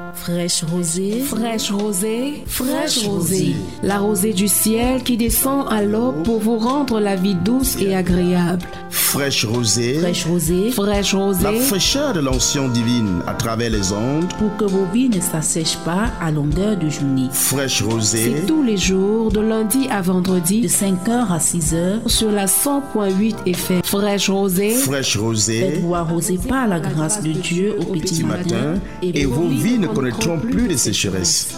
Fraîche rosée, fraîche rosée, fraîche rosée. La rosée du ciel qui descend à l'aube pour vous rendre la vie douce et agréable. Fraîche rosée, Fraîche rosée, fraîche rosée. La fraîcheur de l'onction divine à travers les ondes. Pour que vos vies ne s'assèchent pas à longueur de journée. Fraîche rosée. C'est tous les jours, de lundi à vendredi, de 5h à 6h, sur la 100.8 FM. Fraîche rosée. Fraîche rosée. Faites-vous arroser par la grâce de Dieu au petit matin. Et vos vies ne connaîtront plus de sécheresse.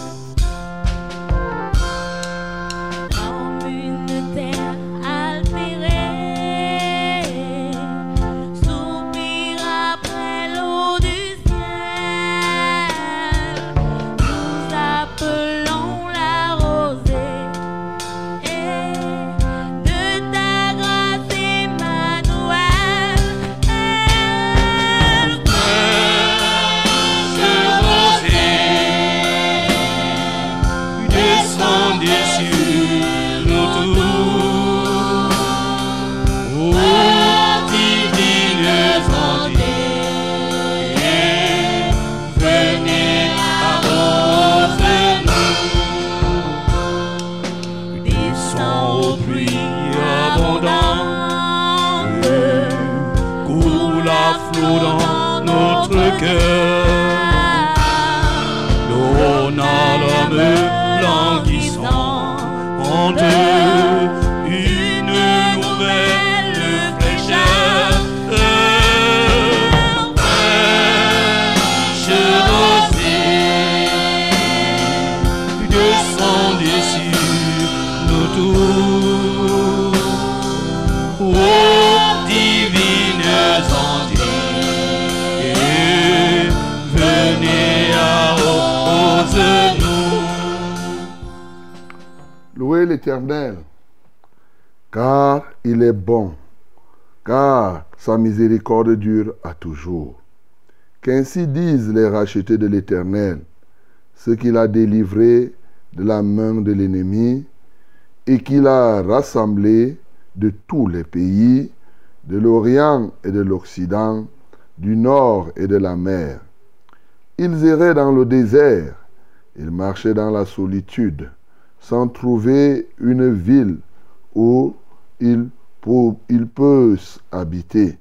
Louez l'Éternel, car il est bon, car sa miséricorde dure à toujours. Qu'ainsi disent les rachetés de l'Éternel, ceux qu'il a délivrés de la main de l'ennemi et qu'il a rassemblés de tous les pays, de l'Orient et de l'Occident, du nord et de la mer. Ils erraient dans le désert, ils marchaient dans la solitude, sans trouver une ville où ils peuvent habiter.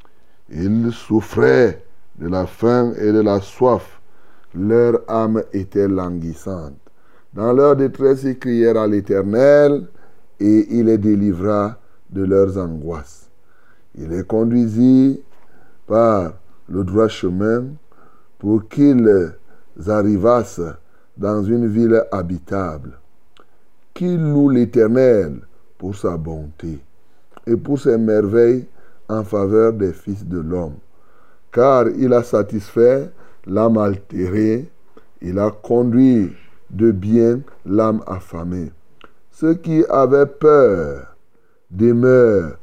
Ils souffraient de la faim et de la soif. Leur âme était languissante. Dans leur détresse, ils crièrent à l'Éternel et il les délivra de leurs angoisses. Il les conduisit par le droit chemin pour qu'ils arrivassent dans une ville habitable. Qu'il loue l'Éternel pour sa bonté et pour ses merveilles en faveur des fils de l'homme. Car il a satisfait l'âme altérée, il a conduit de bien l'âme affamée. Ceux qui avaient peur demeurent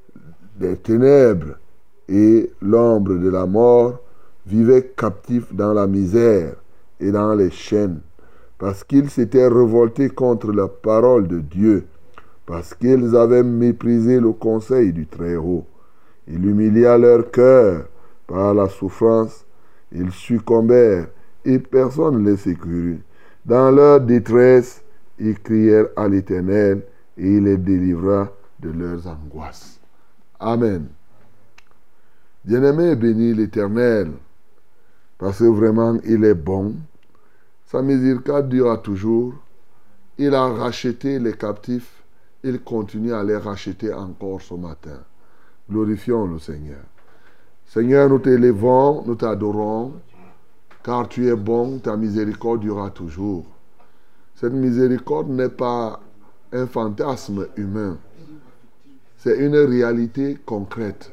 des ténèbres et l'ombre de la mort vivaient captifs dans la misère et dans les chaînes, parce qu'ils s'étaient révoltés contre la parole de Dieu, parce qu'ils avaient méprisé le conseil du Très-Haut. Il humilia leur cœur par la souffrance, ils succombèrent et personne ne les sécurut. Dans leur détresse, ils crièrent à l'Éternel et il les délivra de leurs angoisses. Amen. Bien-aimé et béni l'Éternel, parce que vraiment il est bon. Sa miséricorde dure toujours. Il a racheté les captifs. Il continue à les racheter encore ce matin. Glorifions le Seigneur. Seigneur, nous t'élevons, nous t'adorons, car tu es bon, ta miséricorde durera toujours. Cette miséricorde n'est pas un fantasme humain. C'est une réalité concrète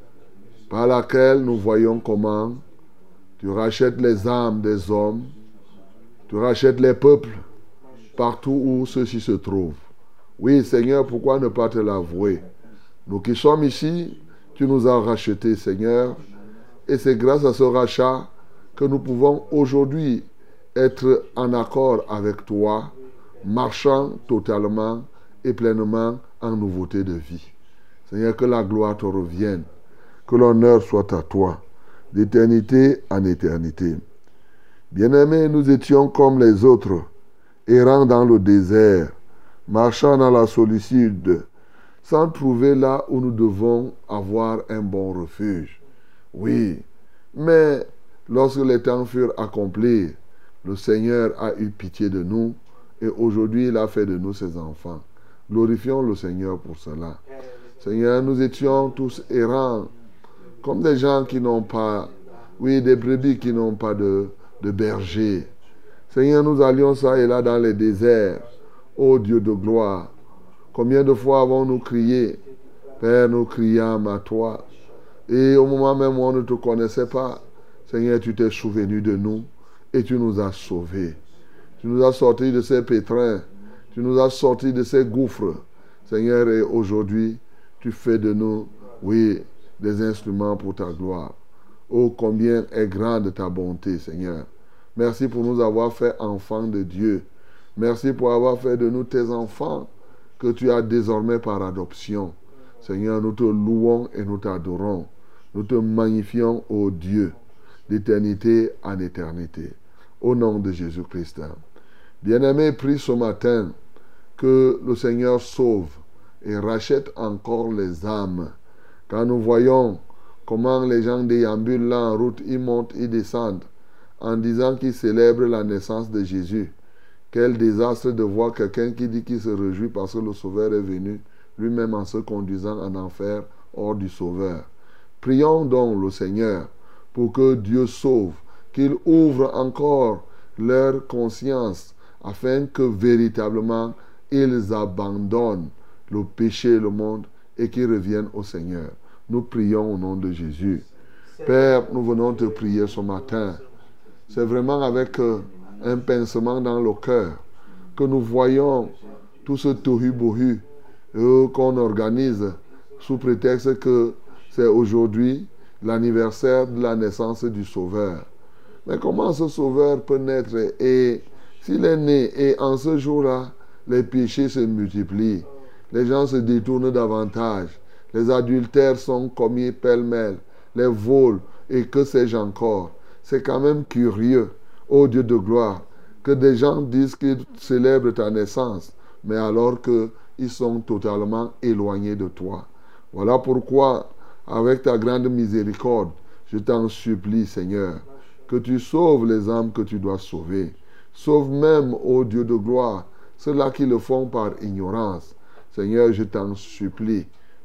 par laquelle nous voyons comment tu rachètes les âmes des hommes, tu rachètes les peuples partout où ceux-ci se trouvent. Oui, Seigneur, pourquoi ne pas te l'avouer? Nous qui sommes ici, tu nous as rachetés, Seigneur, et c'est grâce à ce rachat que nous pouvons aujourd'hui être en accord avec toi, marchant totalement et pleinement en nouveauté de vie. Seigneur, que la gloire te revienne, que l'honneur soit à toi, d'éternité en éternité. Bien-aimés, nous étions comme les autres, errant dans le désert, marchant dans la solitude, sans trouver là où nous devons avoir un bon refuge. Oui, mais lorsque les temps furent accomplis, le Seigneur a eu pitié de nous et aujourd'hui il a fait de nous ses enfants. Glorifions le Seigneur pour cela. Seigneur, nous étions tous errants, comme des gens qui n'ont pas, des brebis qui n'ont pas de berger. Seigneur, nous allions ça et là dans les déserts. Ô Dieu de gloire, combien de fois avons-nous crié? Père, nous criâmes à toi. Et au moment même où on ne te connaissait pas, Seigneur, tu t'es souvenu de nous et tu nous as sauvés. Tu nous as sortis de ces pétrins. Tu nous as sortis de ces gouffres. Seigneur, et aujourd'hui, tu fais de nous, des instruments pour ta gloire. Oh, combien est grande ta bonté, Seigneur. Merci pour nous avoir fait enfants de Dieu. Merci pour avoir fait de nous tes enfants que tu as désormais par adoption. Seigneur, nous te louons et nous t'adorons. Nous te magnifions, ô Dieu, d'éternité en éternité. Au nom de Jésus-Christ. Bien-aimé, prie ce matin que le Seigneur sauve et rachète encore les âmes. Quand nous voyons comment les gens déambulent là en route, ils montent, ils descendent, en disant qu'ils célèbrent la naissance de Jésus. Quel désastre de voir quelqu'un qui dit qu'il se réjouit parce que le Sauveur est venu, lui-même en se conduisant en enfer hors du Sauveur. Prions donc le Seigneur pour que Dieu sauve, qu'il ouvre encore leur conscience afin que véritablement ils abandonnent le péché et le monde et qu'ils reviennent au Seigneur. Nous prions au nom de Jésus. Père, nous venons te prier ce matin. C'est vraiment avec un pincement dans le cœur que nous voyons tout ce tohu-bohu qu'on organise sous prétexte que c'est aujourd'hui l'anniversaire de la naissance du Sauveur. Mais comment ce Sauveur peut naître? Et s'il est né et en ce jour-là, les péchés se multiplient, les gens se détournent davantage, les adultères sont commis pêle-mêle, les vols et que sais-je encore. C'est quand même curieux, ô Dieu de gloire, que des gens disent qu'ils célèbrent ta naissance, mais alors qu'ils sont totalement éloignés de toi. Voilà pourquoi, avec ta grande miséricorde, je t'en supplie, Seigneur, que tu sauves les âmes que tu dois sauver. Sauve même, ô Dieu de gloire, ceux-là qui le font par ignorance. Seigneur, je t'en supplie,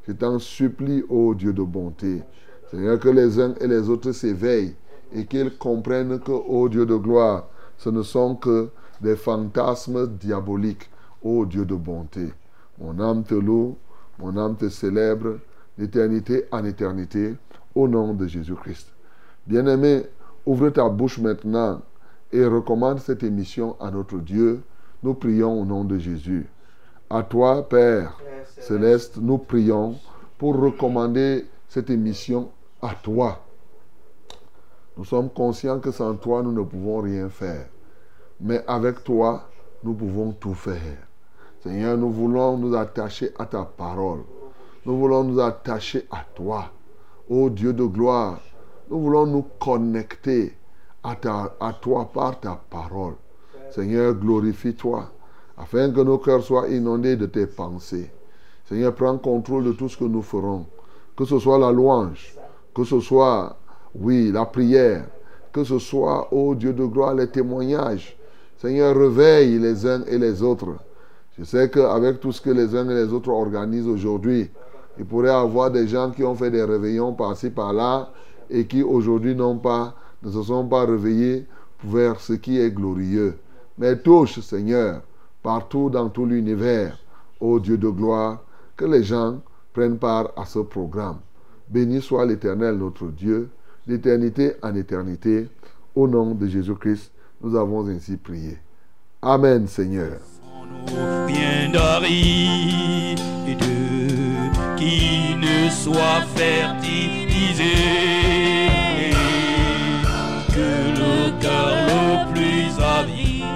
ô Dieu de bonté. Seigneur, que les uns et les autres s'éveillent et qu'ils comprennent que, ô Dieu de gloire, ce ne sont que des fantasmes diaboliques, ô Dieu de bonté. Mon âme te loue, mon âme te célèbre, d'éternité en éternité, au nom de Jésus-Christ. Bien-aimé, ouvre ta bouche maintenant et recommande cette émission à notre Dieu. Nous prions au nom de Jésus. À toi, Père Céleste, nous prions pour recommander cette émission à toi. Nous sommes conscients que sans toi, nous ne pouvons rien faire. Mais avec toi, nous pouvons tout faire. Seigneur, nous voulons nous attacher à ta parole. Nous voulons nous attacher à toi. Ô Dieu de gloire, nous voulons nous connecter à toi par ta parole. Seigneur, glorifie-toi, afin que nos cœurs soient inondés de tes pensées. Seigneur, prends contrôle de tout ce que nous ferons. Que ce soit la louange, que ce soit, la prière, que ce soit, ô Dieu de gloire, les témoignages. Seigneur, réveille les uns et les autres. Je sais qu'avec tout ce que les uns et les autres organisent aujourd'hui, il pourrait y avoir des gens qui ont fait des réveillons par-ci, par-là, et qui aujourd'hui ne se sont pas réveillés vers ce qui est glorieux. Mais touche, Seigneur, partout dans tout l'univers, ô Dieu de gloire, que les gens prennent part à ce programme. Béni soit l'Éternel, notre Dieu, d'éternité en éternité. Au nom de Jésus-Christ, nous avons ainsi prié. Amen, Seigneur. Vient d'arriver, qui ne soit fertilisé, que le cœur le plus avide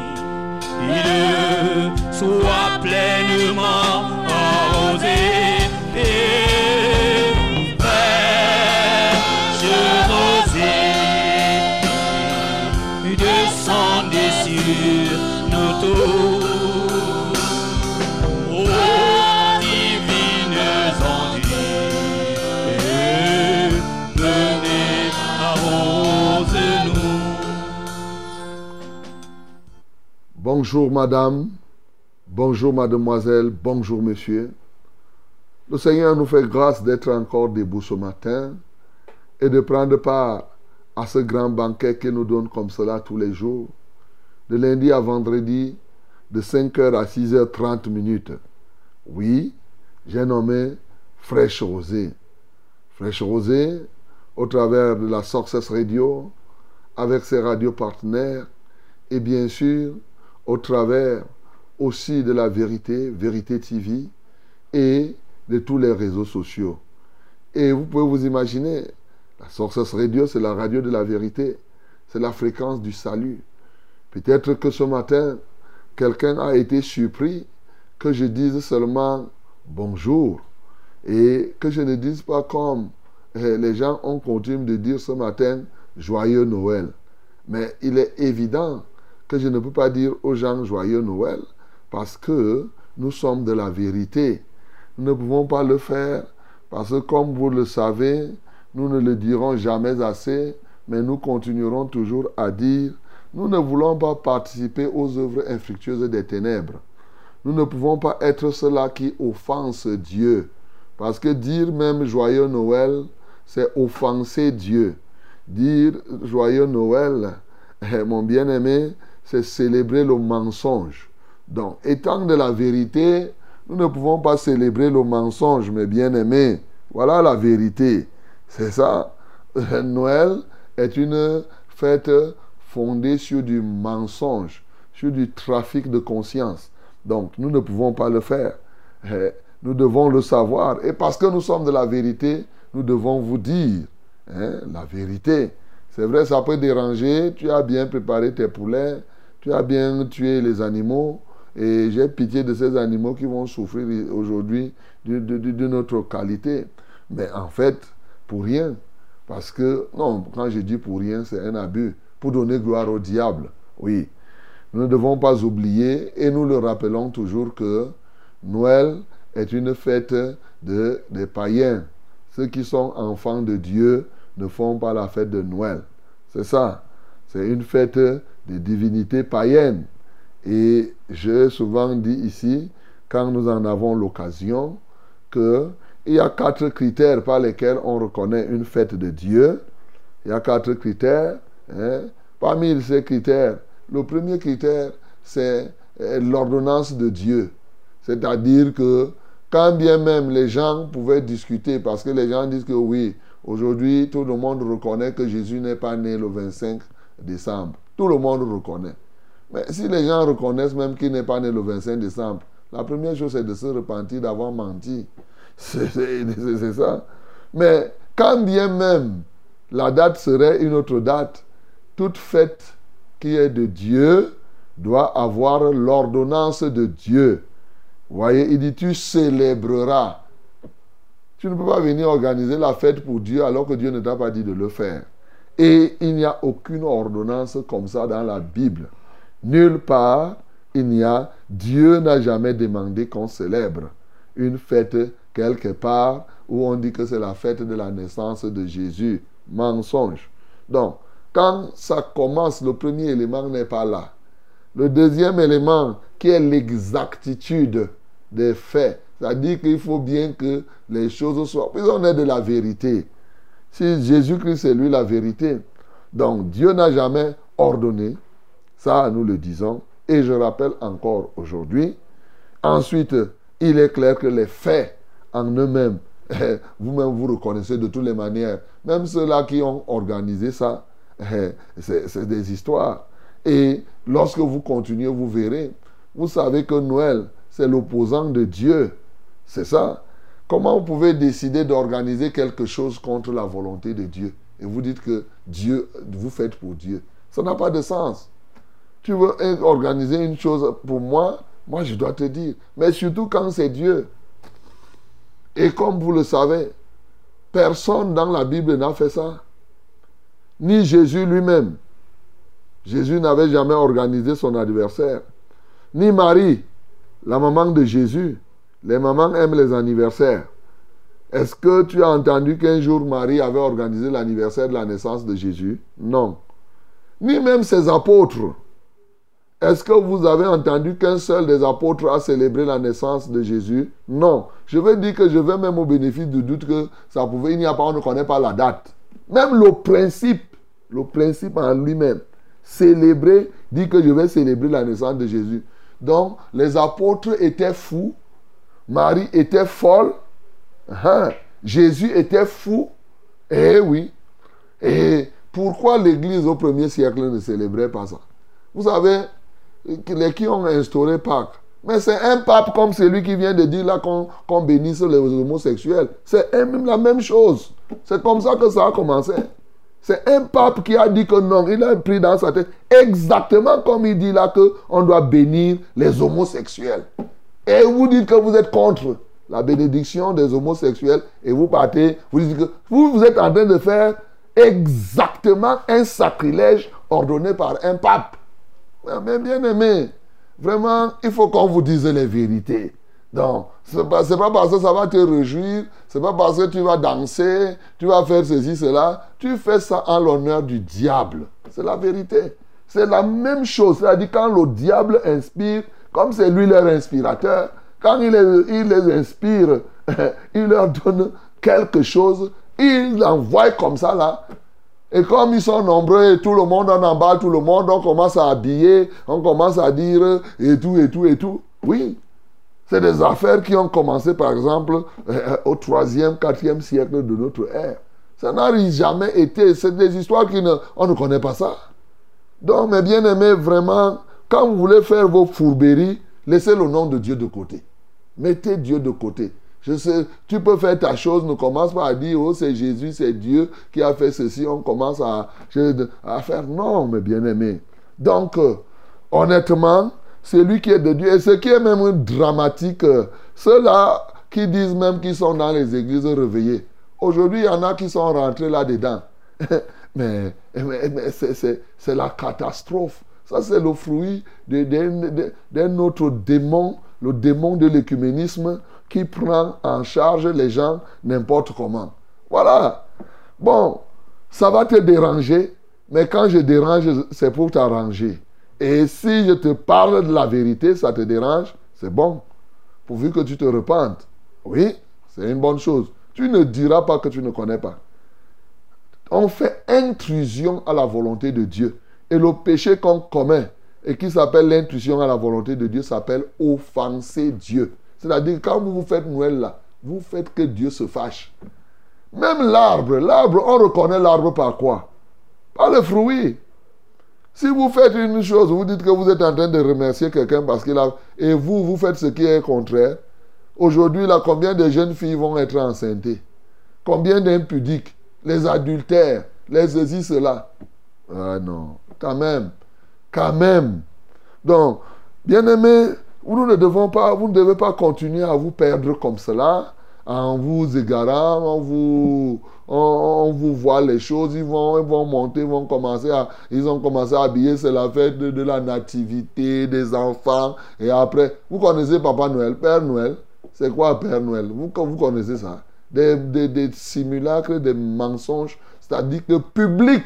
soit pleinement arrosé. Fraîche rosée de descendez sur nous tous. Ô divines ondes, venez arrose-nous. Bonjour madame, bonjour mademoiselle, bonjour monsieur. Le Seigneur nous fait grâce d'être encore debout ce matin et de prendre part à ce grand banquet qu'il nous donne comme cela tous les jours, de lundi à vendredi, de 5h à 6h30. Oui, j'ai nommé Fraîche Rosée. Fraîche Rosée, au travers de la Success Radio, avec ses radios partenaires, et bien sûr, au travers aussi de la Vérité, Vérité TV, et de tous les réseaux sociaux. Et vous pouvez vous imaginer, la Success Radio, c'est la radio de la vérité. C'est la fréquence du salut. Peut-être que ce matin, quelqu'un a été surpris que je dise seulement bonjour. Et que je ne dise pas comme les gens ont coutume de dire ce matin, joyeux Noël. Mais il est évident que je ne peux pas dire aux gens joyeux Noël parce que nous sommes de la vérité. Nous ne pouvons pas le faire parce que comme vous le savez, nous ne le dirons jamais assez, mais nous continuerons toujours à dire, nous ne voulons pas participer aux œuvres infructueuses des ténèbres. Nous ne pouvons pas être ceux-là qui offensent Dieu. Parce que dire même joyeux Noël, c'est offenser Dieu. Dire joyeux Noël, mon bien-aimé, c'est célébrer le mensonge. Donc, étant de la vérité, nous ne pouvons pas célébrer le mensonge, mes bien-aimés. Voilà la vérité. C'est ça. Noël est une fête fondée sur du mensonge, sur du trafic de conscience. Donc, nous ne pouvons pas le faire. Nous devons le savoir. Et parce que nous sommes de la vérité, nous devons vous dire la vérité. C'est vrai, ça peut déranger. Tu as bien préparé tes poulets, tu as bien tué les animaux. Et j'ai pitié de ces animaux qui vont souffrir aujourd'hui de notre qualité. Mais en fait, pour rien. Parce que, non, quand je dis pour rien, c'est un abus. Pour donner gloire au diable. Oui. Nous ne devons pas oublier, et nous le rappelons toujours, que Noël est une fête des païens. Ceux qui sont enfants de Dieu ne font pas la fête de Noël. C'est ça. C'est une fête des divinités païennes. Et j'ai souvent dit ici, quand nous en avons l'occasion, qu'il y a 4 critères par lesquels on reconnaît une fête de Dieu. Il y a 4 critères. Parmi ces critères, le premier critère, c'est l'ordonnance de Dieu. C'est-à-dire que quand bien même les gens pouvaient discuter, parce que les gens disent que oui, aujourd'hui, tout le monde reconnaît que Jésus n'est pas né le 25 décembre. Tout le monde reconnaît. Mais si les gens reconnaissent même qu'il n'est pas né le 25 décembre, la première chose, c'est de se repentir d'avoir menti. C'est ça. Mais quand bien même la date serait une autre date, toute fête qui est de Dieu doit avoir l'ordonnance de Dieu. Vous voyez, il dit, tu célébreras. Tu ne peux pas venir organiser la fête pour Dieu alors que Dieu ne t'a pas dit de le faire. Et il n'y a aucune ordonnance comme ça dans la Bible. Nulle part, Dieu n'a jamais demandé qu'on célèbre une fête quelque part où on dit que c'est la fête de la naissance de Jésus. Mensonge. Donc, quand ça commence, le premier élément n'est pas là. Le deuxième élément, qui est l'exactitude des faits, c'est-à-dire qu'il faut bien que les choses soient... Puis on est de la vérité. Si Jésus-Christ est lui la vérité, donc Dieu n'a jamais ordonné, ça nous le disons, et je rappelle encore aujourd'hui. Ensuite, il est clair que les faits en eux-mêmes, vous-même vous reconnaissez de toutes les manières, même ceux-là qui ont organisé ça, c'est des histoires. Et lorsque vous continuez, vous verrez, vous savez que Noël, c'est l'opposant de Dieu. C'est ça. Comment vous pouvez décider d'organiser quelque chose contre la volonté de Dieu? Et vous dites que Dieu, vous faites pour Dieu. Ça n'a pas de sens. Tu veux organiser une chose pour moi, moi je dois te dire. Mais surtout quand c'est Dieu. Et comme vous le savez, personne dans la Bible n'a fait ça. Ni Jésus lui-même. Jésus n'avait jamais organisé son anniversaire. Ni Marie, la maman de Jésus. Les mamans aiment les anniversaires. Est-ce que tu as entendu qu'un jour Marie avait organisé l'anniversaire de la naissance de Jésus? Non. Ni même ses apôtres. Est-ce que vous avez entendu qu'un seul des apôtres a célébré la naissance de Jésus? Non. Je veux dire que je vais même au bénéfice du doute que ça pouvait, il n'y a pas, on ne connaît pas la date. Même le principe en lui-même, célébrer, dit que je vais célébrer la naissance de Jésus. Donc, les apôtres étaient fous, Marie était folle, Jésus était fou, eh oui. Et pourquoi l'Église au 1er siècle ne célébrait pas ça? Vous savez, les qui ont instauré Pâques, mais c'est un pape comme celui qui vient de dire là qu'on bénisse les homosexuels. C'est la même chose. C'est comme ça que ça a commencé. C'est un pape qui a dit que non, il a pris dans sa tête exactement comme il dit là qu'on doit bénir les homosexuels. Et vous dites que vous êtes contre la bénédiction des homosexuels et vous partez, vous dites que vous êtes en train de faire exactement un sacrilège ordonné par un pape. Mais bien aimé, vraiment, il faut qu'on vous dise les vérités. Donc, c'est pas parce que ça va te réjouir, c'est pas parce que tu vas danser, tu vas faire ceci, cela. Tu fais ça en l'honneur du diable. C'est la vérité. C'est la même chose. C'est-à-dire quand le diable inspire, comme c'est lui leur inspirateur, quand il les inspire, il leur donne quelque chose, il l'envoie comme ça là. Et comme ils sont nombreux et tout le monde en emballe, tout le monde, on commence à habiller, on commence à dire et tout, et tout, et tout. Oui, c'est des affaires qui ont commencé par exemple au 3e, 4e siècle de notre ère. Ça n'a jamais été, c'est des histoires on ne connaît pas ça. Donc mes bien-aimés, vraiment, quand vous voulez faire vos fourberies, laissez le nom de Dieu de côté. Mettez Dieu de côté. Je sais, tu peux faire ta chose, ne commence pas à dire, oh c'est Jésus, c'est Dieu qui a fait ceci, on commence à faire, non, mes bien-aimés. Donc, honnêtement, c'est lui qui est de Dieu. Et ce qui est même dramatique, ceux-là qui disent même qu'ils sont dans les églises réveillées. Aujourd'hui, il y en a qui sont rentrés là-dedans. mais c'est la catastrophe. Ça, c'est le fruit d'un autre démon, le démon de l'écuménisme, qui prend en charge les gens n'importe comment. Voilà. Bon, ça va te déranger, mais quand je dérange, c'est pour t'arranger. Et si je te parle de la vérité, ça te dérange, c'est bon. Pourvu que tu te repentes. Oui, c'est une bonne chose. Tu ne diras pas que tu ne connais pas. On fait intrusion à la volonté de Dieu. Et le péché qu'on commet, et qui s'appelle l'intrusion à la volonté de Dieu, s'appelle offenser Dieu. C'est-à-dire, quand vous faites Noël là, vous faites que Dieu se fâche. Même l'arbre, on reconnaît l'arbre par quoi? Par le fruit. Si vous faites une chose, vous dites que vous êtes en train de remercier quelqu'un parce qu'il a... Et vous faites ce qui est contraire. Aujourd'hui, là, combien de jeunes filles vont être enceintes? Combien d'impudiques? Les adultères, les ceci, cela. Ah non, quand même. Donc, bien-aimés, vous ne devez pas continuer à vous perdre comme cela, en vous égarant, on vous voit les choses, ils vont monter, ils ont commencé à habiller, c'est la fête de la nativité des enfants, et après, vous connaissez Papa Noël, Père Noël, c'est quoi Père Noël? Vous connaissez ça? Des simulacres, des mensonges, c'est-à-dire que public,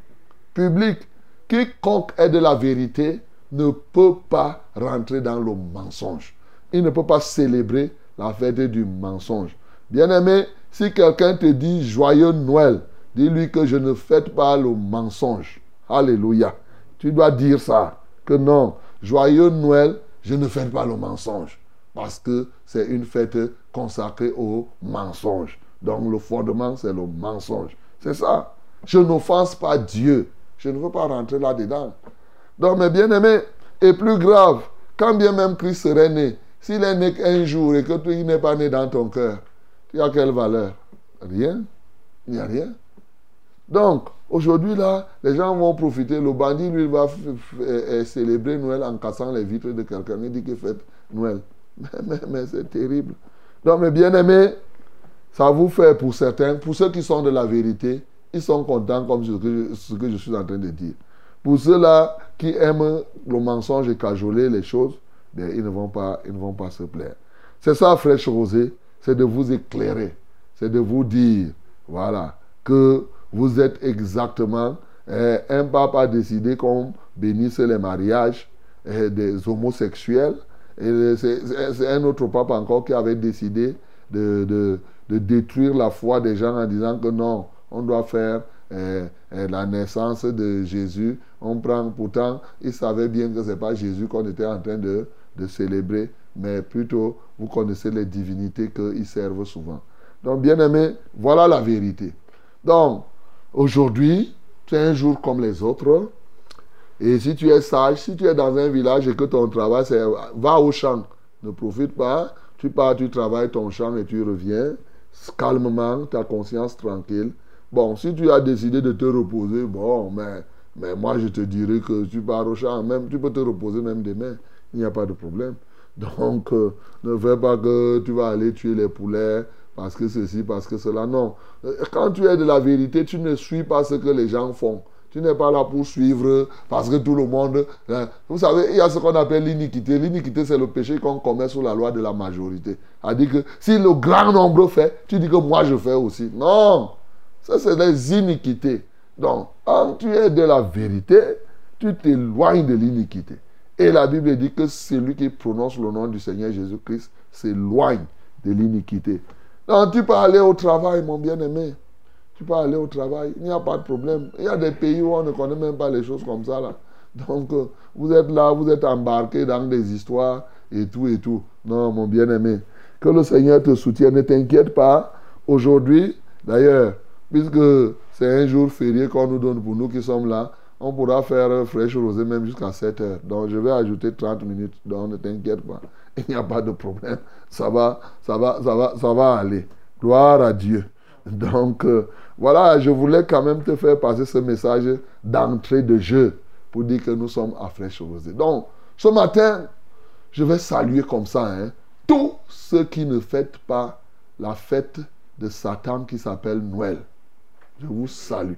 quiconque est de la vérité, ne peut pas rentrer dans le mensonge. Il ne peut pas célébrer la fête du mensonge. Bien-aimé, si quelqu'un te dit joyeux Noël, dis-lui que je ne fête pas le mensonge. Alléluia. Tu dois dire ça, que non, joyeux Noël, je ne fête pas le mensonge. Parce que c'est une fête consacrée au mensonge. Donc le fondement, c'est le mensonge. C'est ça. Je n'offense pas Dieu. Je ne veux pas rentrer là-dedans. Donc, mes bien-aimés, et plus grave, quand bien même Christ serait né, s'il est né qu'un jour et que tu n'es pas né dans ton cœur, tu as quelle valeur? Rien. Il n'y a rien. Donc, aujourd'hui, là, les gens vont profiter. Le bandit, lui, va célébrer Noël en cassant les vitres de quelqu'un. Il dit qu'il fête Noël. Mais c'est terrible. Donc, mes bien-aimés, ça vous fait pour certains, pour ceux qui sont de la vérité, ils sont contents comme ce que je suis en train de dire. Pour ceux-là qui aiment le mensonge et cajoler les choses, bien, ils ne vont pas se plaire. C'est ça, Fraîche Rosée, c'est de vous éclairer. C'est de vous dire, voilà, que vous êtes exactement... un pape a décidé qu'on bénisse les mariages des homosexuels. Et c'est un autre pape encore qui avait décidé de détruire la foi des gens en disant que non, on doit faire la naissance de Jésus. On prend, pourtant, il savait bien que ce n'est pas Jésus qu'on était en train de célébrer, mais plutôt, vous connaissez les divinités qu'ils servent souvent. Donc, bien aimé, voilà la vérité. Donc, aujourd'hui, c'est un jour comme les autres. Et si tu es sage, si tu es dans un village et que ton travail, c'est va au champ. Ne profite pas. Tu pars, tu travailles ton champ et tu reviens calmement, ta conscience tranquille. Bon, si tu as décidé de te reposer, bon, mais moi je te dirais que tu pars au champ, même, tu peux te reposer même demain. Il n'y a pas de problème. Donc, ne fais pas que tu vas aller tuer les poulets parce que ceci, parce que cela. Non. Quand tu es de la vérité, tu ne suis pas ce que les gens font. Tu n'es pas là pour suivre parce que tout le monde... Vous savez, il y a ce qu'on appelle l'iniquité. L'iniquité, c'est le péché qu'on commet sous la loi de la majorité. C'est-à-dire que si le grand nombre fait, tu dis que moi je fais aussi. Non. Ça, c'est des iniquités. Donc, quand tu es de la vérité, tu t'éloignes de l'iniquité. Et la Bible dit que celui qui prononce le nom du Seigneur Jésus-Christ s'éloigne de l'iniquité. Donc, tu peux aller au travail, mon bien-aimé. Tu peux aller au travail, il n'y a pas de problème. Il y a des pays où on ne connaît même pas les choses comme ça, là. Donc, vous êtes là, vous êtes embarqué dans des histoires et tout et tout. Non, mon bien-aimé, que le Seigneur te soutienne. Ne t'inquiète pas. Aujourd'hui, d'ailleurs, puisque c'est un jour férié qu'on nous donne pour nous qui sommes là, on pourra faire Fraîche Rosée même jusqu'à 7 heures. Donc, je vais ajouter 30 minutes. Donc, ne t'inquiète pas. Il n'y a pas de problème. Ça va aller. Gloire à Dieu. Donc, voilà, je voulais quand même te faire passer ce message d'entrée de jeu pour dire que nous sommes à Fraîche Rosée. Donc, ce matin, je vais saluer comme ça tous ceux qui ne fêtent pas la fête de Satan qui s'appelle Noël. Je vous salue.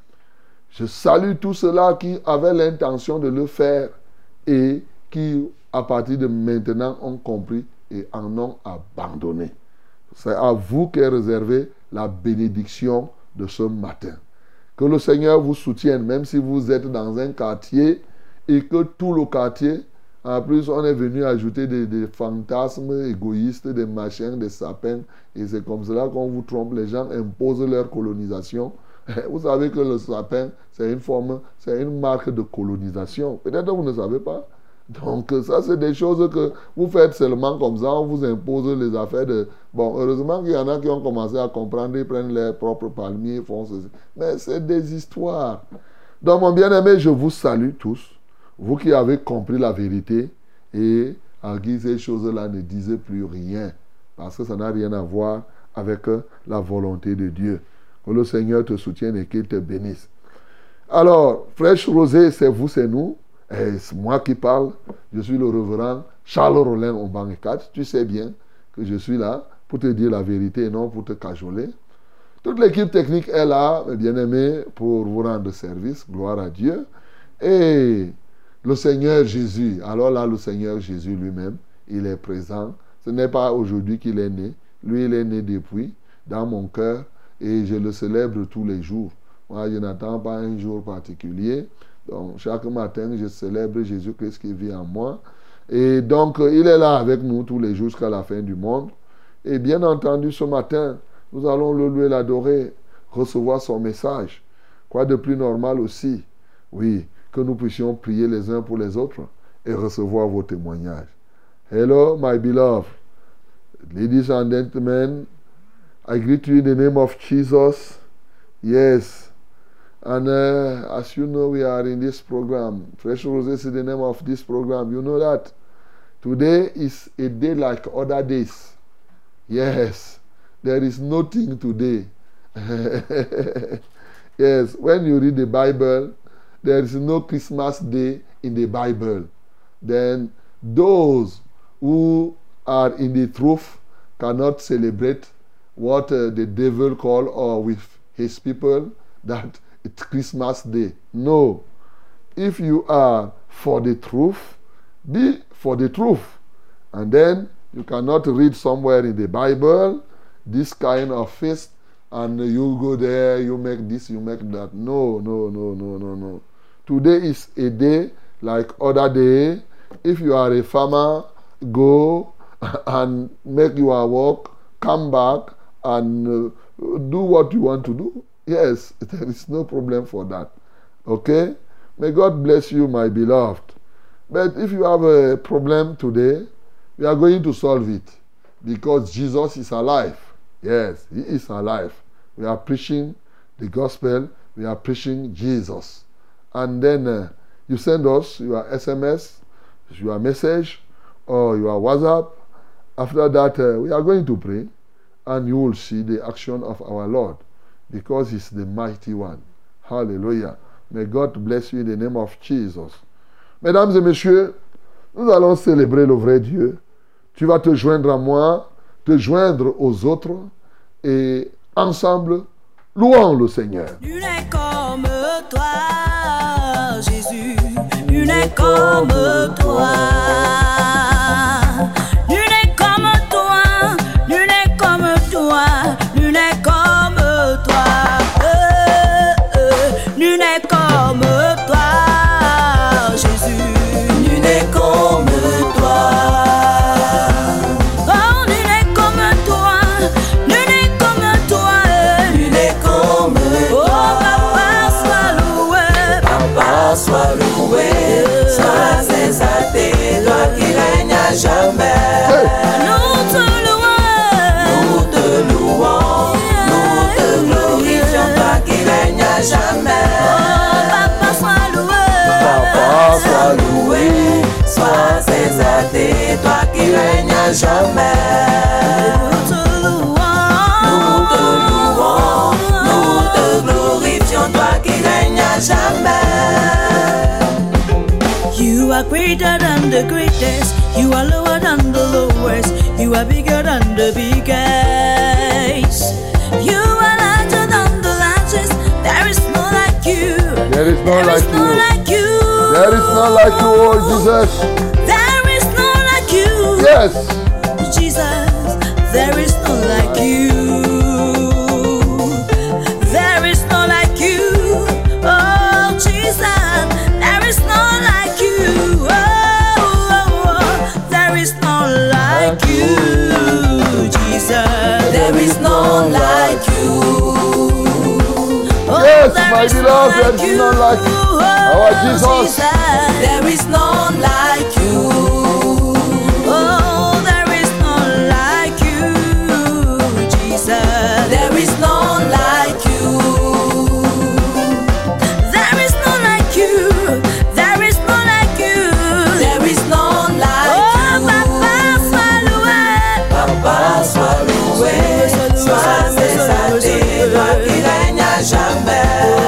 Je salue tous ceux-là qui avaient l'intention de le faire et qui, à partir de maintenant, ont compris et en ont abandonné. C'est à vous qu'est réservée la bénédiction de ce matin. Que le Seigneur vous soutienne, même si vous êtes dans un quartier et que tout le quartier, en plus, on est venu ajouter des fantasmes égoïstes, des machins, des sapins, et c'est comme cela qu'on vous trompe. Les gens imposent leur colonisation. Vous savez que le sapin, c'est une marque de colonisation. Peut-être que vous ne savez pas. Donc, ça, c'est des choses que vous faites seulement comme ça. On vous impose les affaires de... Bon, heureusement qu'il y en a qui ont commencé à comprendre. Ils prennent leurs propres palmiers, font ceci. Mais c'est des histoires. Donc, mon bien-aimé, je vous salue tous. Vous qui avez compris la vérité et à qui ces choses-là ne disent plus rien. Parce que ça n'a rien à voir avec la volonté de Dieu. Que le Seigneur te soutienne et qu'il te bénisse. Alors, Fraîche Rosée, c'est vous, c'est nous. Et c'est moi qui parle. Je suis le révérend Charles Rollin Ombangue 4. Tu sais bien que je suis là pour te dire la vérité et non pour te cajoler. Toute l'équipe technique est là, mes bien-aimés, pour vous rendre service. Gloire à Dieu. Et le Seigneur Jésus, alors là, le Seigneur Jésus lui-même, il est présent. Ce n'est pas aujourd'hui qu'il est né. Lui, il est né depuis, dans mon cœur, et je le célèbre tous les jours. Moi, je n'attends pas un jour particulier. Donc, chaque matin, je célèbre Jésus-Christ qui vit en moi. Et donc, il est là avec nous tous les jours jusqu'à la fin du monde. Et bien entendu, ce matin, nous allons le louer, l'adorer, recevoir son message. Quoi de plus normal aussi? Oui, que nous puissions prier les uns pour les autres et recevoir vos témoignages. Hello, my beloved. Ladies and gentlemen, I greet you in the name of Jesus. Yes. And as you know, we are in this program. Fraîche Rosée is the name of this program. You know that. Today is a day like other days. Yes. There is nothing today. Yes. When you read the Bible, there is no Christmas day in the Bible. Then those who are in the truth cannot celebrate what the devil call or with his people that it's Christmas Day. No. if you are for the truth, be for the truth. And then you cannot read somewhere in the Bible this kind of feast and you go there, you make this, you make that. No. Today is a day like other day. If you are a farmer, go and make your work, come back and do what you want to do. Yes, there is no problem for that. Okay? May God bless you, my beloved. But if you have a problem today, we are going to solve it because Jesus is alive. Yes, He is alive. We are preaching the gospel. We are preaching Jesus. And then you send us your SMS, your message, or your WhatsApp. After that, we are going to pray, and you will see the action of our Lord because He's the mighty one. Hallelujah. May God bless you in the name of Jesus. Mesdames et messieurs, nous allons célébrer le vrai Dieu. Tu vas te joindre à moi, te joindre aux autres, et ensemble, louons le Seigneur. Nul n'est comme toi, Jésus. Nul n'est comme toi. Nul n'est comme toi. Nul n'est comme toi. Nul n'est comme toi. Nul n'est comme toi, Jésus. Nul n'est comme toi. Oh, nul n'est comme toi. Nul n'est comme toi. Nul n'est comme toi. Oh, Papa, sois loué. Papa, sois loué. Sois exalté, toi qui règnes à jamais. Nous te louons. Nous te louons. Nous te glorifions, toi qui règnes à jamais. Sois loué, sois exalté, toi qui règnes à jamais. Nous te louons, nous te glorifions, toi qui règnes à jamais. You are greater than the greatest, you are lower than the lowest, you are bigger than the biggest. You are larger than the largest, there is no like you. There is no like you. There is none like you, oh Jesus. There is none like you. Yes. Jesus, there is none like you. There is none like you. Oh, Jesus, there is none like you. Oh, there is none like you. Jesus, there is none like you. Oh, yes, my beloved, there is none like you. Our Jesus. There is none like you. Oh, there is none like you, Jesus. There is none like you. There is none like you. There is none like you. There is none like you. Oh, Papa, sois loué. Papa, sois loué. Sois exalté, toi qui règnes à jamais.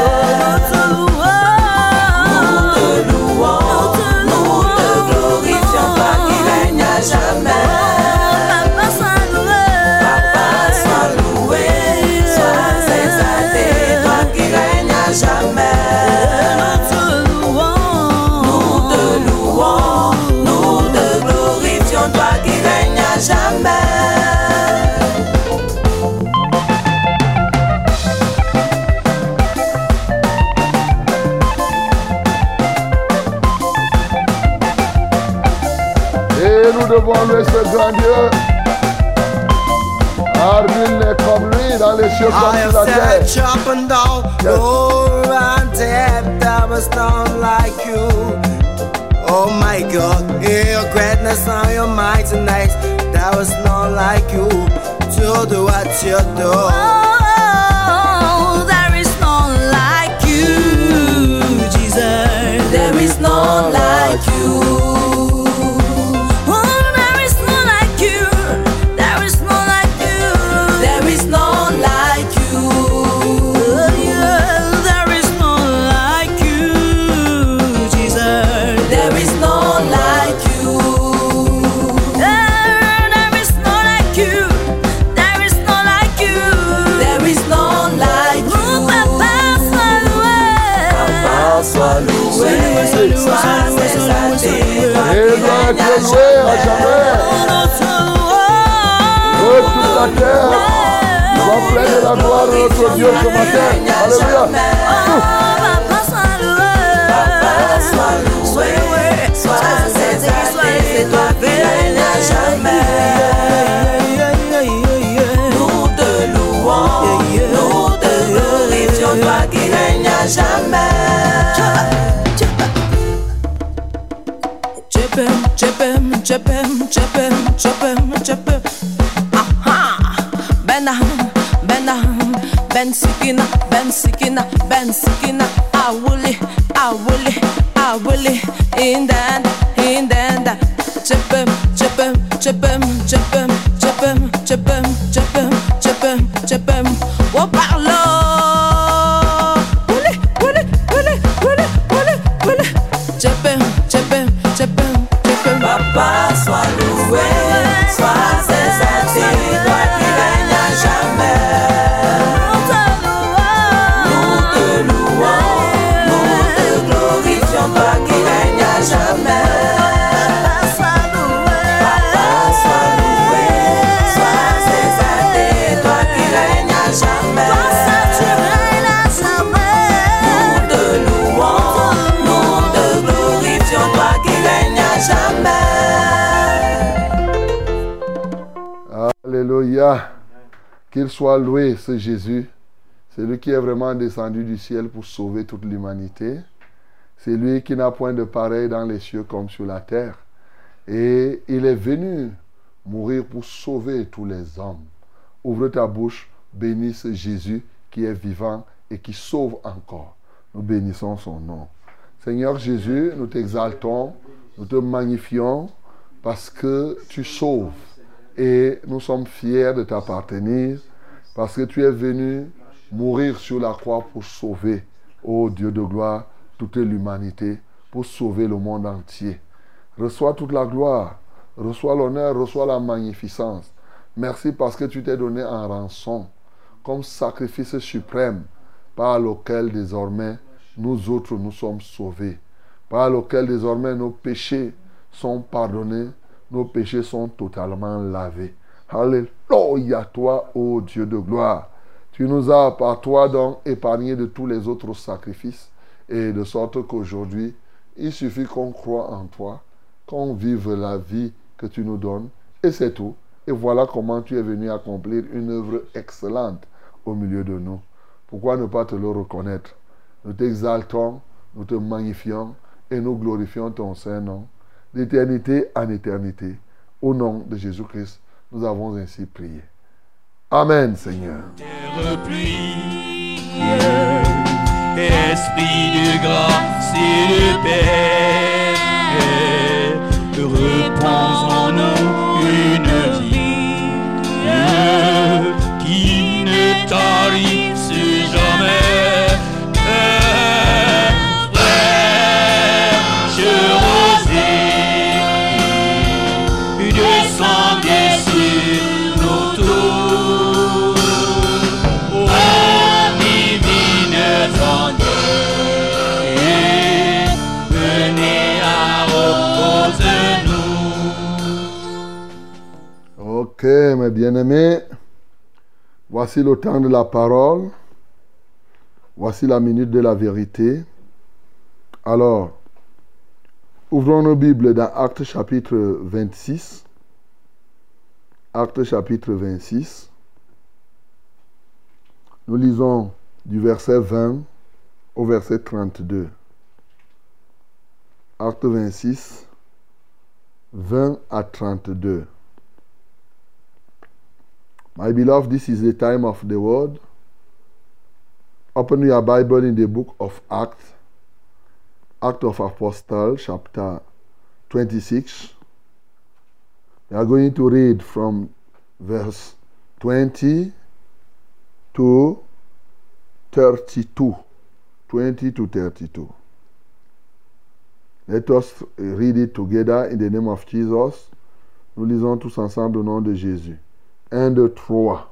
Jamais. Papa, sois loué, sois exalté, toi qui règnes à jamais. Nous te glorifions, toi qui règnes à jamais. Nous devons louer ce grand Dieu. Car nul n'est comme lui dans les cieux comme sur la terre. Search up and down, low and depth, there was none like you. Oh my God, in your greatness and your mightiness, there was none like you. To do what you do. Oh, there is none like you, Jesus. There is none like you. Sois loué. tu es loué à jamais. Oh, toute la terre soit pleine de la gloire de notre Dieu ce matin. Alléluia. Papa, sois loué, sois exalté, c'est toi qui règnes à jamais. Nous te louons, nous te glorifions, toi qui règnes à jamais. Ben sikina, awuli, indan, chepem, wopalo, chepem, papa, sois loué, sois exalté, toi qui règnes à jamais. Alléluia. Qu'il soit loué, ce Jésus. C'est lui qui est vraiment descendu du ciel pour sauver toute l'humanité. C'est lui qui n'a point de pareil dans les cieux comme sur la terre. Et il est venu mourir pour sauver tous les hommes. Ouvre ta bouche, bénis ce Jésus qui est vivant et qui sauve encore. Nous bénissons son nom. Seigneur Jésus, nous t'exaltons, nous te magnifions parce que tu sauves. Et nous sommes fiers de t'appartenir parce que tu es venu mourir sur la croix pour sauver, ô Dieu de gloire, toute l'humanité, pour sauver le monde entier. Reçois toute la gloire, reçois l'honneur, reçois la magnificence. Merci parce que tu t'es donné en rançon comme sacrifice suprême par lequel désormais nous autres nous sommes sauvés, par lequel désormais nos péchés sont pardonnés, nos péchés sont totalement lavés. Alléluia, toi, ô Dieu de gloire. Tu nous as par toi donc épargnés de tous les autres sacrifices, et de sorte qu'aujourd'hui, il suffit qu'on croie en toi, qu'on vive la vie que tu nous donnes, et c'est tout. Et voilà comment tu es venu accomplir une œuvre excellente au milieu de nous. Pourquoi ne pas te le reconnaître? Nous t'exaltons, nous te magnifions, et nous glorifions ton Saint-Nom, d'éternité en éternité. Au nom de Jésus-Christ, nous avons ainsi prié. Amen, Seigneur. Terre pluie, esprit de grâce et de paix, repose en nous une vie qui ne tarisse jamais. Ok, mes bien-aimés, voici le temps de la parole. Voici la minute de la vérité. Alors, ouvrons nos Bibles dans Actes chapitre 26. Actes chapitre 26. Nous lisons du verset 20 au verset 32. Actes 26, 20 à 32. My beloved, this is the time of the word. Open your Bible in the book of Acts, Acts of Apostles, chapter 26. We are going to read from verse 20 to 32. 20 to 32. Let us read it together in the name of Jesus. Nous lisons tous ensemble au nom de Jésus. 1, 2, 3.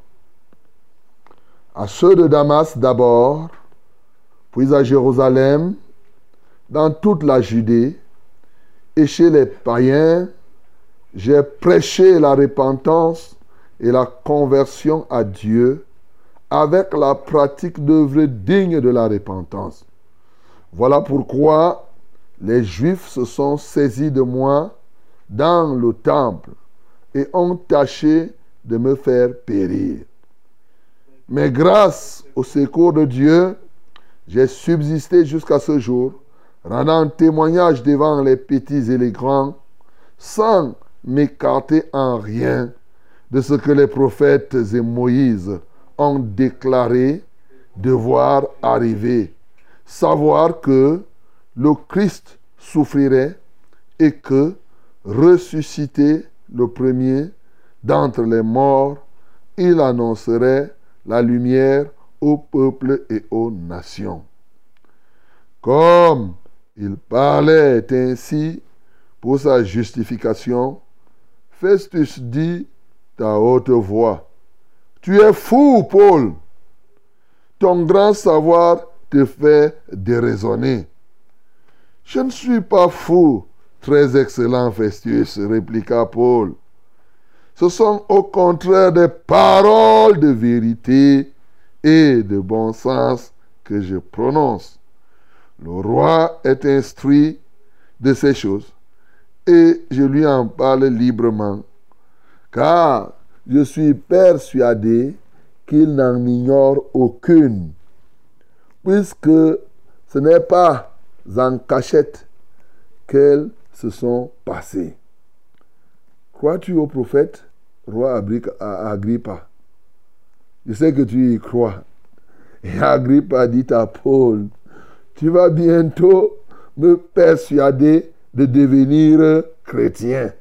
À ceux de Damas d'abord, puis à Jérusalem, dans toute la Judée et chez les païens, j'ai prêché la repentance et la conversion à Dieu avec la pratique d'œuvres dignes de la repentance. Voilà pourquoi les Juifs se sont saisis de moi dans le temple et ont tâché de me faire périr. Mais grâce au secours de Dieu, j'ai subsisté jusqu'à ce jour, rendant témoignage devant les petits et les grands, sans m'écarter en rien de ce que les prophètes et Moïse ont déclaré devoir arriver, savoir que le Christ souffrirait et que, ressuscité le premier d'entre les morts, il annoncerait la lumière au peuple et aux nations. Comme il parlait ainsi pour sa justification, Festus dit à haute voix, « Tu es fou, Paul! Ton grand savoir te fait déraisonner. » « Je ne suis pas fou, très excellent Festus, répliqua Paul. Ce sont au contraire des paroles de vérité et de bon sens que je prononce. Le roi est instruit de ces choses et je lui en parle librement, car je suis persuadé qu'il n'en ignore aucune, puisque ce n'est pas en cachette qu'elles se sont passées. Crois-tu au prophète, roi Agrippa? Je sais que tu y crois. Et Agrippa dit à Paul, tu vas bientôt me persuader de devenir chrétien.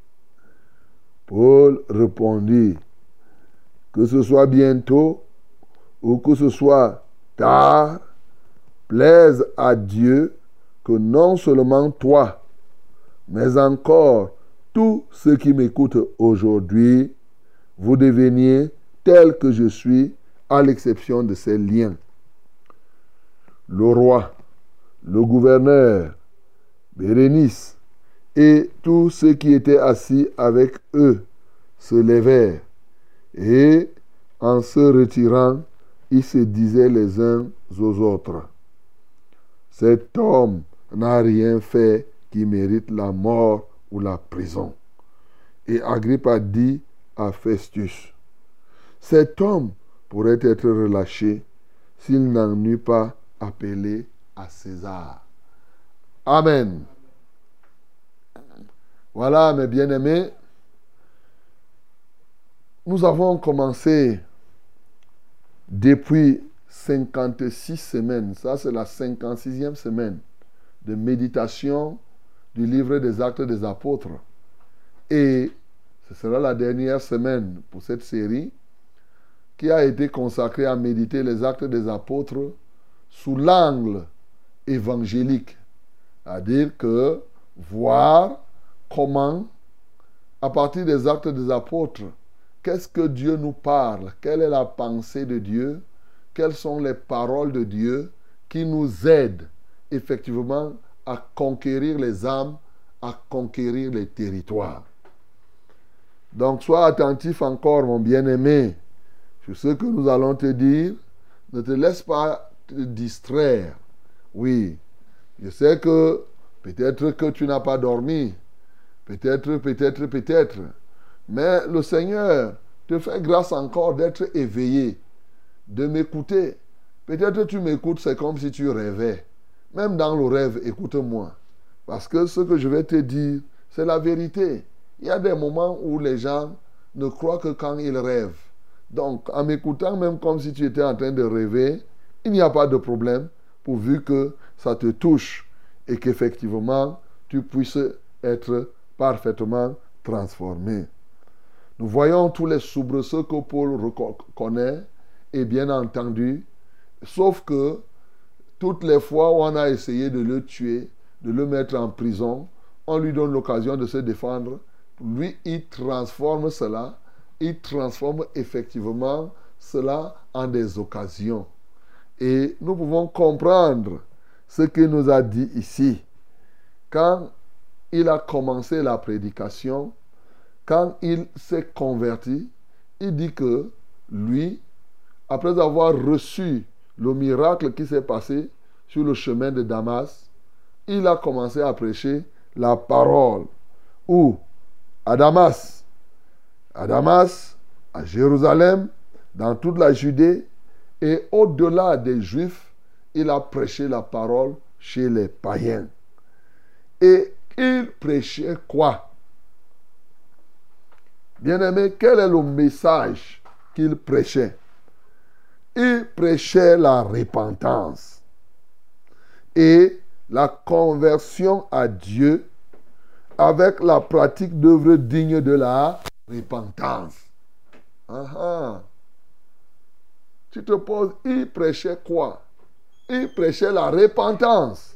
Paul répondit, que ce soit bientôt ou que ce soit tard, plaise à Dieu que non seulement toi, mais encore tous ceux qui m'écoutent aujourd'hui, vous deveniez tel que je suis, à l'exception de ces liens. Le roi, le gouverneur, Bérénice et tous ceux qui étaient assis avec eux se levèrent et, en se retirant, ils se disaient les uns aux autres, cet homme n'a rien fait qui mérite la mort ou la prison. Et Agrippa dit à Festus, cet homme pourrait être relâché s'il n'en eût pas appelé à César. Amen. Voilà, mes bien-aimés, nous avons commencé depuis 56 semaines, ça c'est la 56e semaine de méditation du livre des Actes des Apôtres. Et ce sera la dernière semaine pour cette série qui a été consacrée à méditer les Actes des Apôtres sous l'angle évangélique. C'est-à-dire que voir comment, à partir des Actes des Apôtres, qu'est-ce que Dieu nous parle, quelle est la pensée de Dieu, quelles sont les paroles de Dieu qui nous aident effectivement à conquérir les âmes, à conquérir les territoires. Donc, sois attentif encore, mon bien-aimé, sur ce que nous allons te dire. Ne te laisse pas te distraire. Oui, je sais que peut-être que tu n'as pas dormi. Peut-être. Mais le Seigneur te fait grâce encore d'être éveillé, de m'écouter. Peut-être tu m'écoutes, c'est comme si tu rêvais. Même dans le rêve, écoute-moi. Parce que ce que je vais te dire, c'est la vérité. Il y a des moments où les gens ne croient que quand ils rêvent. Donc, en m'écoutant, même comme si tu étais en train de rêver, il n'y a pas de problème, pourvu que ça te touche et qu'effectivement, tu puisses être parfaitement transformé. Nous voyons tous les soubresauts que Paul connaît, et bien entendu, sauf que toutes les fois où on a essayé de le tuer, de le mettre en prison, on lui donne l'occasion de se défendre. Lui, il transforme cela, il transforme effectivement cela en des occasions. Et nous pouvons comprendre ce qu'il nous a dit ici. Quand il a commencé la prédication, quand il s'est converti, il dit que lui, après avoir reçu le miracle qui s'est passé sur le chemin de Damas, il a commencé à prêcher la parole. Où? À Damas, à Jérusalem, dans toute la Judée, et au-delà des Juifs, il a prêché la parole chez les païens. Et il prêchait quoi? Bien-aimé, quel est le message qu'il prêchait? Il prêchait la repentance et la conversion à Dieu avec la pratique d'œuvres dignes de la repentance. Tu te poses, il prêchait quoi? Il prêchait la repentance.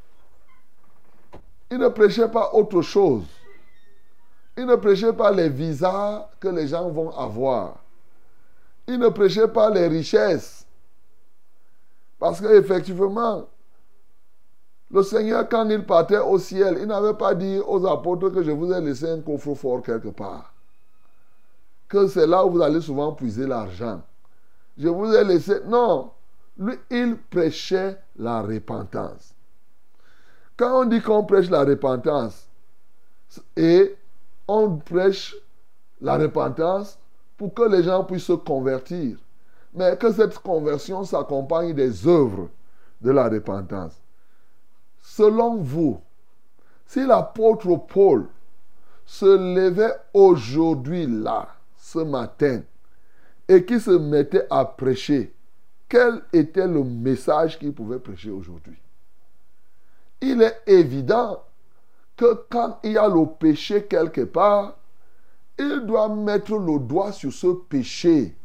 Il ne prêchait pas autre chose. Il ne prêchait pas les visas que les gens vont avoir. Il ne prêchait pas les richesses. Parce qu'effectivement, le Seigneur, quand il partait au ciel, il n'avait pas dit aux apôtres que je vous ai laissé un coffre-fort quelque part. Que c'est là où vous allez souvent puiser l'argent. Je vous ai laissé... Non, lui, il prêchait la repentance. Quand on dit qu'on prêche la repentance, et on prêche la repentance pour que les gens puissent se convertir, mais que cette conversion s'accompagne des œuvres de la repentance. Selon vous, si l'apôtre Paul se levait aujourd'hui là, ce matin, et qui se mettait à prêcher, quel était le message qu'il pouvait prêcher aujourd'hui? Il est évident que quand il y a le péché quelque part, il doit mettre le doigt sur ce péché.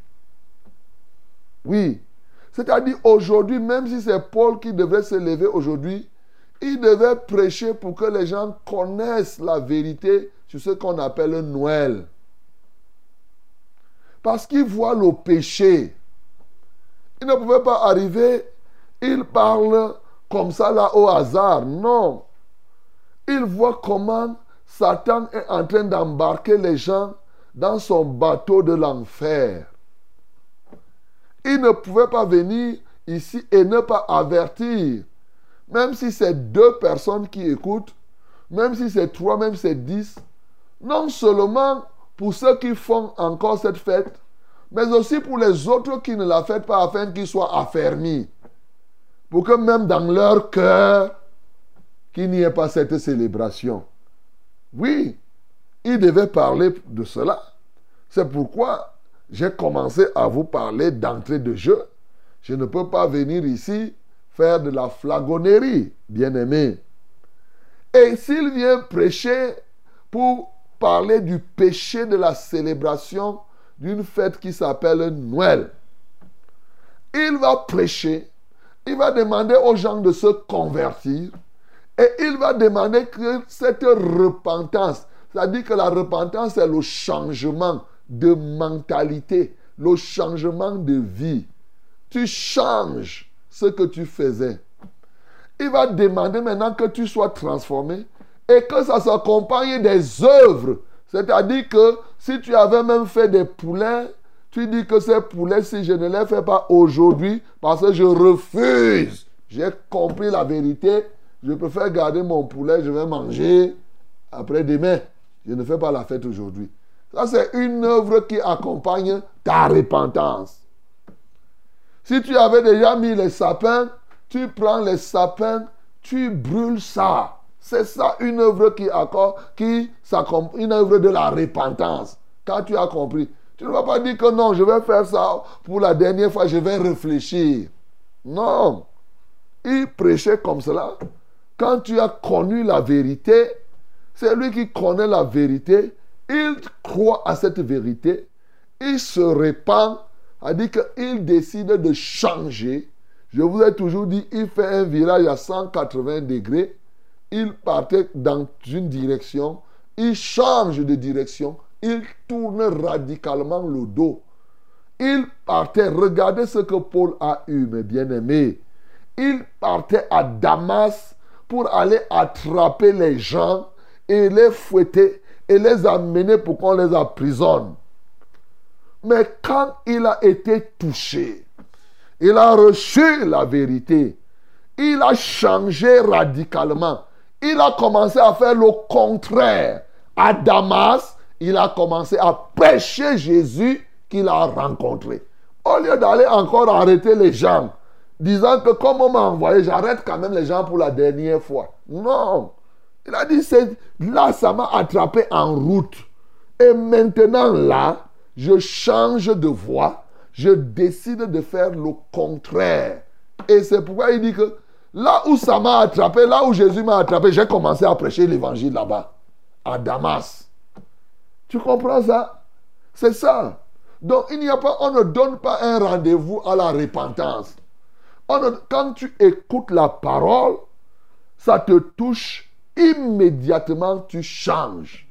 Oui. C'est-à-dire aujourd'hui, même si c'est Paul qui devrait se lever aujourd'hui, il devait prêcher pour que les gens connaissent la vérité sur ce qu'on appelle Noël. Parce qu'il voit le péché. Il ne pouvait pas arriver, il parle comme ça là au hasard. Non. Il voit comment Satan est en train d'embarquer les gens dans son bateau de l'enfer. Il ne pouvait pas venir ici et ne pas avertir. Même si c'est 2 personnes qui écoutent, même si c'est 3, même si c'est 10, non seulement pour ceux qui font encore cette fête, mais aussi pour les autres qui ne la fêtent pas, afin qu'ils soient affermis. Pour que même dans leur cœur, qu'il n'y ait pas cette célébration. Oui, il devait parler de cela. C'est pourquoi j'ai commencé à vous parler d'entrée de jeu. Je ne peux pas venir ici faire de la flagonnerie, bien-aimé. Et s'il vient prêcher pour parler du péché de la célébration d'une fête qui s'appelle Noël, il va prêcher, il va demander aux gens de se convertir et il va demander que cette repentance, c'est-à-dire que la repentance c'est le changement de mentalité, le changement de vie. Tu changes ce que tu faisais. Il va demander maintenant que tu sois transformé et que ça s'accompagne des œuvres. C'est-à-dire que si tu avais même fait des poulets, tu dis que ces poulets, si je ne les fais pas aujourd'hui, parce que je refuse. J'ai compris la vérité. Je préfère garder mon poulet, je vais manger après-demain. Je ne fais pas la fête aujourd'hui. Ça, c'est une œuvre qui accompagne ta repentance. Si tu avais déjà mis les sapins, tu prends les sapins, tu brûles ça. C'est ça une œuvre une œuvre de la repentance. Quand tu as compris, tu ne vas pas dire que non, je vais faire ça pour la dernière fois, je vais réfléchir. Non. Il prêchait comme cela. Quand tu as connu la vérité, c'est lui qui connaît la vérité. Il croit à cette vérité. Il se répand. C'est-à-dire qu'il décide de changer. Je vous ai toujours dit, il fait un virage à 180 degrés. Il partait dans une direction. Il change de direction. Il tourne radicalement le dos. Il partait. Regardez ce que Paul a eu, mes bien-aimés. Il partait à Damas pour aller attraper les gens et les fouetter et les amener pour qu'on les emprisonne. Mais quand il a été touché, il a reçu la vérité, il a changé radicalement. Il a commencé à faire le contraire. À Damas, il a commencé à prêcher Jésus qu'il a rencontré. Au lieu d'aller encore arrêter les gens, disant que comme on m'a envoyé, j'arrête quand même les gens pour la dernière fois. Non. Il a dit, là, ça m'a attrapé en route. Et maintenant, là, je change de voie. Je décide de faire le contraire. Et c'est pourquoi il dit que là où ça m'a attrapé, là où Jésus m'a attrapé, j'ai commencé à prêcher l'évangile là-bas, à Damas. Tu comprends ça? C'est ça. Donc, on ne donne pas un rendez-vous à la repentance. Quand tu écoutes la parole, ça te touche, immédiatement tu changes.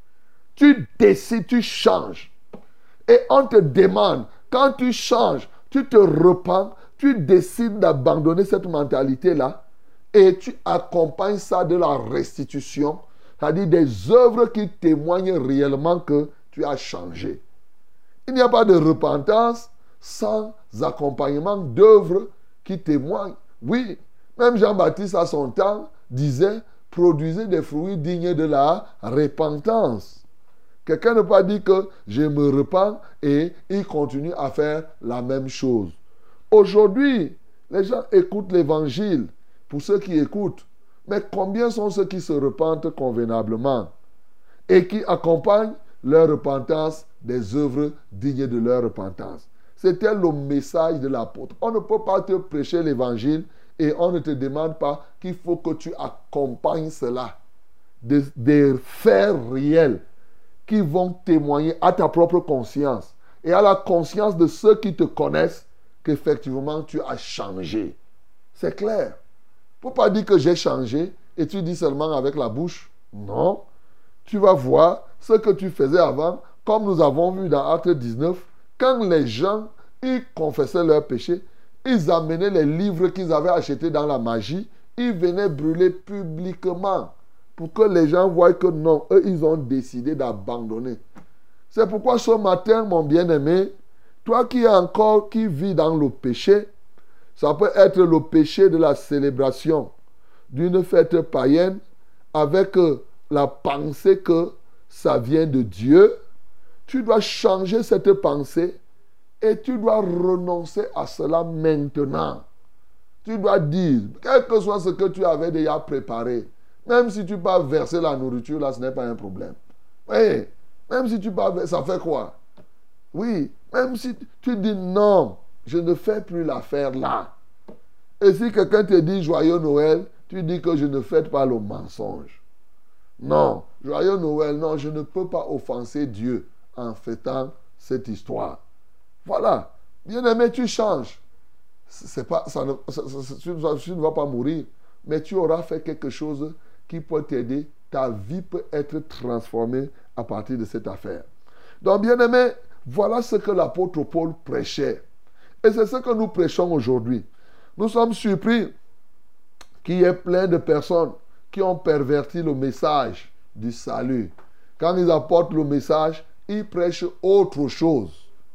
Tu décides, tu changes. Et on te demande, quand tu changes, tu te repens, tu décides d'abandonner cette mentalité-là et tu accompagnes ça de la restitution, c'est-à-dire des œuvres qui témoignent réellement que tu as changé. Il n'y a pas de repentance sans accompagnement d'œuvres qui témoignent. Oui, même Jean-Baptiste à son temps disait, produisez des fruits dignes de la repentance. Quelqu'un ne peut pas dire que je me repens et il continue à faire la même chose. Aujourd'hui, les gens écoutent l'évangile pour ceux qui écoutent. Mais combien sont ceux qui se repentent convenablement et qui accompagnent leur repentance des œuvres dignes de leur repentance? C'était le message de l'apôtre. On ne peut pas te prêcher l'évangile et on ne te demande pas qu'il faut que tu accompagnes cela des faits réels qui vont témoigner à ta propre conscience et à la conscience de ceux qui te connaissent qu'effectivement tu as changé. C'est clair. Il ne faut pas dire que j'ai changé et tu dis seulement avec la bouche. Non. Tu vas voir ce que tu faisais avant, comme nous avons vu dans Acte 19, quand les gens ils confessaient leurs péchés, ils amenaient les livres qu'ils avaient achetés dans la magie, ils venaient brûler publiquement pour que les gens voient que non, eux, ils ont décidé d'abandonner. C'est pourquoi ce matin, mon bien-aimé, toi qui vis dans le péché, ça peut être le péché de la célébration d'une fête païenne avec la pensée que ça vient de Dieu. Tu dois changer cette pensée et tu dois renoncer à cela maintenant. Tu dois dire, quel que soit ce que tu avais déjà préparé, même si tu peux verser la nourriture, là, ce n'est pas un problème. Oui, même si tu peux, ça fait quoi? Oui, même si tu dis non, je ne fais plus l'affaire là. Et si quelqu'un te dit joyeux Noël, tu dis que je ne fête pas le mensonge. Non, joyeux Noël, non, je ne peux pas offenser Dieu en fêtant cette histoire. Voilà, bien-aimé, tu changes. C'est pas, tu ne vas pas mourir, mais tu auras fait quelque chose qui peut t'aider. Ta vie peut être transformée à partir de cette affaire. Donc, bien-aimé, voilà ce que l'apôtre Paul prêchait. Et c'est ce que nous prêchons aujourd'hui. Nous sommes surpris qu'il y ait plein de personnes qui ont perverti le message du salut. Quand ils apportent le message, ils prêchent autre chose.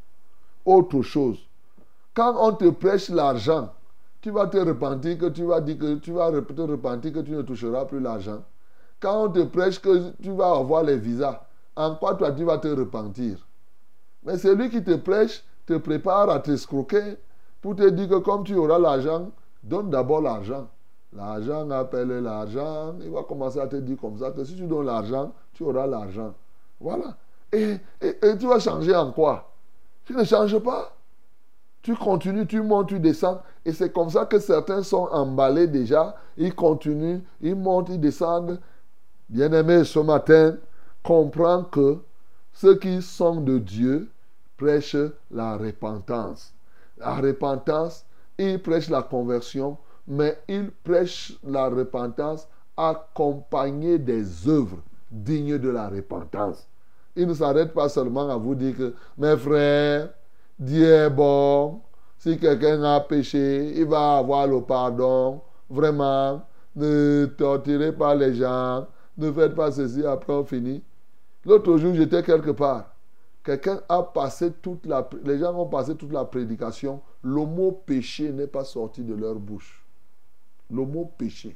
Autre chose. Quand on te prêche l'argent, tu vas te repentir que tu vas dire que tu vas te repentir que tu ne toucheras plus l'argent. Quand on te prêche que tu vas avoir les visas, en quoi toi tu vas te repentir? Mais celui qui te prêche te prépare à t'escroquer pour te dire que comme tu auras l'argent, donne d'abord l'argent. L'argent appelle l'argent. Il va commencer à te dire comme ça que si tu donnes l'argent, tu auras l'argent. Voilà. Et tu vas changer en quoi? Tu ne changes pas. Tu continues, tu montes, tu descends. Et c'est comme ça que certains sont emballés déjà. Ils continuent, ils montent, ils descendent. Bien-aimé, ce matin, comprends que ceux qui sont de Dieu prêchent la repentance. La repentance, ils prêchent la conversion, mais ils prêchent la repentance accompagnée des œuvres dignes de la repentance. Ils ne s'arrêtent pas seulement à vous dire que, mes frères, Dieu est bon. Si quelqu'un a péché, il va avoir le pardon. Vraiment, ne torturez pas les gens. ne faites pas ceci, après on finit. L'autre jour, j'étais quelque part. Quelqu'un a passé les gens ont passé toute la prédication. Le mot péché n'est pas sorti de leur bouche. Le mot péché.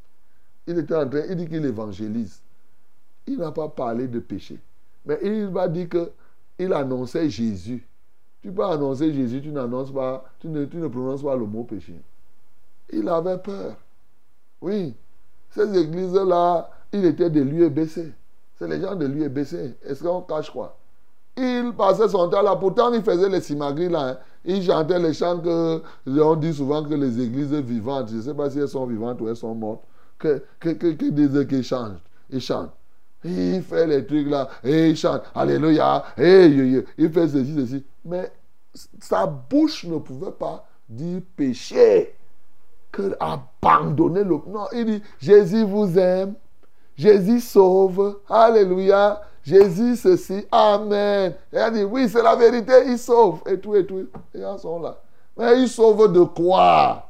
Il dit qu'il évangélise. Il n'a pas parlé de péché. Mais il va dire qu'il annonçait Jésus. Tu peux annoncer Jésus, tu n'annonces pas, tu ne prononces pas le mot péché. Il avait peur. Oui. Ces églises-là, il était de l'UEBC. C'est les gens de l'UEBC. Est-ce qu'on cache quoi? Il passait son temps là. Pourtant, il faisait les simagris là. Hein. Il chantait les chants que on dit souvent que les églises vivantes, je ne sais pas si elles sont vivantes ou elles sont mortes, que disent qu'ils changent. Ils chantent. Il fait les trucs là. Et il chante. Alléluia. Et il fait ceci. Mais sa bouche ne pouvait pas dire péché. Que abandonner le... Non, il dit, Jésus vous aime. Jésus sauve. Alléluia. Jésus ceci. Amen. Et elle dit, oui, c'est la vérité, il sauve. Et tout. Les gens sont là. Mais il sauve de quoi?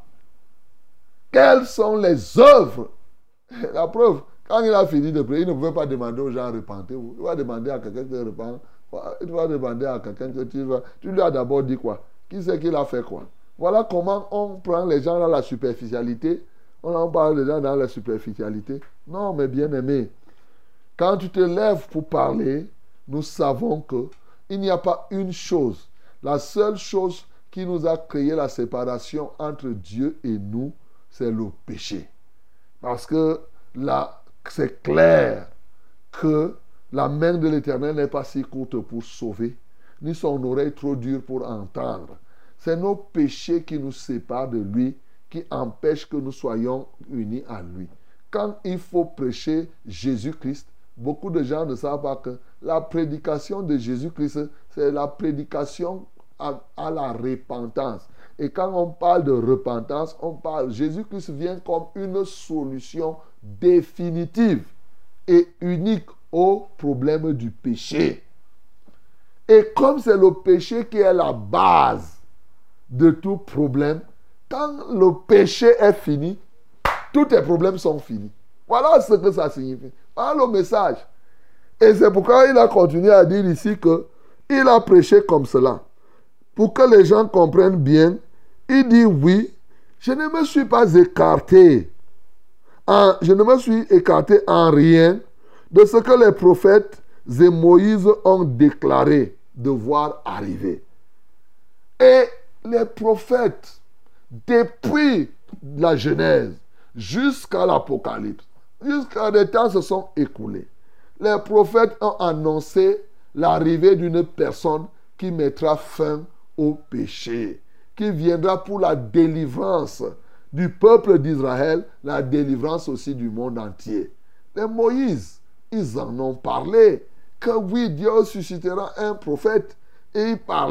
Quelles sont les œuvres? La preuve, quand il a fini de prier, il ne pouvait pas demander aux gens, repentez-vous. Il va demander à quelqu'un de repent. Il va demander à quelqu'un que tu lui as d'abord dit quoi? Qui c'est qu'il a fait quoi? Voilà comment on prend les gens dans la superficialité. On en parle des gens dans la superficialité. Non, mais bien aimé, quand tu te lèves pour parler, nous savons qu'il n'y a pas une chose. La seule chose qui nous a créé la séparation entre Dieu et nous, c'est le péché. Parce que là, c'est clair que la main de l'Éternel n'est pas si courte pour sauver, ni son oreille trop dure pour entendre. C'est nos péchés qui nous séparent de lui, qui empêchent que nous soyons unis à lui. Quand il faut prêcher Jésus-Christ, beaucoup de gens ne savent pas que la prédication de Jésus-Christ, c'est la prédication à la repentance. Et quand on parle de repentance, Jésus-Christ vient comme une solution définitive et unique au problème du péché. Et comme c'est le péché qui est la base de tout problème, quand le péché est fini, tous tes problèmes sont finis. Voilà ce que ça signifie. Voilà le message. Et c'est pourquoi il a continué à dire ici qu'il a prêché comme cela. Pour que les gens comprennent bien, il dit oui, je ne me suis pas écarté. Je ne me suis écarté en rien de ce que les prophètes et Moïse ont déclaré devoir arriver. Et les prophètes, depuis la Genèse jusqu'à l'Apocalypse, jusqu'à des temps se sont écoulés. Les prophètes ont annoncé l'arrivée d'une personne qui mettra fin au péché, qui viendra pour la délivrance du peuple d'Israël, la délivrance aussi du monde entier. Les Moïse, ils en ont parlé, que oui, Dieu suscitera un prophète, et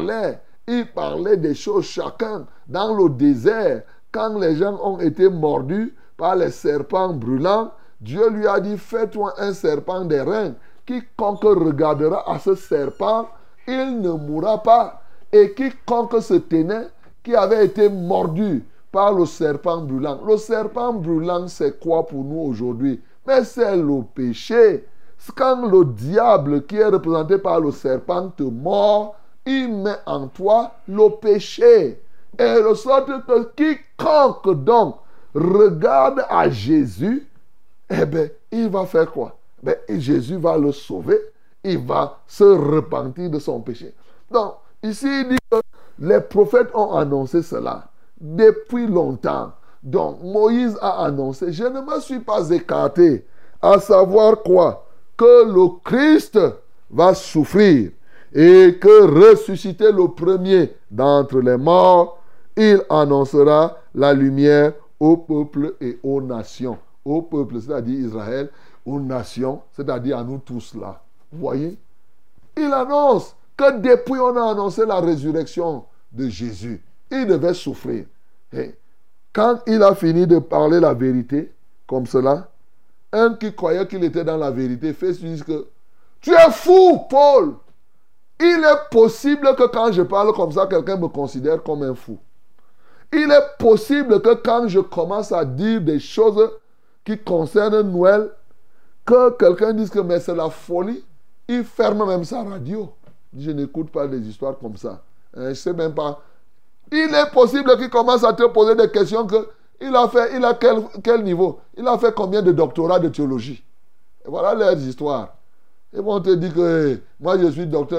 il parlait des choses chacun dans le désert. Quand les gens ont été mordus par les serpents brûlants, Dieu lui a dit, fais-toi un serpent des reins. Quiconque regardera à ce serpent, il ne mourra pas. Et quiconque se tenait, qui avait été mordu par le serpent brûlant. Le serpent brûlant, c'est quoi pour nous aujourd'hui? Mais c'est le péché. Quand le diable, qui est représenté par le serpent, te mord, il met en toi le péché. Et de sorte que quiconque donc regarde à Jésus, eh bien, il va faire quoi? Jésus va le sauver. Il va se repentir de son péché. Donc, ici, il dit que les prophètes ont annoncé cela depuis longtemps. Donc, Moïse a annoncé, je ne me suis pas écarté, à savoir quoi? Que le Christ va souffrir et que ressuscité le premier d'entre les morts, il annoncera la lumière au peuple et aux nations. Au peuple, c'est-à-dire Israël, aux nations, c'est-à-dire à nous tous là. Vous voyez? Il annonce que depuis on a annoncé la résurrection de Jésus, il devait souffrir. Et quand il a fini de parler la vérité, comme cela, un qui croyait qu'il était dans la vérité fait dire que tu es fou, Paul. Il est possible que quand je parle comme ça, quelqu'un me considère comme un fou. Il est possible que quand je commence à dire des choses qui concernent Noël, que quelqu'un dise que mais c'est la folie, il ferme même sa radio. Je n'écoute pas des histoires comme ça. Je ne sais même pas. Il est possible qu'il commence à te poser des questions que il a quel niveau? Il a fait combien de doctorats de théologie? Et voilà leurs histoires. Ils vont te dire que moi je suis docteur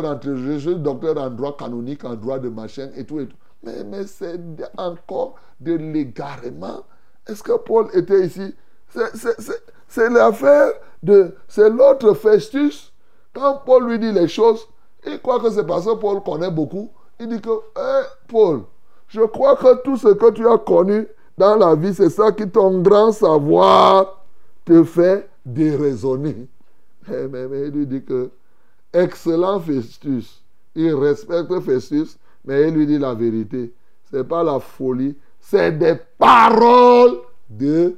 en droit canonique, en droit de machin et tout et tout. Mais c'est encore de l'égarement. Est-ce que Paul était ici? C'est l'affaire de... C'est l'autre Festus. Quand Paul lui dit les choses, il croit que c'est parce que Paul connaît beaucoup. Il dit que, Paul, je crois que tout ce que tu as connu dans la vie, c'est ça qui ton grand savoir te fait déraisonner. Mais il lui dit que, excellent Festus, il respecte Festus, mais il lui dit la vérité. Ce n'est pas la folie, c'est des paroles de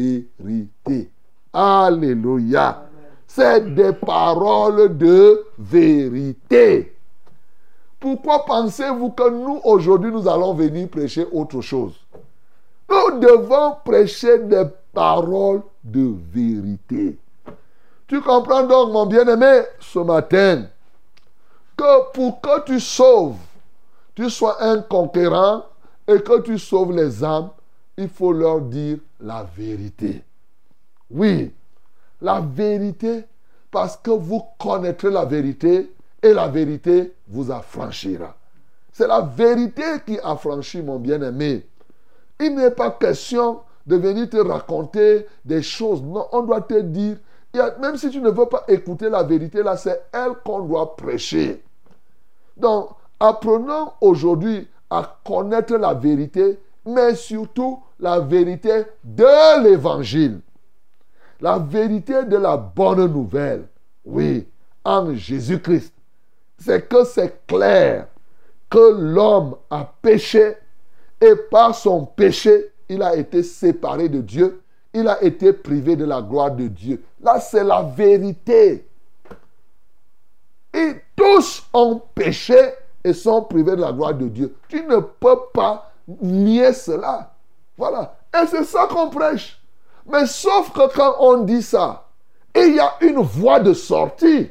vérité. Alléluia. Amen. C'est des paroles de vérité. Pourquoi pensez-vous que nous, aujourd'hui, nous allons venir prêcher autre chose? Nous devons prêcher des paroles de vérité. Tu comprends donc, mon bien-aimé, ce matin, que pour que tu sauves, tu sois un conquérant et que tu sauves les âmes, il faut leur dire la vérité. Oui, la vérité, parce que vous connaîtrez la vérité et la vérité vous affranchira. C'est la vérité qui affranchit, mon bien-aimé. Il n'est pas question de venir te raconter des choses. Non, on doit te dire, même si tu ne veux pas écouter la vérité, là, c'est elle qu'on doit prêcher. Donc, apprenons aujourd'hui à connaître la vérité, mais surtout la vérité de l'évangile. La vérité de la bonne nouvelle. Oui, en Jésus-Christ. C'est que c'est clair que l'homme a péché et par son péché, il a été séparé de Dieu. Il a été privé de la gloire de Dieu. Là, c'est la vérité. Et tous ont péché et sont privés de la gloire de Dieu. Tu ne peux pas nier cela. Voilà. Et c'est ça qu'on prêche. Mais sauf que quand on dit ça, il y a une voie de sortie.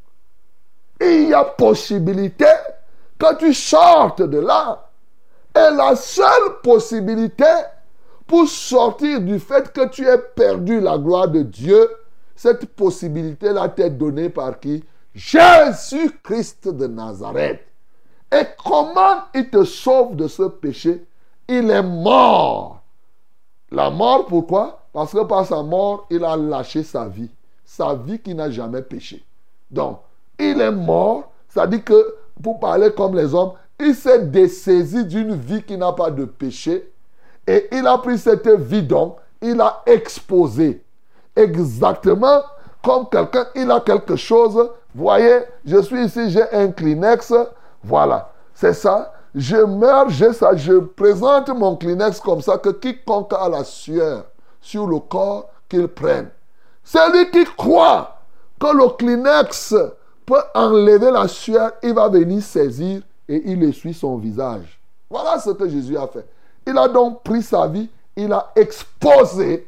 Il y a possibilité que tu sortes de là. Et la seule possibilité pour sortir du fait que tu aies perdu la gloire de Dieu, cette possibilité-là t'est donnée par qui? Jésus-Christ de Nazareth. Et comment il te sauve de ce péché? Il est mort. La mort, pourquoi? Parce que par sa mort, il a lâché sa vie qui n'a jamais péché. Donc, il est mort, ça dit que, pour parler comme les hommes, il s'est dessaisi d'une vie qui n'a pas de péché et il a pris cette vie donc, il a exposé. Exactement comme quelqu'un, il a quelque chose, voyez, je suis ici, j'ai un Kleenex, voilà, c'est ça. Je meurs, j'ai ça, je présente mon Kleenex comme ça, que quiconque a la sueur sur le corps, qu'il prenne. Celui qui croit que le Kleenex peut enlever la sueur, il va venir saisir et il essuie son visage. Voilà ce que Jésus a fait. Il a donc pris sa vie, il a exposé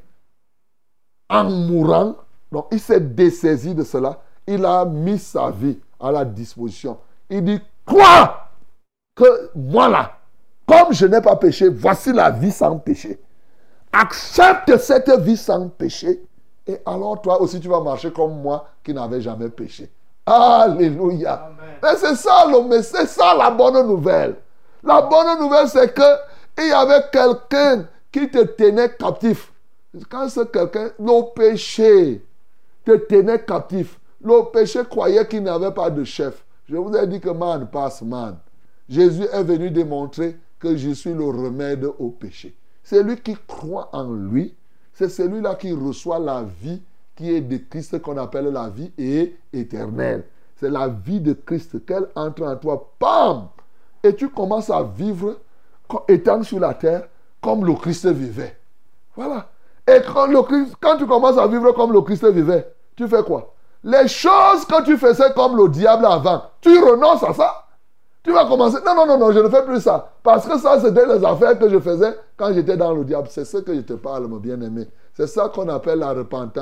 en mourant. Donc il s'est dessaisi de cela, il a mis sa vie à la disposition. Il dit, crois que voilà, comme je n'ai pas péché, voici la vie sans péché. Accepte cette vie sans péché et alors toi aussi tu vas marcher comme moi qui n'avais jamais péché. Alléluia. Amen. Mais c'est ça la bonne nouvelle. La bonne nouvelle, c'est que il y avait quelqu'un qui te tenait captif. Quand c'est quelqu'un, le péché te tenait captif. Le péché croyait qu'il n'avait pas de chef. Je vous ai dit que man passe man. Jésus est venu démontrer que je suis le remède au péché. C'est lui qui croit en lui. C'est celui-là qui reçoit la vie qui est de Christ, qu'on appelle la vie éternelle. C'est la vie de Christ qu'elle entre en toi. Bam! Et tu commences à vivre étant sur la terre comme le Christ vivait. Voilà. Et quand tu commences à vivre comme le Christ vivait, tu fais quoi? Les choses que tu faisais comme le diable avant, tu renonces à ça. Tu vas commencer, non, je ne fais plus ça. Parce que ça, c'était les affaires que je faisais quand j'étais dans le diable. C'est ce que je te parle, mon bien-aimé. C'est ça qu'on appelle la repentance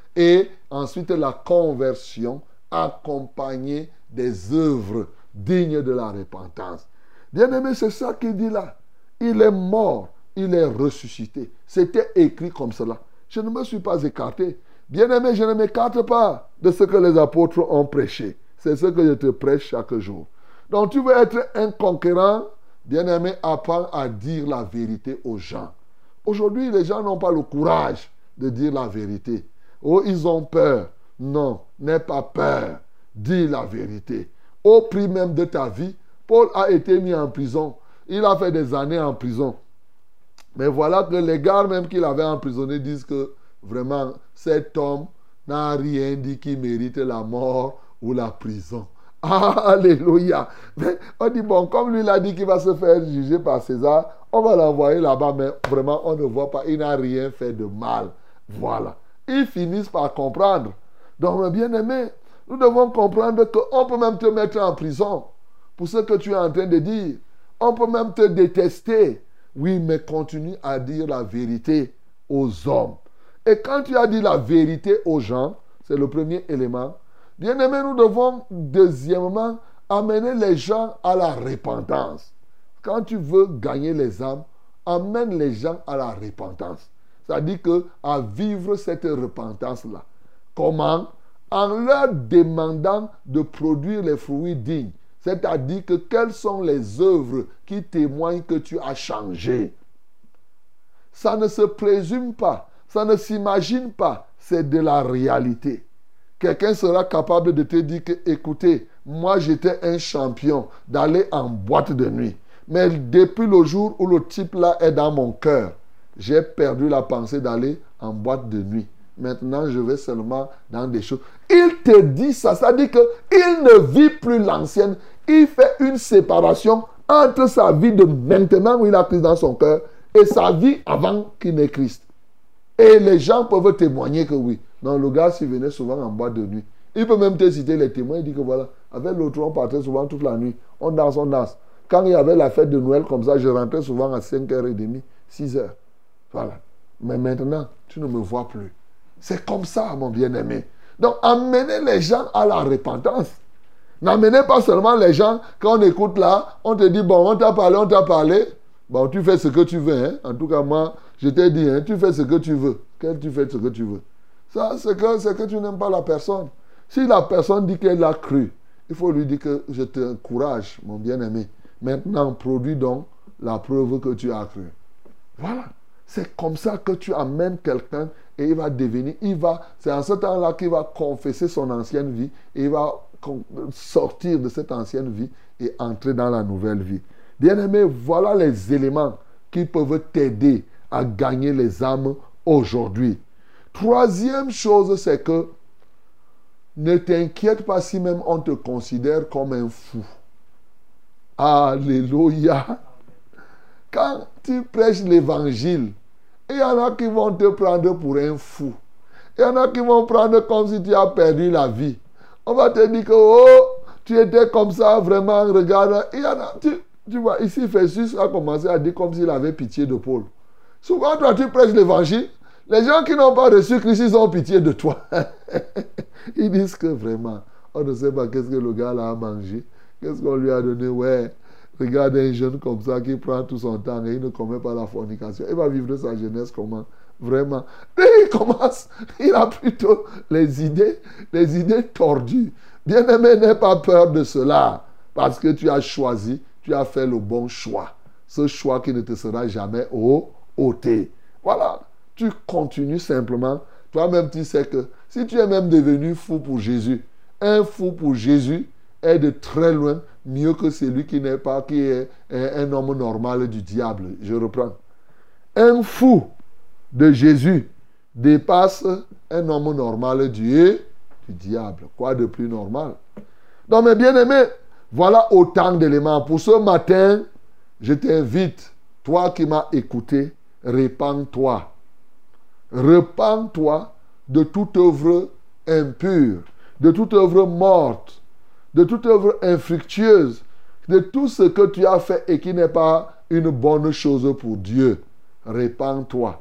Et ensuite la conversion accompagnée des œuvres dignes de la repentance. Bien-aimé, c'est ça qu'il dit là. Il est mort, il est ressuscité. C'était écrit comme cela. Je ne me suis pas écarté. Bien-aimé, je ne m'écarte pas de ce que les apôtres ont prêché. C'est ce que je te prêche chaque jour. Donc tu veux être un conquérant, bien-aimé, apprends à dire la vérité aux gens. Aujourd'hui, les gens n'ont pas le courage de dire la vérité. Oh, ils ont peur. Non, n'aie pas peur. Dis la vérité. Au prix même de ta vie, Paul a été mis en prison. Il a fait des années en prison. Mais voilà que les gars même qu'il avait emprisonnés disent que vraiment, cet homme n'a rien dit qui mérite la mort ou la prison. Alléluia. Mais on dit, bon, comme lui l'a dit qu'il va se faire juger par César, on va l'envoyer là-bas, mais vraiment, on ne voit pas, il n'a rien fait de mal. Voilà. Ils finissent par comprendre. Donc, mes bien-aimés, nous devons comprendre qu'on peut même te mettre en prison pour ce que tu es en train de dire. On peut même te détester. Oui, mais continue à dire la vérité aux hommes. Et quand tu as dit la vérité aux gens, c'est le premier élément. Bien-aimés, nous devons deuxièmement amener les gens à la repentance. Quand tu veux gagner les âmes, amène les gens à la repentance. C'est-à-dire à vivre cette repentance-là. Comment? En leur demandant de produire les fruits dignes. C'est-à-dire que quelles sont les œuvres qui témoignent que tu as changé. Ça ne se présume pas, ça ne s'imagine pas, c'est de la réalité. Quelqu'un sera capable de te dire que, écoutez, moi j'étais un champion d'aller en boîte de nuit. Mais depuis le jour où le type là est dans mon cœur, j'ai perdu la pensée d'aller en boîte de nuit. Maintenant, je vais seulement dans des choses. Il te dit ça, ça dit qu'il ne vit plus l'ancienne. Il fait une séparation entre sa vie de maintenant où il a Christ dans son cœur et sa vie avant qu'il n'ait Christ. Et les gens peuvent témoigner que oui. Non, le gars, s'il venait souvent en boîte de nuit, il peut même te citer les témoins. Il dit que voilà, avec l'autre, on partait souvent toute la nuit. On danse, on danse. Quand il y avait la fête de Noël comme ça, je rentrais souvent à 5h30, 6h. Voilà. Mais maintenant, tu ne me vois plus. C'est comme ça, mon bien-aimé. Donc, amenez les gens à la repentance. N'amenez pas seulement les gens, quand on écoute là, on te dit, bon, on t'a parlé. Bon, tu fais ce que tu veux. Hein? En tout cas, moi, je t'ai dit, hein, tu fais ce que tu veux. Tu fais ce que tu veux. Ça, c'est que tu n'aimes pas la personne. Si la personne dit qu'elle a cru, il faut lui dire que je t'encourage, mon bien-aimé. Maintenant, produis donc la preuve que tu as cru. Voilà. C'est comme ça que tu amènes quelqu'un et il va devenir, c'est en ce temps-là qu'il va confesser son ancienne vie et il va sortir de cette ancienne vie et entrer dans la nouvelle vie. Bien-aimé, voilà les éléments qui peuvent t'aider à gagner les âmes aujourd'hui. Troisième chose, c'est que ne t'inquiète pas si même on te considère comme un fou. Alléluia. Quand tu prêches l'évangile, il y en a qui vont te prendre pour un fou. Il y en a qui vont prendre comme si tu as perdu la vie. On va te dire que, oh, tu étais comme ça, vraiment, regarde. Il y en a, tu vois, ici, Festus a commencé à dire comme s'il avait pitié de Paul. Souvent, toi, tu prêches l'évangile, les gens qui n'ont pas reçu Christ, ils ont pitié de toi. Ils disent que vraiment, on ne sait pas qu'est-ce que le gars là a mangé. Qu'est-ce qu'on lui a donné? Ouais. Regarde un jeune comme ça qui prend tout son temps et il ne commet pas la fornication. Il va vivre sa jeunesse comment? Vraiment. Et il commence, il a plutôt les idées tordues. Bien-aimé, n'aie pas peur de cela. Parce que tu as choisi, tu as fait le bon choix. Ce choix qui ne te sera jamais ôté. Voilà. Tu continues simplement. Toi-même, tu sais que si tu es même devenu fou pour Jésus, un fou pour Jésus est de très loin mieux que celui qui est un homme normal du diable. Je reprends. Un fou de Jésus dépasse un homme normal du diable. Quoi de plus normal? Donc, mes bien-aimés, voilà autant d'éléments. Pour ce matin, je t'invite, toi qui m'as écouté, répands-toi. Repends-toi de toute œuvre impure, de toute œuvre morte, de toute œuvre infructueuse, de tout ce que tu as fait et qui n'est pas une bonne chose pour Dieu. Répands-toi.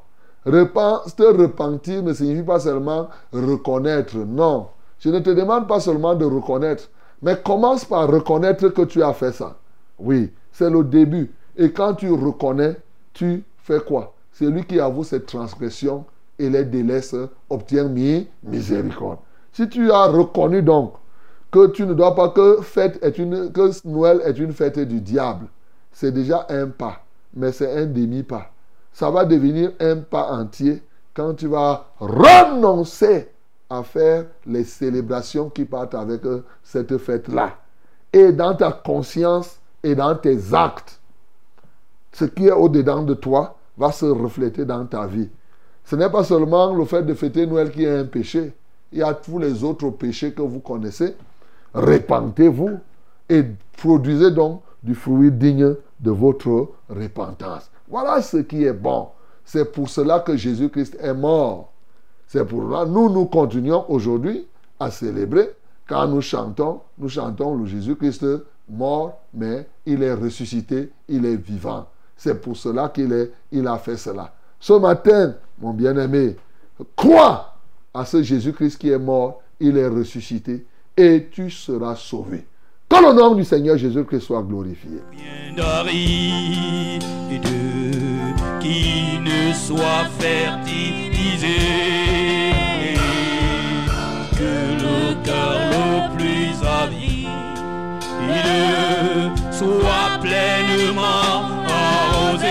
Se repentir ne signifie pas seulement reconnaître. Non. Je ne te demande pas seulement de reconnaître, mais commence par reconnaître que tu as fait ça. Oui, c'est le début. Et quand tu reconnais, tu fais quoi? Celui qui avoue cette transgression et les délaisse obtient miséricorde. Si tu as reconnu donc que tu ne dois pas que Noël est une fête du diable, c'est déjà un pas, mais c'est un demi-pas. Ça va devenir un pas entier quand tu vas renoncer à faire les célébrations qui partent avec cette fête-là. Et dans ta conscience et dans tes actes, ce qui est au-dedans de toi va se refléter dans ta vie. Ce n'est pas seulement le fait de fêter Noël qui est un péché. Il y a tous les autres péchés que vous connaissez. Repentez-vous et produisez donc du fruit digne de votre repentance. Voilà ce qui est bon. C'est pour cela que Jésus-Christ est mort. C'est pour cela que nous continuons aujourd'hui à célébrer. Quand nous chantons le Jésus-Christ mort, mais il est ressuscité, il est vivant. C'est pour cela qu'il a fait cela. Ce matin, mon bien-aimé, crois à ce Jésus-Christ qui est mort, il est ressuscité et tu seras sauvé. Que le nom du Seigneur Jésus-Christ soit glorifié. D'aride qui ne soit fertilisé, que le cœur le plus avide soit pleinement arrosé.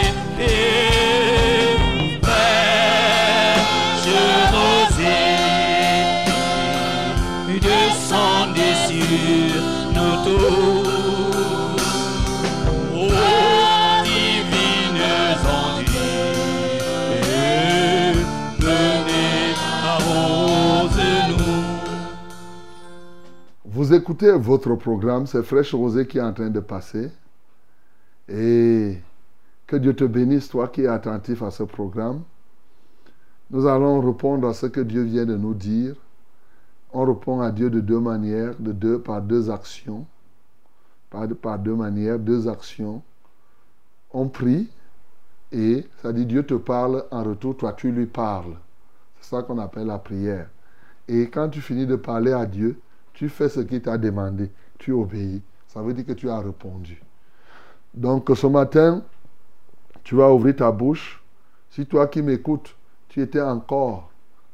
Vous écoutez votre programme, c'est Fraîche Rosée qui est en train de passer. Et que Dieu te bénisse, toi qui es attentif à ce programme. Nous allons répondre à ce que Dieu vient de nous dire. On répond à Dieu de deux manières, par deux actions. Par deux manières, deux actions. On prie et ça dit Dieu te parle, en retour, toi tu lui parles. C'est ça qu'on appelle la prière. Et quand tu finis de parler à Dieu, tu fais ce qu'il t'a demandé, tu obéis. Ça veut dire que tu as répondu. Donc ce matin, tu vas ouvrir ta bouche. Si toi qui m'écoutes, tu étais encore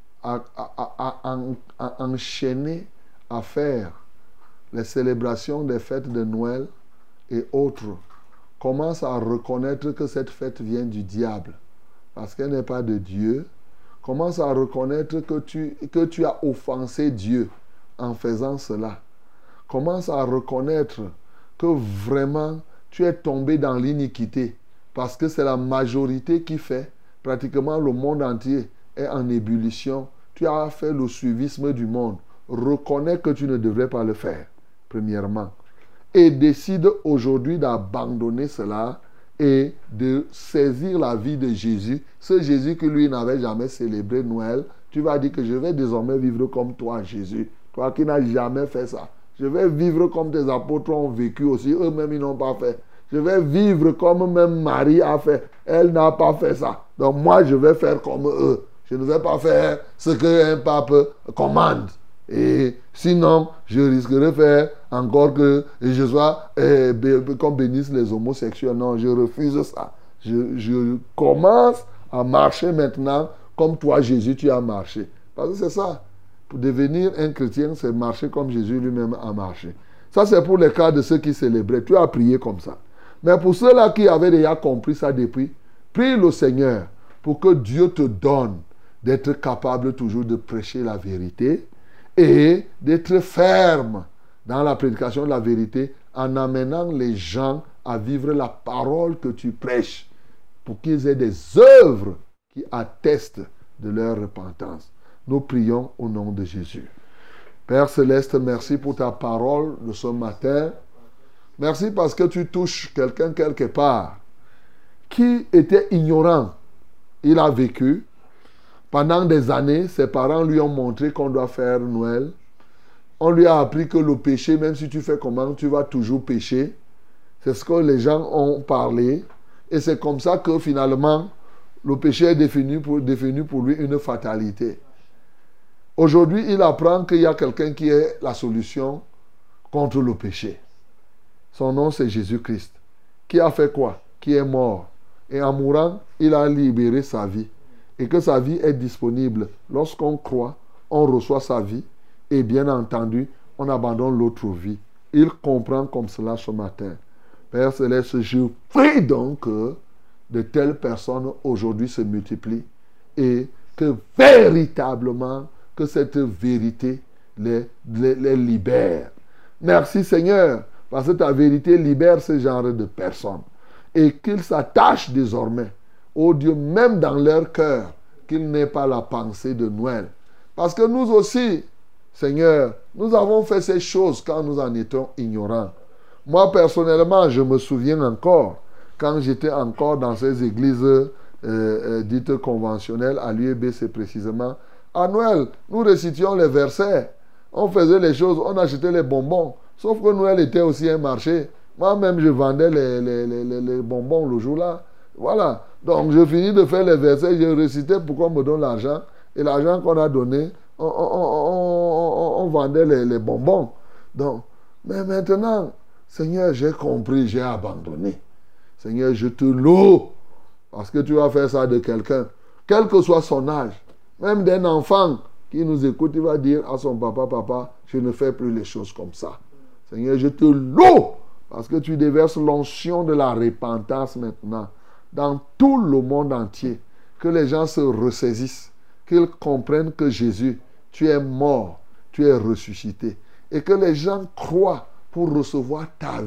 enchaîné à faire les célébrations des fêtes de Noël et autres, commence à reconnaître que cette fête vient du diable, parce qu'elle n'est pas de Dieu. Commence à reconnaître que tu as offensé Dieu en faisant cela. Commence à reconnaître que vraiment tu es tombé dans l'iniquité, parce que c'est la majorité qui fait. Pratiquement le monde entier est en ébullition. Tu as fait le suivisme du monde. Reconnais que tu ne devrais pas le faire, premièrement. Et décide aujourd'hui d'abandonner cela et de saisir la vie de Jésus. Ce Jésus que lui n'avait jamais célébré Noël. Tu vas dire que je vais désormais vivre comme toi, Jésus. Toi qui n'as jamais fait ça. Je vais vivre comme tes apôtres ont vécu aussi. Eux-mêmes, ils n'ont pas fait. Je vais vivre comme même Marie a fait. Elle n'a pas fait ça. Donc moi, je vais faire comme eux. Je ne vais pas faire ce qu'un pape commande. Et sinon, je risquerais de faire encore que je sois qu'on bénisse les homosexuels. Non, je refuse ça. Je commence à marcher maintenant comme toi, Jésus, tu as marché. Parce que c'est ça. Pour devenir un chrétien, c'est marcher comme Jésus lui-même a marché. Ça, c'est pour les cas de ceux qui célébraient. Tu as prié comme ça. Mais pour ceux-là qui avaient déjà compris ça depuis, prie le Seigneur pour que Dieu te donne d'être capable toujours de prêcher la vérité et d'être ferme dans la prédication de la vérité en amenant les gens à vivre la parole que tu prêches pour qu'ils aient des œuvres qui attestent de leur repentance. Nous prions au nom de Jésus. Père Céleste, merci pour ta parole de ce matin. Merci parce que tu touches quelqu'un quelque part qui était ignorant. Il a vécu. Pendant des années, ses parents lui ont montré qu'on doit faire Noël. On lui a appris que le péché, même si tu fais comment, tu vas toujours pécher. C'est ce que les gens ont parlé. Et c'est comme ça que finalement, le péché est devenu pour lui une fatalité. Aujourd'hui, il apprend qu'il y a quelqu'un qui est la solution contre le péché. Son nom, c'est Jésus-Christ. Qui a fait quoi? Qui est mort. Et en mourant, il a libéré sa vie. Et que sa vie est disponible. Lorsqu'on croit, on reçoit sa vie. Et bien entendu, on abandonne l'autre vie. Il comprend comme cela ce matin. Père Céleste, je prie donc que de telles personnes aujourd'hui se multiplient. Et que véritablement, que cette vérité les libère. Merci Seigneur, parce que ta vérité libère ce genre de personnes. Et qu'ils s'attachent désormais au Dieu, même dans leur cœur, qu'ils n'aient pas la pensée de Noël. Parce que nous aussi, Seigneur, nous avons fait ces choses quand nous en étions ignorants. Moi, personnellement, je me souviens encore, quand j'étais encore dans ces églises dites conventionnelles, à l'UEBC précisément, à Noël, nous récitions les versets. On faisait les choses, on achetait les bonbons. Sauf que Noël était aussi un marché. Moi-même, je vendais les bonbons le jour-là. Voilà. Donc, je finis de faire les versets, je récitais pour qu'on me donne l'argent. Et l'argent qu'on a donné, on vendait les bonbons. Donc, mais maintenant, Seigneur, j'ai compris, j'ai abandonné. Seigneur, je te loue. Parce que tu vas faire ça de quelqu'un. Quel que soit son âge. Même d'un enfant qui nous écoute, il va dire à son papa, je ne fais plus les choses comme ça. Seigneur, je te loue parce que tu déverses l'onction de la repentance maintenant dans tout le monde entier. Que les gens se ressaisissent, qu'ils comprennent que Jésus, tu es mort, tu es ressuscité. Et que les gens croient pour recevoir ta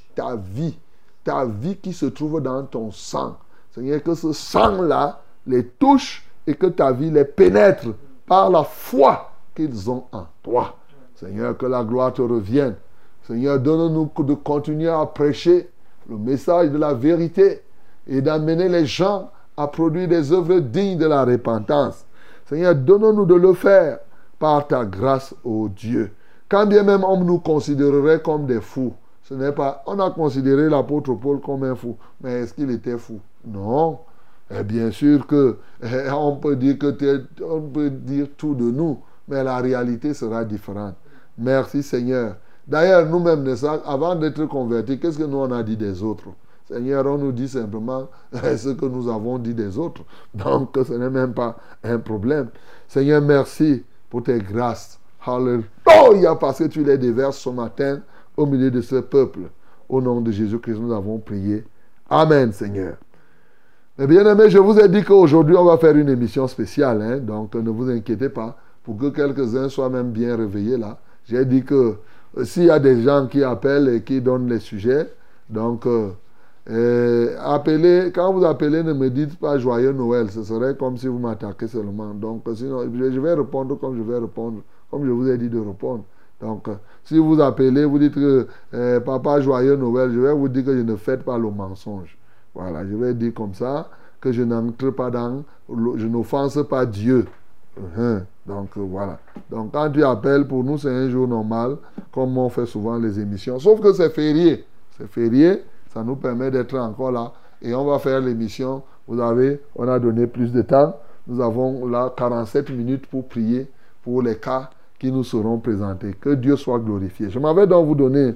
vie qui se trouve dans ton sang. Seigneur, que ce sang-là les touche et que ta vie les pénètre par la foi qu'ils ont en toi. Seigneur, que la gloire te revienne. Seigneur, donne-nous de continuer à prêcher le message de la vérité et d'amener les gens à produire des œuvres dignes de la repentance. Seigneur, donne-nous de le faire par ta grâce, ô Dieu. Quand bien même on nous considérerait comme des fous, ce n'est pas... On a considéré l'apôtre Paul comme un fou. Mais est-ce qu'il était fou? Non. Et bien sûr que on peut dire tout de nous, mais la réalité sera différente. Merci Seigneur. D'ailleurs, nous-mêmes, avant d'être convertis, qu'est-ce que nous on a dit des autres? Seigneur, on nous dit simplement ce que nous avons dit des autres. Donc, ce n'est même pas un problème. Seigneur, merci pour tes grâces. Alléluia, parce que tu les déverses ce matin au milieu de ce peuple. Au nom de Jésus-Christ, nous avons prié. Amen, Seigneur. Mais bien aimé, je vous ai dit qu'aujourd'hui, on va faire une émission spéciale. Hein? Donc, ne vous inquiétez pas. Pour que quelques-uns soient même bien réveillés là. J'ai dit que s'il y a des gens qui appellent et qui donnent les sujets, donc, appelez, quand vous appelez, ne me dites pas Joyeux Noël. Ce serait comme si vous m'attaquez seulement. Donc, sinon, je vais répondre comme je vais répondre, comme je vous ai dit de répondre. Donc, si vous appelez, vous dites que Papa Joyeux Noël, je vais vous dire que je ne fête pas le mensonge. Voilà, je vais dire comme ça, que je n'entre pas dans, je n'offense pas Dieu. Donc voilà. Donc quand tu appelles, pour nous c'est un jour normal, comme on fait souvent les émissions. Sauf que c'est férié. C'est férié, ça nous permet d'être encore là. Et on va faire l'émission. Vous avez, on a donné plus de temps. Nous avons là 47 minutes pour prier pour les cas qui nous seront présentés. Que Dieu soit glorifié. Je m'avais donc vous donner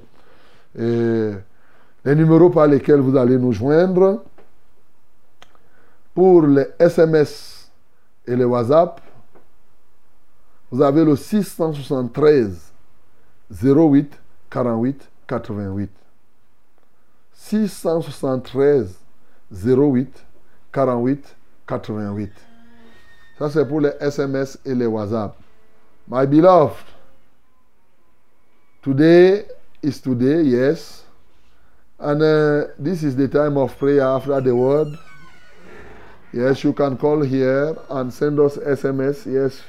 les numéros par lesquels vous allez nous joindre. Pour les SMS et les WhatsApp, vous avez le 673 08 48 88. 673 08 48 88. Ça c'est pour les SMS et les WhatsApp. My beloved, today is today, yes. And this is the time of prayer after the word. Yes, you can call here and send us SMS. Yes.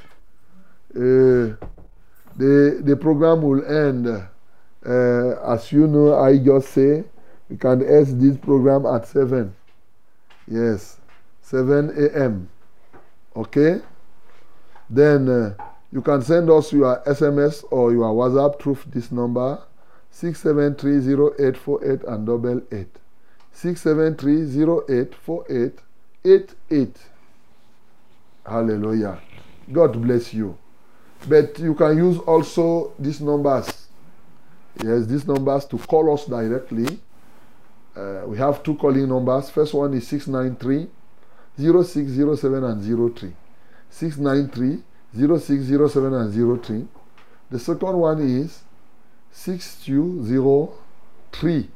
The program will end. As you know, I just say, you can end this program at 7. Yes, 7 a.m. Okay? Then you can send us your SMS or your WhatsApp through this number, 6730848 and 88. 6730848 88. Hallelujah. God bless you. But you can use also these numbers. Yes, these numbers to call us directly. We have two calling numbers. First one is 693 0607 and 03. 693 0607 and 03. The second one is 6203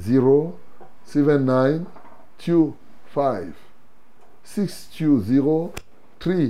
07925. 6203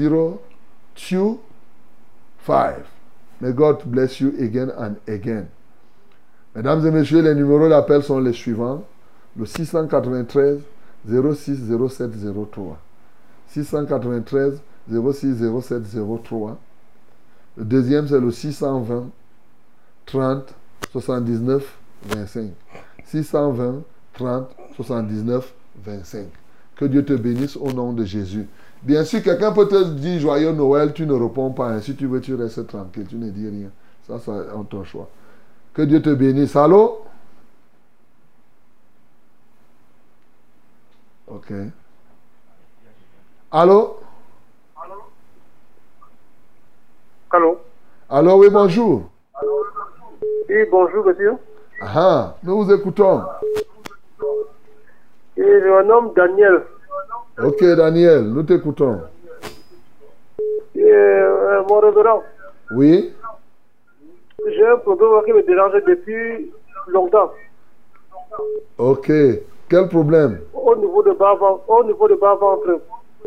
025. May God bless you again and again. Mesdames et messieurs, les numéros d'appel sont les suivants. Le 693 06 07 03. 693 06 07 03. Le deuxième, c'est le 620 30 79 25. 620 30 79 25. Que Dieu te bénisse au nom de Jésus. Bien sûr, quelqu'un peut te dire joyeux Noël, tu ne réponds pas. Si tu veux, tu restes tranquille, tu ne dis rien. Ça, c'est ton choix. Que Dieu te bénisse. Allô? Ok. Allô? Allô? Allô, oui, bonjour. Oui, bonjour, monsieur. Ah, nous vous écoutons. Et je me nomme Daniel. Ok, Daniel, nous t'écoutons. Mon révérend. Oui. J'ai un problème qui me dérange depuis longtemps. Ok. Quel problème? Au niveau de bas-ventre.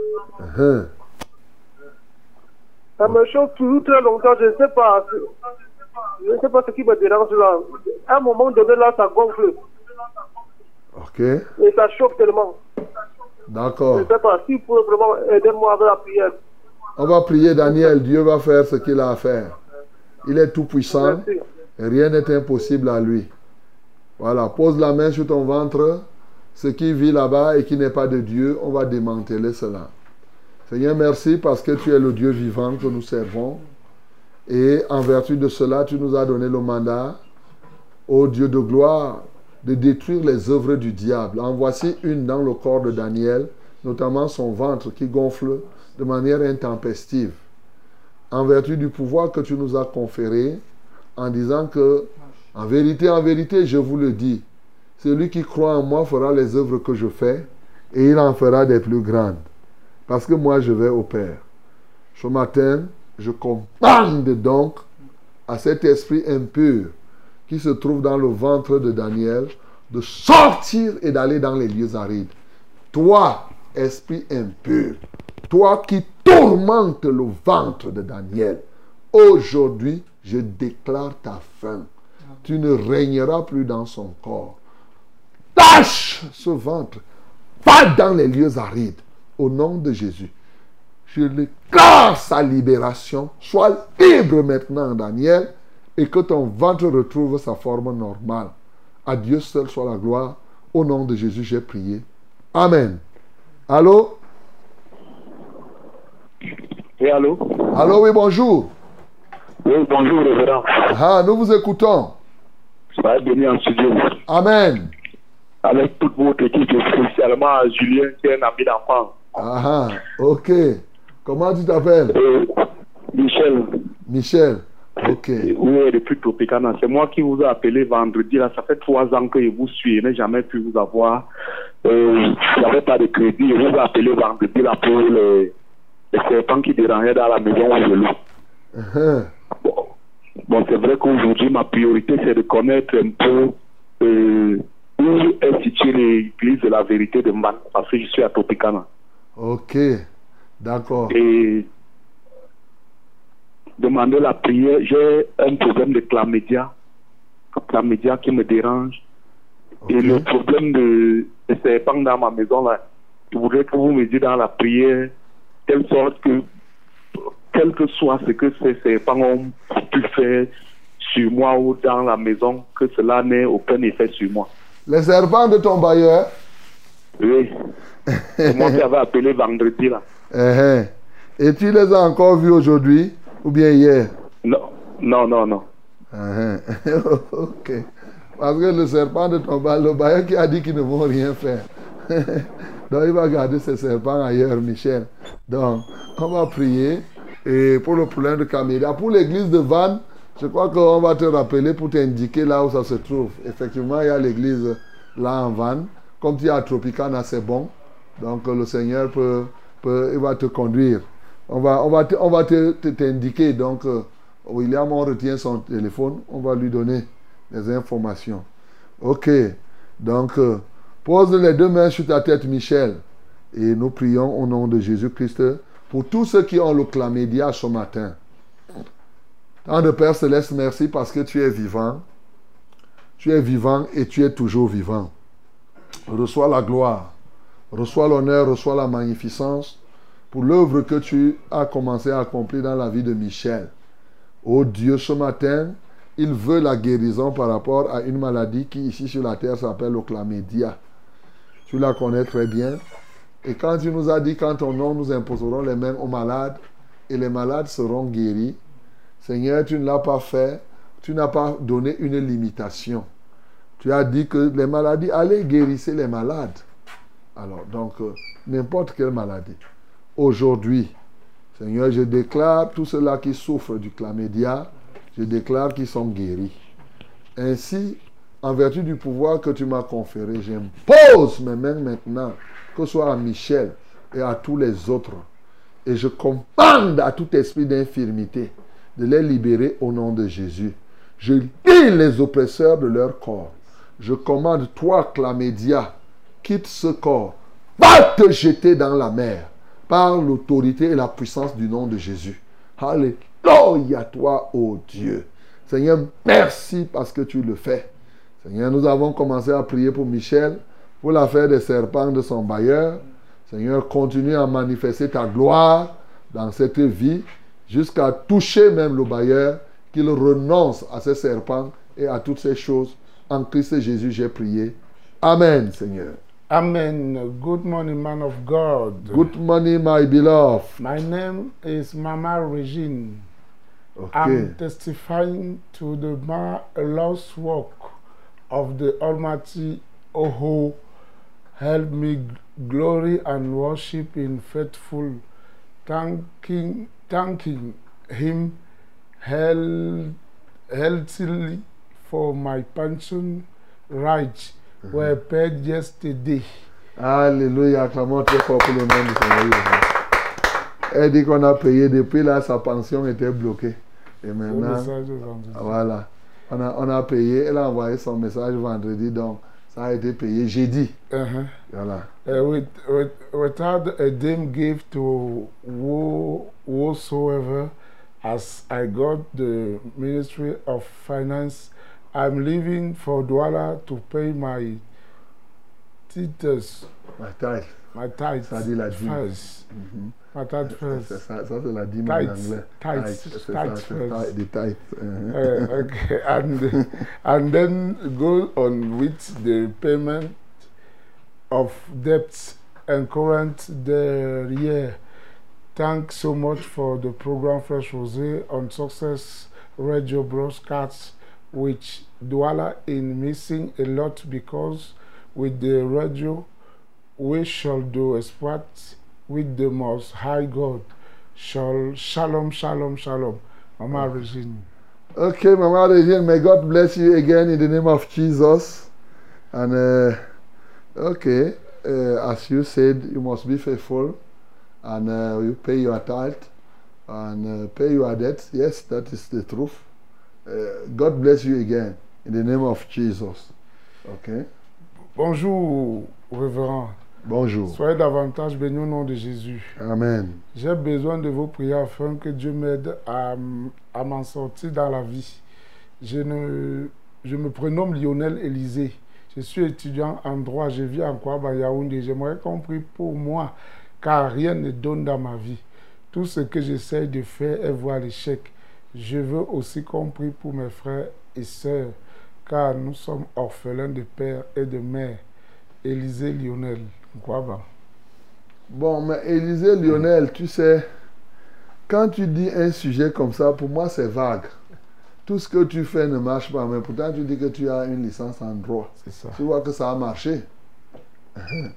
Ça me choque toujours très longtemps. Je ne sais pas. Je ne sais pas ce qui me dérange là. À un moment donné, là, ça gonfle. Ok. Et ça chauffe tellement. D'accord. Je ne sais pas. Si vous pouvez vraiment aider moi avec la prière. On va prier Daniel. Dieu va faire ce qu'il a à faire. Il est tout puissant. Merci. Rien n'est impossible à lui. Voilà. Pose la main sur ton ventre. Ce qui vit là-bas et qui n'est pas de Dieu, on va démanteler cela. Seigneur, merci parce que tu es le Dieu vivant que nous servons. Et en vertu de cela, tu nous as donné le mandat, ô Dieu de gloire, de détruire les œuvres du diable. En voici une dans le corps de Daniel, notamment son ventre qui gonfle de manière intempestive. En vertu du pouvoir que tu nous as conféré, en disant que, en vérité, je vous le dis, celui qui croit en moi fera les œuvres que je fais et il en fera des plus grandes. Parce que moi, je vais au Père. Ce matin, je commande donc à cet esprit impur qui se trouve dans le ventre de Daniel de sortir et d'aller dans les lieux arides. Toi, esprit impur, toi qui tourmentes le ventre de Daniel, aujourd'hui, je déclare ta fin. Tu ne régneras plus dans son corps. Tâche ce ventre, va dans les lieux arides, au nom de Jésus. Je déclare sa libération. Sois libre maintenant, Daniel, et que ton ventre retrouve sa forme normale. À Dieu seul soit la gloire. Au nom de Jésus, j'ai prié. Amen. Allô? Oui, allô? Allô, oui, bonjour. Oui, bonjour, révérend. Ah, nous vous écoutons. Ça va venir en studio. Amen. Avec toute votre équipe, spécialement Julien, qui est un ami d'enfant. Ah, ok. Comment tu t'appelles? Michel. Michel. Ok. Oui, depuis Tropicana. C'est moi qui vous ai appelé vendredi. Là, ça fait 3 ans que je vous suis. Je n'ai jamais pu vous avoir. Je n'avais pas de crédit. Je vous ai appelé vendredi là pour les serpents qui dérangeaient dans la maison où je loue. Bon, c'est vrai qu'aujourd'hui, ma priorité, c'est de connaître un peu où est située l'église de la vérité de Man, parce que je suis à Tropicana. Ok, d'accord. Et demander la prière, j'ai un problème de chlamydia qui me dérange. Okay. Et le problème de serpents dans ma maison, là, je voudrais que vous me dites dans la prière, telle sorte que, quel que soit ce que ces serpents ont pu faire sur moi ou dans la maison, que cela n'ait aucun effet sur moi. Les serpents de ton bailleur? Oui. C'est moi qui avais appelé vendredi là. Et tu les as encore vus aujourd'hui ou bien hier? Non. Ok. Parce que le serpent de ton bailleur, le bailleur qui a dit qu'ils ne vont rien faire. Donc il va garder ses serpents ailleurs, Michel. Donc on va prier. Et pour le problème de Camélia, pour l'église de Vannes, je crois qu'on va te rappeler pour t'indiquer là où ça se trouve. Effectivement, il y a l'église là en Vannes. Comme tu es à Tropicana, c'est bon. Donc le Seigneur il va te conduire. On va t'indiquer. Donc William, on retient son téléphone. On va lui donner des informations. Ok. Donc pose les 2 mains sur ta tête, Michel. Et nous prions au nom de Jésus-Christ pour tous ceux qui ont le chlamydia ce matin. Tant de Père Céleste, merci parce que tu es vivant. Tu es vivant et tu es toujours vivant. Reçois la gloire, reçois l'honneur, reçois la magnificence pour l'œuvre que tu as commencé à accomplir dans la vie de Michel. Oh Dieu, ce matin, il veut la guérison par rapport à une maladie qui ici sur la terre s'appelle le chlamydia. Tu la connais très bien. Et quand tu nous as dit qu'en ton nom, nous imposerons les mains aux malades et les malades seront guéris, Seigneur, tu ne l'as pas fait. Tu n'as pas donné une limitation. Tu as dit que les maladies, allez guérissez les malades. Alors, donc, n'importe quelle maladie. Aujourd'hui, Seigneur, je déclare tous ceux-là qui souffrent du chlamydia, je déclare qu'ils sont guéris. Ainsi, en vertu du pouvoir que tu m'as conféré, j'impose mes mains maintenant, que ce soit à Michel et à tous les autres. Et je commande à tout esprit d'infirmité de les libérer au nom de Jésus. Je lis les oppresseurs de leur corps. Je commande, toi, chlamydia, quitte ce corps. Va te jeter dans la mer par l'autorité et la puissance du nom de Jésus. Alléluia, toi, ô Dieu. Seigneur, merci parce que tu le fais. Seigneur, nous avons commencé à prier pour Michel, pour l'affaire des serpents de son bailleur. Seigneur, continue à manifester ta gloire dans cette vie, jusqu'à toucher même le bailleur, qu'il renonce à ces serpents et à toutes ces choses. En Christ Jésus, j'ai prié. Amen, Seigneur. Amen. Good morning, man of God. Good morning, my beloved. My name is Mama Regine. Okay. I'm testifying to the marvelous work of the Almighty who helped me glory and worship in faithful, thanking Him healthily for my pension rights were paid yesterday. Alléluia, acclamons très fort pour le nom du Seigneur. Elle dit qu'on a payé depuis là, sa pension était bloquée. Et maintenant, voilà, on a payé, elle a envoyé son message vendredi, donc ça a été payé jeudi. Voilà. Without a dim gift to whosoever, as I got the Ministry of Finance, I'm leaving for Douala to pay my tithes. My tithe. My tithes. Ça dit la dîme. First. My tithe first. Ça c'est la dîme en anglais. Tithes. The tithe. Okay. And then go on with the payment of debts and current the year. Thanks so much for the program Fresh Rosé on Success Radio broadcasts, which Douala is missing a lot, because with the radio we shall do exploit with the Most High God. Shalom, shalom, shalom. Mama Regine. Okay, Mama Regine, may God bless you again in the name of Jesus. And as you said, you must be faithful, and you pay your tithe and pay your debts. Yes, that is the truth. God bless you again in the name of Jesus. Okay. Bonjour, révérend. Bonjour. Soyez davantage bénis au nom de Jésus. Amen. J'ai besoin de vos prières afin que Dieu m'aide à m'en sortir dans la vie. Je me prénomme Lionel Élisée. Je suis étudiant en droit. Je vis en Kouaba, Yaoundé. J'aimerais qu'on prie pour moi, car rien ne donne dans ma vie. Tout ce que j'essaie de faire est voir l'échec. Je veux aussi qu'on prie pour mes frères et sœurs, car nous sommes orphelins de père et de mère. Élisée Lionel, Kouaba. Bon, mais Élisée Lionel, tu sais, quand tu dis un sujet comme ça, pour moi c'est vague. Tout ce que tu fais ne marche pas, mais pourtant tu dis que tu as une licence en droit. C'est ça. Tu vois que ça a marché.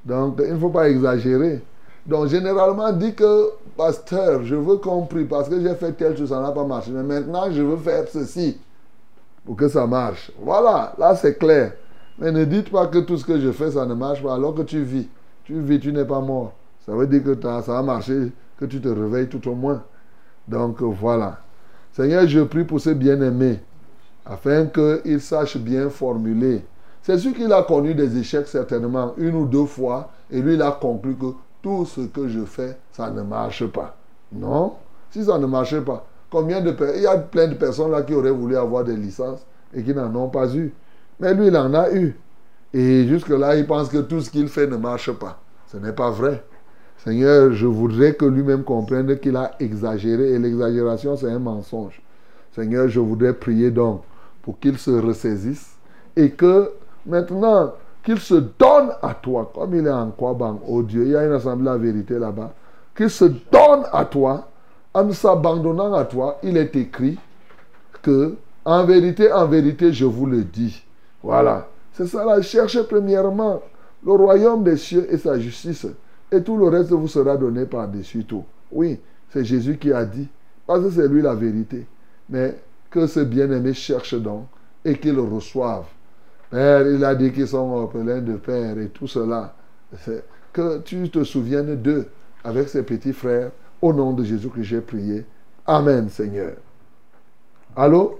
Donc, il ne faut pas exagérer. Donc, généralement, dit que, pasteur, je veux qu'on prie parce que j'ai fait telle chose, ça n'a pas marché. Mais maintenant, je veux faire ceci pour que ça marche. Voilà, là, c'est clair. Mais ne dites pas que tout ce que je fais, ça ne marche pas alors que tu vis. Tu vis, tu n'es pas mort. Ça veut dire que ça a marché, que tu te réveilles tout au moins. Donc, voilà. Seigneur, je prie pour ce bien-aimé, afin qu'il sache bien formuler. C'est sûr qu'il a connu des échecs certainement, une ou deux fois, et lui, il a conclu que tout ce que je fais, ça ne marche pas. Non? Si ça ne marche pas, il y a plein de personnes là qui auraient voulu avoir des licences et qui n'en ont pas eu. Mais lui, il en a eu. Et jusque-là, il pense que tout ce qu'il fait ne marche pas. Ce n'est pas vrai. Seigneur, je voudrais que lui-même comprenne qu'il a exagéré. Et l'exagération, c'est un mensonge. Seigneur, je voudrais prier donc pour qu'il se ressaisisse et que maintenant, qu'il se donne à toi, comme il est en Kwabang, oh Dieu, il y a une assemblée à vérité là-bas, qu'il se donne à toi, en s'abandonnant à toi. Il est écrit que, en vérité, je vous le dis. Voilà. C'est ça là. Cherchez premièrement le royaume des cieux et sa justice. Et tout le reste vous sera donné par-dessus tout. Oui, c'est Jésus qui a dit. Parce que c'est lui la vérité. Mais que ce bien-aimé cherche donc et qu'il le reçoive. Père, il a dit qu'ils sont orphelins de père et tout cela. Que tu te souviennes d'eux avec ses petits frères. Au nom de Jésus que j'ai prié. Amen, Seigneur. Allô?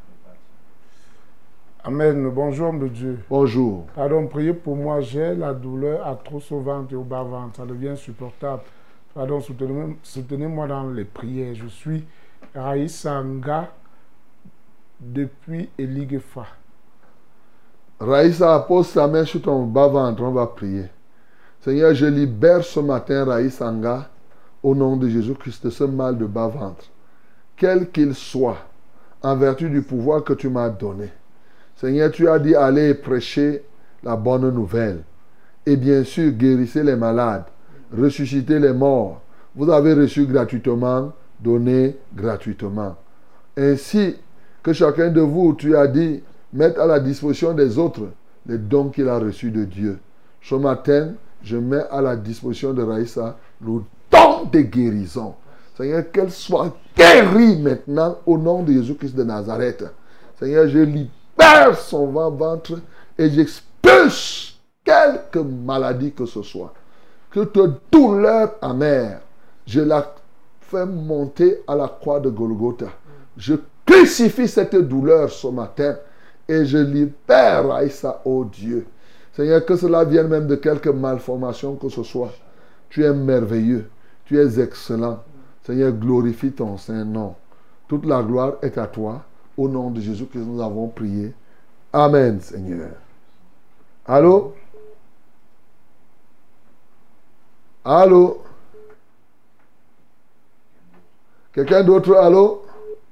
Amen. Bonjour, homme de Dieu. Bonjour. Pardon, priez pour moi. J'ai la douleur atroce au ventre et au bas-ventre. Ça devient insupportable. Pardon, soutenez-moi dans les prières. Je suis Raïssa Anga depuis Eligefa. Raïssa, pose ta main sur ton bas-ventre. On va prier. Seigneur, je libère ce matin Raïssa Anga au nom de Jésus-Christ de ce mal de bas-ventre. Quel qu'il soit, en vertu du pouvoir que tu m'as donné. Seigneur, tu as dit allez prêcher la bonne nouvelle. Et bien sûr, guérissez les malades, ressuscitez les morts. Vous avez reçu gratuitement, donné gratuitement. Ainsi que chacun de vous, tu as dit, mettre à la disposition des autres les dons qu'il a reçus de Dieu. Ce matin, je mets à la disposition de Raïssa le don de guérison. Seigneur, qu'elle soit guérie maintenant au nom de Jésus-Christ de Nazareth. Seigneur, je libère son ventre et j'expulse quelque maladie que ce soit. Que toute douleur amère, je la fais monter à la croix de Golgotha. Je crucifie cette douleur ce matin et je libère Raïssa, oh Dieu. Seigneur, que cela vienne même de quelque malformation que ce soit. Tu es merveilleux, tu es excellent. Seigneur, glorifie ton saint nom. Toute la gloire est à toi. Au nom de Jésus que nous avons prié. Amen, Seigneur. Allô? Allô? Quelqu'un d'autre? Allô?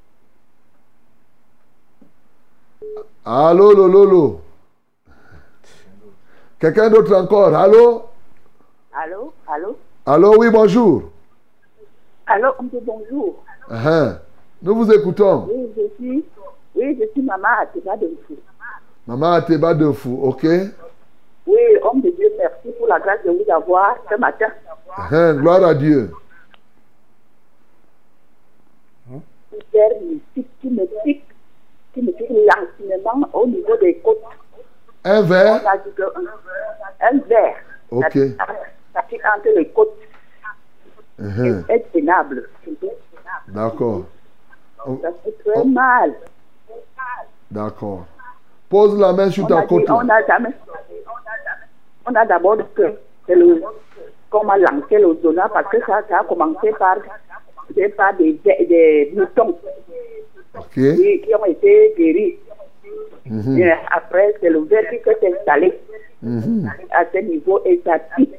Allô, lolo? Quelqu'un d'autre encore? Allô? Allô? Allô? Allô, oui, bonjour. Allô, on dit bonjour. Nous vous écoutons. Oui, je suis Maman Ateba de Fou. Maman Ateba de Fou, ok. Oui, homme de Dieu, merci pour la grâce de vous avoir ce matin. Gloire à Dieu. Une terre mystique qui me pique lentement au niveau des côtes. Un verre? On a dit que un verre. Ok. Ça pique entre les côtes. C'est pénable. D'accord. Ça fait très mal. D'accord. Pose la main sur ta côte. On a d'abord que comment lancer le zona parce que ça a commencé par des boutons qui ont été guéris. Et après, c'est le verre qui s'est installé à ce niveau et ça pique.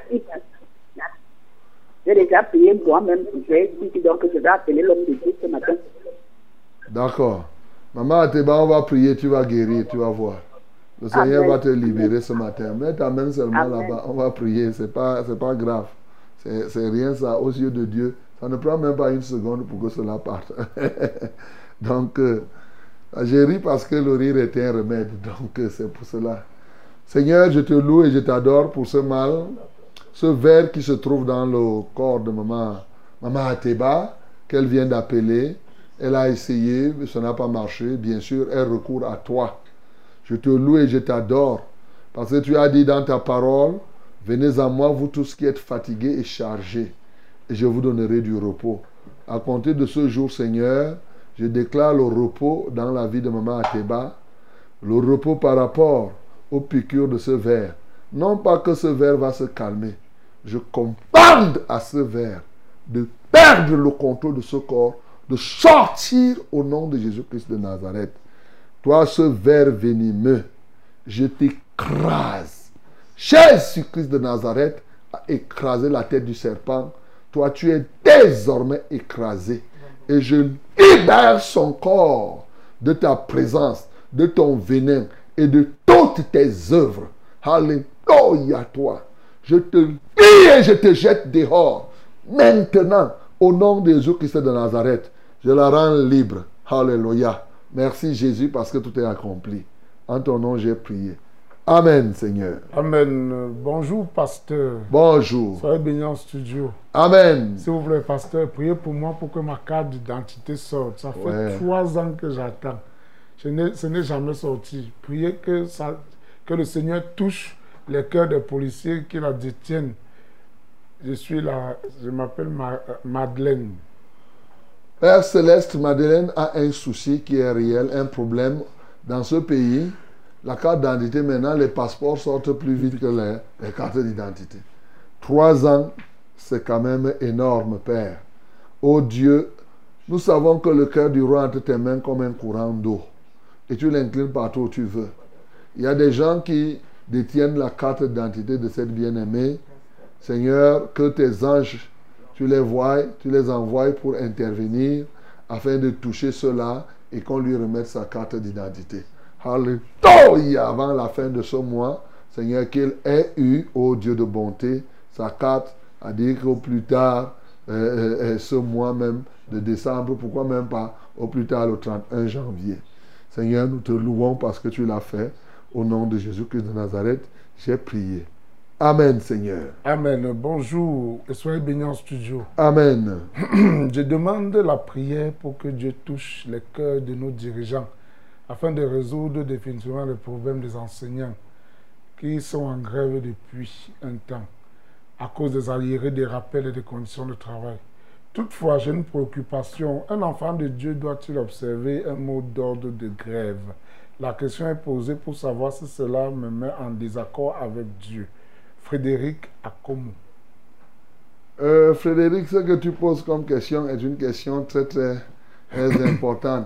J'ai déjà prié moi-même. J'ai dit donc que je vais appeler l'homme de Dieu ce matin. D'accord. Maman Ateba, on va prier, tu vas guérir, tu vas voir. Le Seigneur va te libérer ce matin. Mets ta main seulement là-bas, on va prier. C'est pas grave. C'est rien ça, aux yeux de Dieu. Ça ne prend même pas une seconde pour que cela parte. Donc, j'ai ri parce que le rire était un remède. Donc, c'est pour cela. Seigneur, je te loue et je t'adore pour ce mal, ce ver qui se trouve dans le corps de maman Ateba, qu'elle vient d'appeler. Elle a essayé, mais ça n'a pas marché. Bien sûr, elle recourt à toi. Je te loue et je t'adore, parce que tu as dit dans ta parole, venez à moi, vous tous qui êtes fatigués et chargés, et je vous donnerai du repos. À compter de ce jour, Seigneur, je déclare le repos dans la vie de maman Ateba, le repos par rapport aux piqûres de ce ver. Non pas que ce ver va se calmer. Je commande à ce ver de perdre le contrôle de ce corps, de sortir au nom de Jésus-Christ de Nazareth. Toi, ce ver venimeux, je t'écrase. Jésus-Christ de Nazareth a écrasé la tête du serpent. Toi, tu es désormais écrasé. Et je libère son corps de ta présence, de ton venin et de toutes tes œuvres. Alléluia, toi. Je te lie et je te jette dehors. Maintenant, au nom de Jésus-Christ de Nazareth, je la rends libre. Alléluia. Merci Jésus parce que tout est accompli. En ton nom, j'ai prié. Amen, Seigneur. Amen. Bonjour, pasteur. Bonjour. Soyez bénis en studio. Amen. S'il vous plaît, pasteur, priez pour moi pour que ma carte d'identité sorte. Ça fait 3 ans que j'attends. Ce n'est jamais sorti. Priez que le Seigneur touche les cœurs des policiers qui la détiennent. Je m'appelle Madeleine. Père Céleste, Madeleine a un souci qui est réel, un problème dans ce pays. La carte d'identité, maintenant, les passeports sortent plus vite que les cartes d'identité. 3 ans, c'est quand même énorme, Père. Oh Dieu, nous savons que le cœur du roi entre tes mains comme un courant d'eau. Et tu l'inclines partout où tu veux. Il y a des gens qui détiennent la carte d'identité de cette bien-aimée. Seigneur, que tes anges, tu les vois, tu les envoies pour intervenir afin de toucher cela et qu'on lui remette sa carte d'identité. Alléluia, avant la fin de ce mois, Seigneur, qu'il ait eu, ô Dieu de bonté, sa carte, à dire qu'au plus tard, ce mois même de décembre, pourquoi même pas au plus tard le 31 janvier. Seigneur, nous te louons parce que tu l'as fait. Au nom de Jésus-Christ de Nazareth, j'ai prié. Amen, Seigneur. Amen. Bonjour et soyez bénis en studio. Amen. Je demande la prière pour que Dieu touche les cœurs de nos dirigeants afin de résoudre définitivement les problèmes des enseignants qui sont en grève depuis un temps à cause des arriérés, des rappels et des conditions de travail. Toutefois, j'ai une préoccupation. Un enfant de Dieu doit-il observer un mot d'ordre de grève? La question est posée pour savoir si cela me met en désaccord avec Dieu. Frédéric Akomo. Frédéric, ce que tu poses comme question est une question très importante.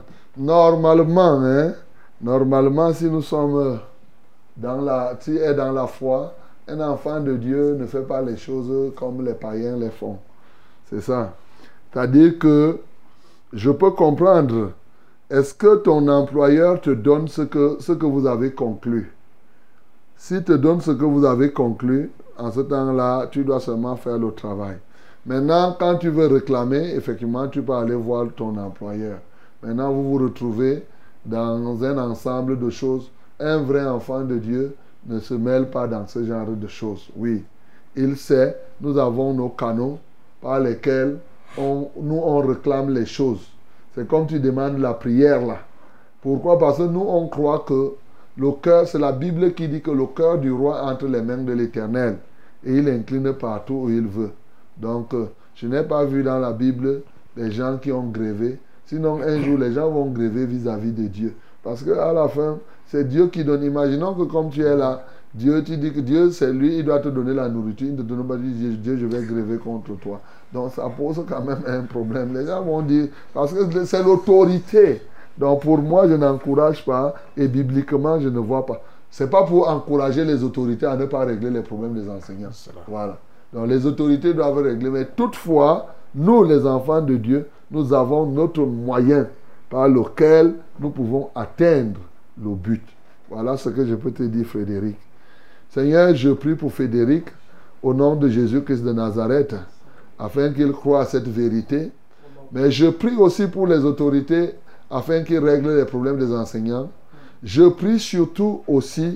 Normalement, si nous sommes tu es dans la foi, un enfant de Dieu ne fait pas les choses comme les païens les font. C'est ça. C'est-à-dire que je peux comprendre. Est-ce que ton employeur te donne ce que vous avez conclu? S'il te donne ce que vous avez conclu, en ce temps-là, tu dois seulement faire le travail. Maintenant, quand tu veux réclamer, effectivement, tu peux aller voir ton employeur. Maintenant, vous vous retrouvez dans un ensemble de choses. Un vrai enfant de Dieu ne se mêle pas dans ce genre de choses. Oui, il sait, nous avons nos canaux par lesquels on réclame les choses. C'est comme tu demandes la prière là. Pourquoi? Parce que nous, on croit que le cœur, c'est la Bible qui dit que le cœur du roi est entre les mains de l'Éternel et il incline partout où il veut. Donc, je n'ai pas vu dans la Bible des gens qui ont grévé. Sinon, un jour, les gens vont gréver vis-à-vis de Dieu. Parce qu'à la fin, c'est Dieu qui donne. Imaginons que comme tu es là, Dieu, tu dis que Dieu, c'est lui, il doit te donner la nourriture. Il ne te donne pas, Dieu, je vais gréver contre toi. Donc, ça pose quand même un problème. Les gens vont dire, parce que c'est l'autorité. Donc, pour moi, je n'encourage pas. Et bibliquement, je ne vois pas. Ce n'est pas pour encourager les autorités à ne pas régler les problèmes des enseignants. Voilà. Donc, les autorités doivent régler. Mais toutefois, nous, les enfants de Dieu, nous avons notre moyen par lequel nous pouvons atteindre le but. Voilà ce que je peux te dire, Frédéric. Seigneur, je prie pour Frédéric, au nom de Jésus-Christ de Nazareth, afin qu'il croie à cette vérité. Mais je prie aussi pour les autorités, afin qu'ils règlent les problèmes des enseignants. Je prie surtout aussi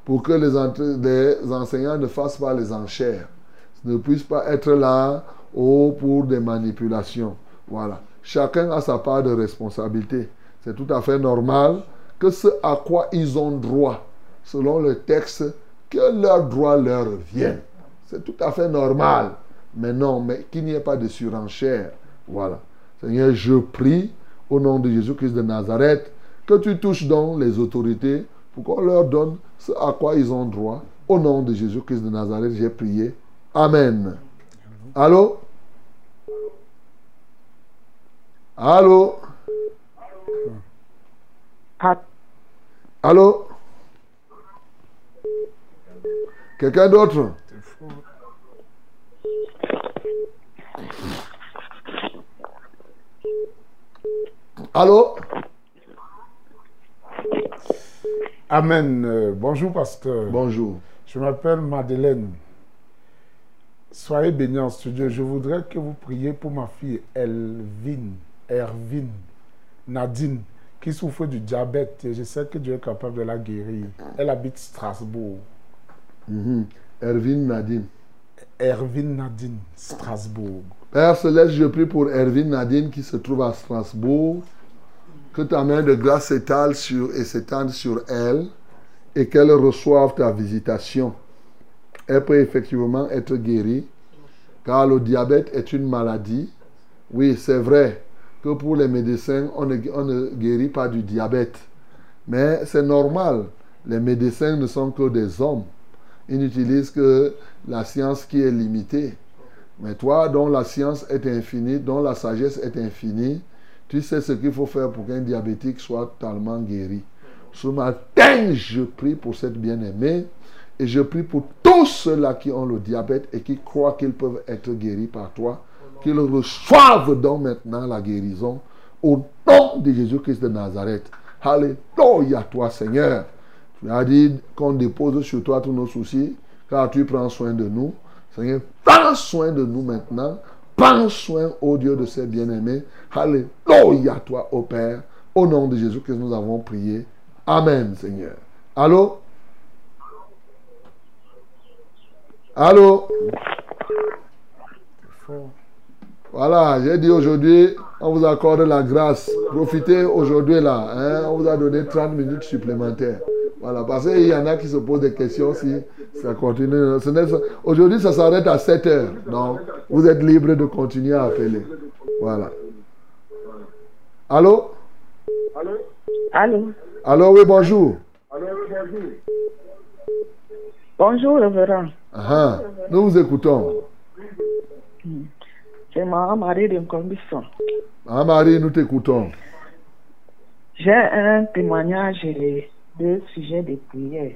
pour que les enseignants ne fassent pas les enchères, ne puissent pas être là pour des manipulations. Voilà. Chacun a sa part de responsabilité. C'est tout à fait normal que ce à quoi ils ont droit, selon le texte, que leur droit leur revienne. C'est tout à fait normal. Mais non, mais qu'il n'y ait pas de surenchère. Voilà. Seigneur, je prie au nom de Jésus-Christ de Nazareth que tu touches donc les autorités pour qu'on leur donne ce à quoi ils ont droit. Au nom de Jésus-Christ de Nazareth, j'ai prié. Amen. Allô? Allô? Allô? Quelqu'un d'autre? Allô? Amen. Bonjour, pasteur. Bonjour. Je m'appelle Madeleine. Soyez bénis en studio. Je voudrais que vous priez pour ma fille Ervine Nadine, qui souffre du diabète. Et je sais que Dieu est capable de la guérir. Elle habite Strasbourg. Ervine Nadine. Ervine Nadine, Strasbourg. Père Céleste, je prie pour Ervine Nadine qui se trouve à Strasbourg. Que ta main de grâce s'étale et s'étende sur elle et qu'elle reçoive ta visitation. Elle peut effectivement être guérie, car le diabète est une maladie. Oui, c'est vrai que pour les médecins, on ne guérit pas du diabète. Mais c'est normal. Les médecins ne sont que des hommes. Ils n'utilisent que la science qui est limitée. Mais toi, dont la science est infinie, dont la sagesse est infinie, tu sais ce qu'il faut faire pour qu'un diabétique soit totalement guéri. Ce matin, je prie pour cette bien-aimée et je prie pour tous ceux-là qui ont le diabète et qui croient qu'ils peuvent être guéris par toi, qu'ils reçoivent donc maintenant la guérison au nom de Jésus-Christ de Nazareth. Alléluia toi, Seigneur. Tu as dit qu'on dépose sur toi tous nos soucis, car tu prends soin de nous. Seigneur, prends soin de nous maintenant. Prends soin, ô Dieu, de ces bien-aimés. Alléluia toi, ô Père. Au nom de Jésus que nous avons prié. Amen, Seigneur. Allô? Allô? Voilà, j'ai dit aujourd'hui, on vous accorde la grâce. Profitez aujourd'hui là. Hein? On vous a donné 30 minutes supplémentaires. Voilà, parce qu'il y en a qui se posent des questions si ça continue. Aujourd'hui, ça s'arrête à 7 heures. Donc, vous êtes libre de continuer à appeler. Voilà. Allô? Allô? Allô, oui, bonjour. Bonjour, révérend. Nous vous écoutons. C'est Marie de Combisson. Marie, nous t'écoutons. J'ai un témoignage de sujet de prière.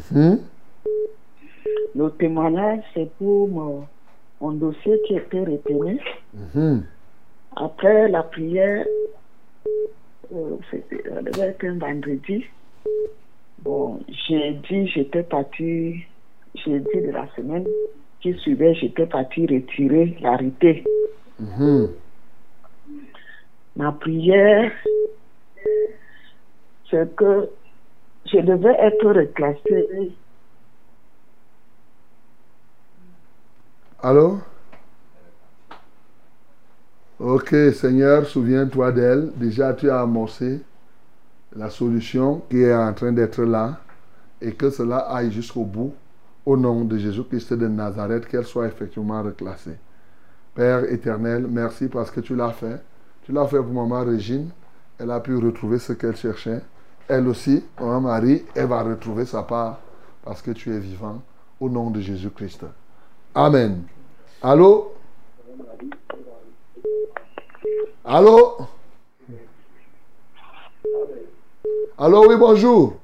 Le témoignage, c'est pour mon dossier qui était retenu. Après la prière, c'était un vendredi. Bon, jeudi de la semaine qui suivait, j'étais partie retirer l'arrêté. Ma prière, c'est que je devais être reclassée. Allô? Ok, Seigneur, souviens-toi d'elle. Déjà, tu as amorcé la solution qui est en train d'être là et que cela aille jusqu'au bout. Au nom de Jésus-Christ de Nazareth, qu'elle soit effectivement reclassée. Père éternel, merci parce que tu l'as fait. Tu l'as fait pour maman Régine. Elle a pu retrouver ce qu'elle cherchait. Elle aussi, maman Marie, elle va retrouver sa part parce que tu es vivant. Au nom de Jésus-Christ. Amen. Allô? Allô? Allô, oui, bonjour.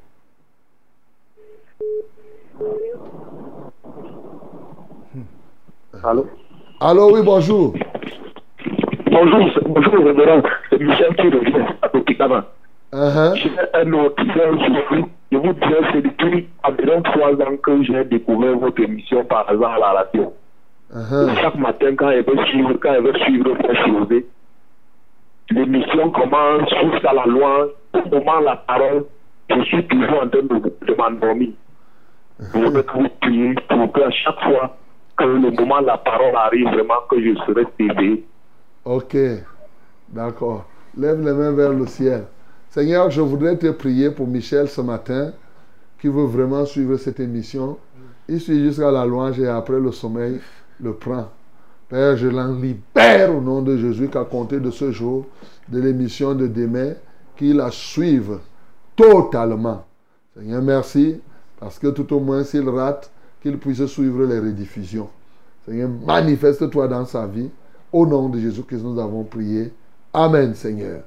Allô? Allô, oui, bonjour. Bonjour, révérend. C'est Michel qui revient à l'hôpital. J'ai un autre souffle. Je vous dirais, c'est depuis environ 3 ans que j'ai découvert votre émission par hasard à la radio. Chaque matin, quand elle veut suivre Frère José, l'émission commence jusqu'à la loi. Au moment la parole, je suis toujours en train de m'endormir. Je voudrais que vous priez pour qu'à chaque fois que le moment de la parole arrive, vraiment que je serai éveillé. Ok, d'accord. Lève les mains vers le ciel. Seigneur, je voudrais te prier pour Michel ce matin, qui veut vraiment suivre cette émission. Il suit jusqu'à la louange et après le sommeil le prend. Père, je l'en libère au nom de Jésus qu'à compter de ce jour, de l'émission de demain, qu'il la suive totalement. Seigneur, merci, parce que tout au moins s'il rate, qu'il puisse suivre les rediffusions. Seigneur, manifeste-toi dans sa vie. Au nom de Jésus que nous avons prié. Amen, Seigneur.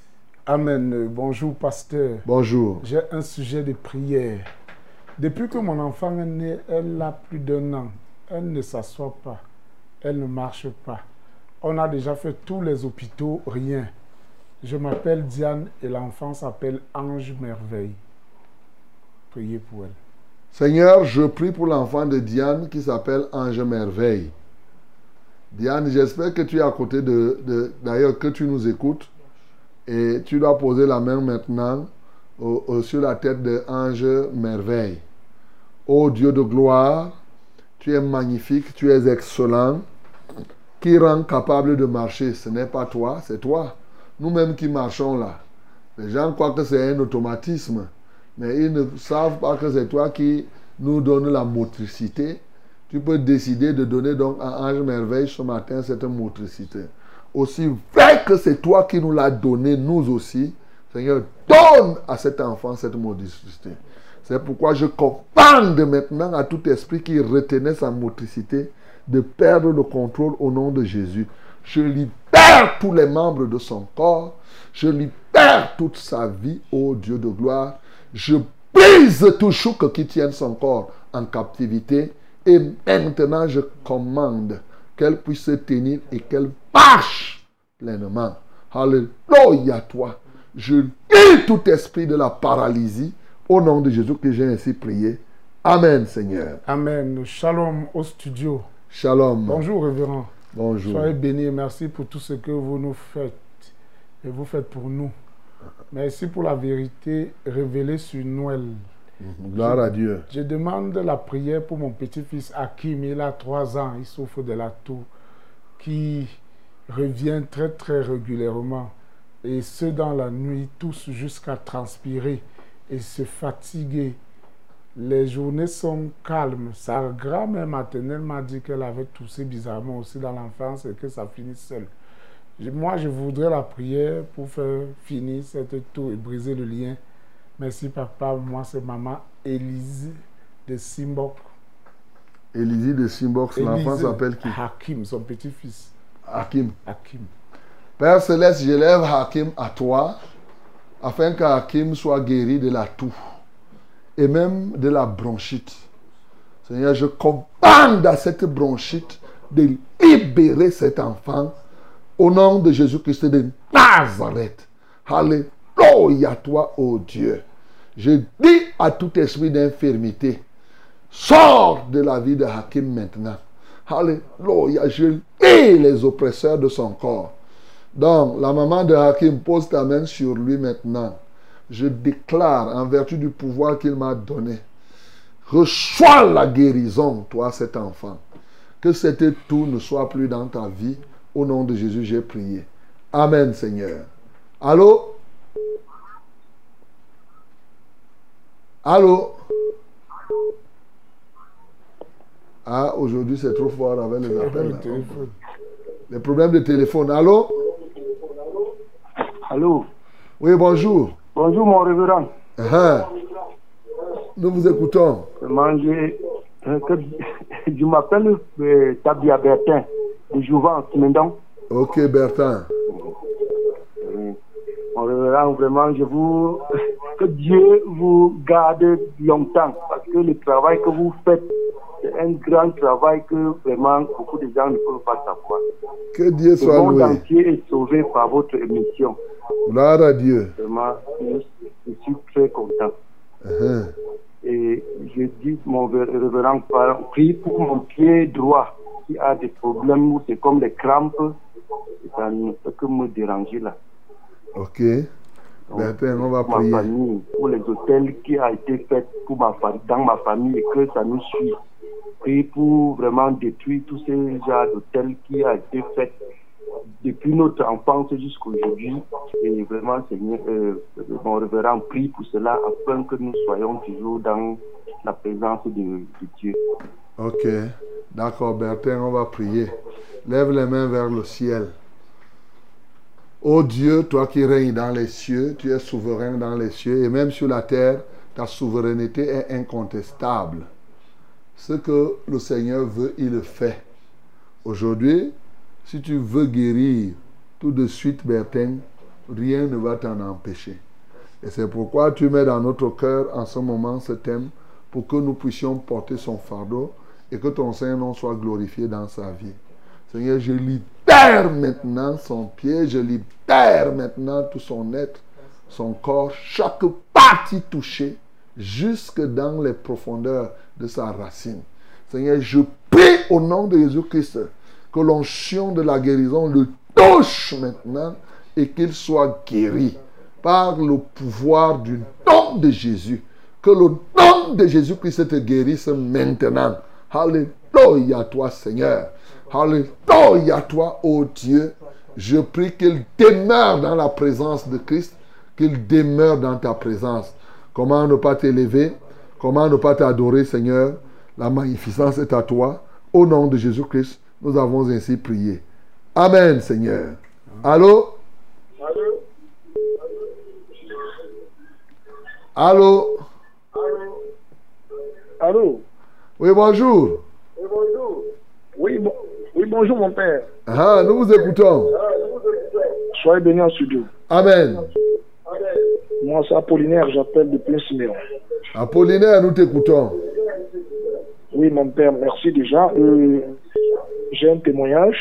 Amen. Bonjour, pasteur. Bonjour. J'ai un sujet de prière. Depuis que mon enfant est né, elle a plus d'1 an. Elle ne s'assoit pas. Elle ne marche pas. On a déjà fait tous les hôpitaux, rien. Je m'appelle Diane et l'enfant s'appelle Ange Merveille. Priez pour elle. Seigneur, je prie pour l'enfant de Diane qui s'appelle Ange Merveille. Diane, j'espère que tu es à côté d'ailleurs que tu nous écoutes. Et tu dois poser la main maintenant sur la tête de Ange Merveille. Ô Dieu de gloire, tu es magnifique, tu es excellent. Qui rend capable de marcher? Ce n'est pas toi, c'est toi. Nous-mêmes qui marchons là. Les gens croient que c'est un automatisme. Mais ils ne savent pas que c'est toi qui nous donne la motricité. Tu peux décider de donner donc à Ange Merveille ce matin cette motricité. Aussi vrai que c'est toi qui nous l'as donné, nous aussi, Seigneur, donne à cet enfant cette motricité. C'est pourquoi je commande maintenant à tout esprit qui retenait sa motricité de perdre le contrôle au nom de Jésus. Je libère tous les membres de son corps. Je libère toute sa vie, ô Dieu de gloire. Je brise tout chouk qui tienne son corps en captivité. Et maintenant, je commande qu'elle puisse se tenir et qu'elle marche pleinement. Alléluia à toi. Je lis tout esprit de la paralysie au nom de Jésus que j'ai ainsi prié. Amen, Seigneur. Amen. Shalom au studio. Shalom. Bonjour, révérend. Bonjour. Soyez bénis et merci pour tout ce que vous nous faites. Et vous faites pour nous. Merci pour la vérité révélée sur Noël. Gloire à Dieu. Je demande la prière pour mon petit-fils Hakim. Il a 3 ans. Il souffre de la toux qui revient très très régulièrement. Et ce dans la nuit, tous jusqu'à transpirer et se fatiguer. Les journées sont calmes. Sa grand-mère maternelle m'a dit qu'elle avait toussé bizarrement aussi dans l'enfance et que ça finit seul. Moi, je voudrais la prière pour faire finir cette toux et briser le lien. Merci, papa. Moi, c'est maman Élise de Simbok. Élise de Simbok, l'enfant s'appelle qui? Hakim, son petit-fils. Hakim. Hakim. Père Céleste, j'élève Hakim à toi, afin qu'Hakim soit guéri de la toux et même de la bronchite. Seigneur, je commande à cette bronchite de libérer cet enfant au nom de Jésus-Christ de Nazareth. Alléluia à toi, ô Dieu. Je dis à tout esprit d'infirmité, sors de la vie de Hakim maintenant. Alléluia. Je lis les oppresseurs de son corps. Donc, la maman de Hakim, pose ta main sur lui maintenant. Je déclare, en vertu du pouvoir qu'il m'a donné, reçois la guérison, toi, cet enfant. Que cette toux ne soit plus dans ta vie. Au nom de Jésus, j'ai prié. Amen, Seigneur. Allô? Allô? Ah, aujourd'hui, c'est trop fort avec les appels. Les problèmes de téléphone. Allô? Allô? Oui, bonjour. Bonjour, mon révérend. Nous vous écoutons. Je m'appelle Tabia Bertin, de Jouvence, Mendon. Ok, Bertin. Mon révérend, vraiment, que Dieu vous garde longtemps, parce que le travail que vous faites, c'est un grand travail que vraiment beaucoup de gens ne peuvent pas savoir. Que Dieu soit loué. Le monde entier est sauvé par votre émission. Gloire à Dieu. Vraiment, je suis très content. Et je dis, mon révérend, prie pour mon pied droit qui a des problèmes, c'est comme des crampes, ça ne peut que me déranger là. Ok. Bertin, on va pour prier. ma famille, pour les hôtels qui a été fait pour dans ma famille et que ça nous suit. Prie pour vraiment détruire tous ces genres d'hôtels qui a été fait depuis notre enfance jusqu'à aujourd'hui. Et vraiment, Seigneur, mon révérend prie pour cela afin que nous soyons toujours dans la présence de Dieu. Ok, d'accord, Bertin, on va prier. Lève les mains vers le ciel. Ô Dieu, toi qui règnes dans les cieux, tu es souverain dans les cieux et même sur la terre, ta souveraineté est incontestable. Ce que le Seigneur veut, il le fait. Aujourd'hui, si tu veux guérir tout de suite, Bertin, rien ne va t'en empêcher. Et c'est pourquoi tu mets dans notre cœur en ce moment ce thème pour que nous puissions porter son fardeau et que ton Saint-Nom soit glorifié dans sa vie. Seigneur, je libère maintenant son pied, je libère maintenant tout son être, son corps, chaque partie touchée, jusque dans les profondeurs de sa racine. Seigneur, je prie au nom de Jésus-Christ que l'onction de la guérison le touche maintenant et qu'il soit guéri par le pouvoir du nom de Jésus. Que le nom de Jésus-Christ te guérisse maintenant. Alléluia toi, Seigneur. Alléluia toi, ô Dieu. Je prie qu'il demeure dans la présence de Christ, qu'il demeure dans ta présence. Comment ne pas t'élever? Comment ne pas t'adorer, Seigneur? La magnificence est à toi. Au nom de Jésus-Christ, nous avons ainsi prié. Amen, Seigneur. Allô? Allô? Allô? Oui, bonjour. Oui, bonjour mon père. Ah, nous vous écoutons. Soyez bénis en studio. Amen. Moi, c'est Apollinaire, j'appelle depuis Siméon. Apollinaire, nous t'écoutons. Oui, mon père, merci déjà. J'ai un témoignage.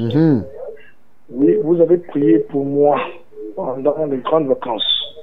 Oui, vous avez prié pour moi pendant les grandes vacances.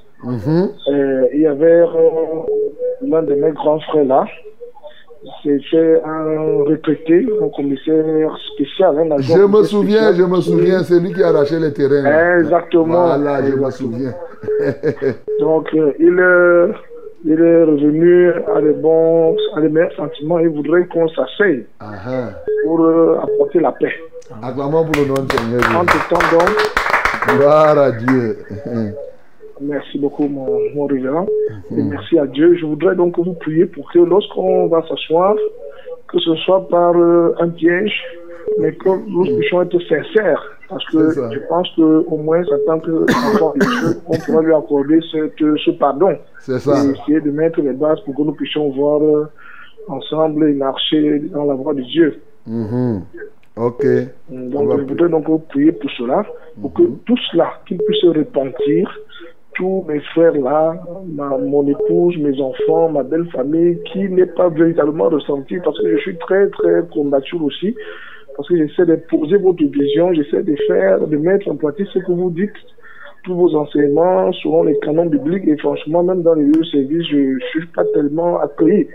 Il y avait l'un de mes grands frères là. C'était un retraité, un commissaire spécial. Je me souviens, c'est lui qui a arraché les terrains. Exactement. Voilà, je me souviens. Donc, il est revenu à des meilleurs sentiments. Il voudrait qu'on s'asseye pour apporter la paix. Acclamons pour le nom de Seigneur. Entre-temps, donc, gloire à Dieu. Merci beaucoup, mon révérend. Et merci à Dieu. Je voudrais donc que vous priez pour que lorsqu'on va s'asseoir, que ce soit par un piège, mais que nous puissions être sincères. Parce que je pense qu'au moins, en tant qu'enfant de Dieu, on pourra lui accorder ce pardon. C'est ça. Et essayer de mettre les bases pour que nous puissions voir ensemble et marcher dans la voie de Dieu. Ok. Donc, je voudrais donc prier pour cela, pour que tout cela, qu'il puisse se repentir. Tous mes frères là, mon épouse, mes enfants, ma belle famille, qui n'est pas véritablement ressenti, parce que je suis très très combattu aussi, parce que j'essaie de poser votre vision, j'essaie de mettre en pratique ce que vous dites, tous vos enseignements selon les canons bibliques, et franchement même dans les lieux de service, je ne suis pas tellement accueilli.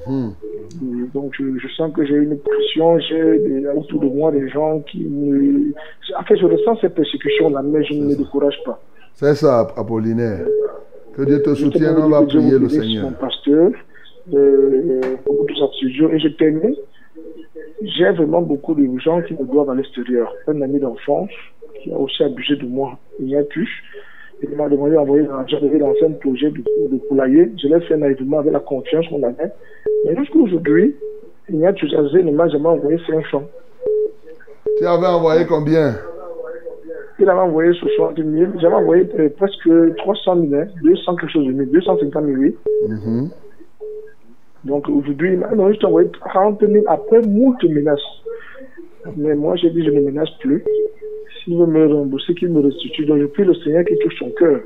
Donc je sens que j'ai une pression, j'ai autour de moi des gens qui me... En fait, je ressens cette persécution là, mais je ne me décourage pas. C'est ça, Apollinaire. Que Dieu te soutienne, on va prier le Seigneur. Mon pasteur, beaucoup de studio, et je termine. J'ai vraiment beaucoup de gens qui me doivent à l'extérieur. Un ami d'enfance qui a aussi abusé de moi, Ignatius. Il m'a demandé d'envoyer l'argent, de lancer un projet de poulailler. Je l'ai fait naïvement avec la confiance qu'on avait. Mais jusqu'à aujourd'hui, Ignatius Azé ne m'a jamais envoyé 5 francs. Tu avais envoyé combien? Il avait envoyé 60 000, j'avais envoyé presque 300 000, 200 quelque chose de 000, 250 000, oui. Donc aujourd'hui, il m'a juste envoyé 40 000 après moult menaces. Mais moi, j'ai dit, je ne menace plus. S'il veut me rembourser, qu'il me restitue. Donc je prie le Seigneur qui touche son cœur.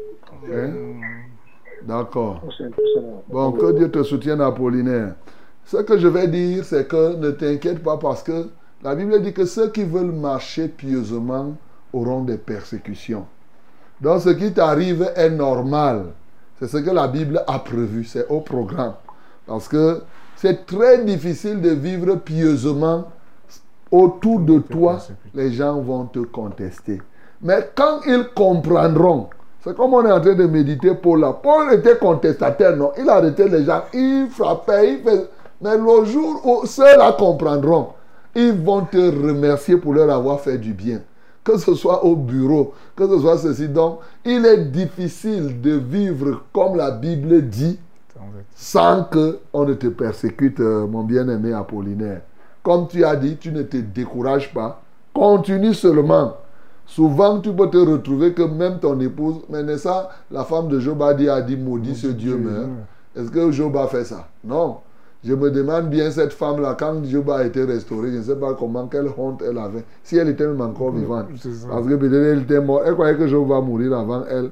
D'accord. Bon, que Dieu te soutienne, Apollinaire. Ce que je vais dire, c'est que ne t'inquiète pas, parce que la Bible dit que ceux qui veulent marcher pieusement auront des persécutions. Donc ce qui t'arrive est normal. C'est ce que la Bible a prévu. C'est au programme. Parce que c'est très difficile de vivre pieusement. Autour de toi, les gens vont te contester. Mais quand ils comprendront C'est comme on est en train de méditer Paul là. Paul était contestataire, non? Il arrêtait les gens, il frappait, il faisait... Mais le jour où ceux-là comprendront, ils vont te remercier pour leur avoir fait du bien. Que ce soit au bureau, que ce soit ceci. Donc, il est difficile de vivre comme la Bible dit, sans qu'on ne te persécute, mon bien-aimé Apollinaire. Comme tu as dit, tu ne te décourages pas. Continue seulement. Souvent, tu peux te retrouver que même ton épouse, mais n'est-ce pas, la femme de Job a dit, maudit ce Dieu meurt. Est-ce que Job a fait ça? Non. Je me demande bien cette femme-là, quand Job a été restauré, je ne sais pas comment, quelle honte elle avait. Si elle était même encore vivante. Parce que peut-être elle était morte. Elle croyait que Job va mourir avant elle.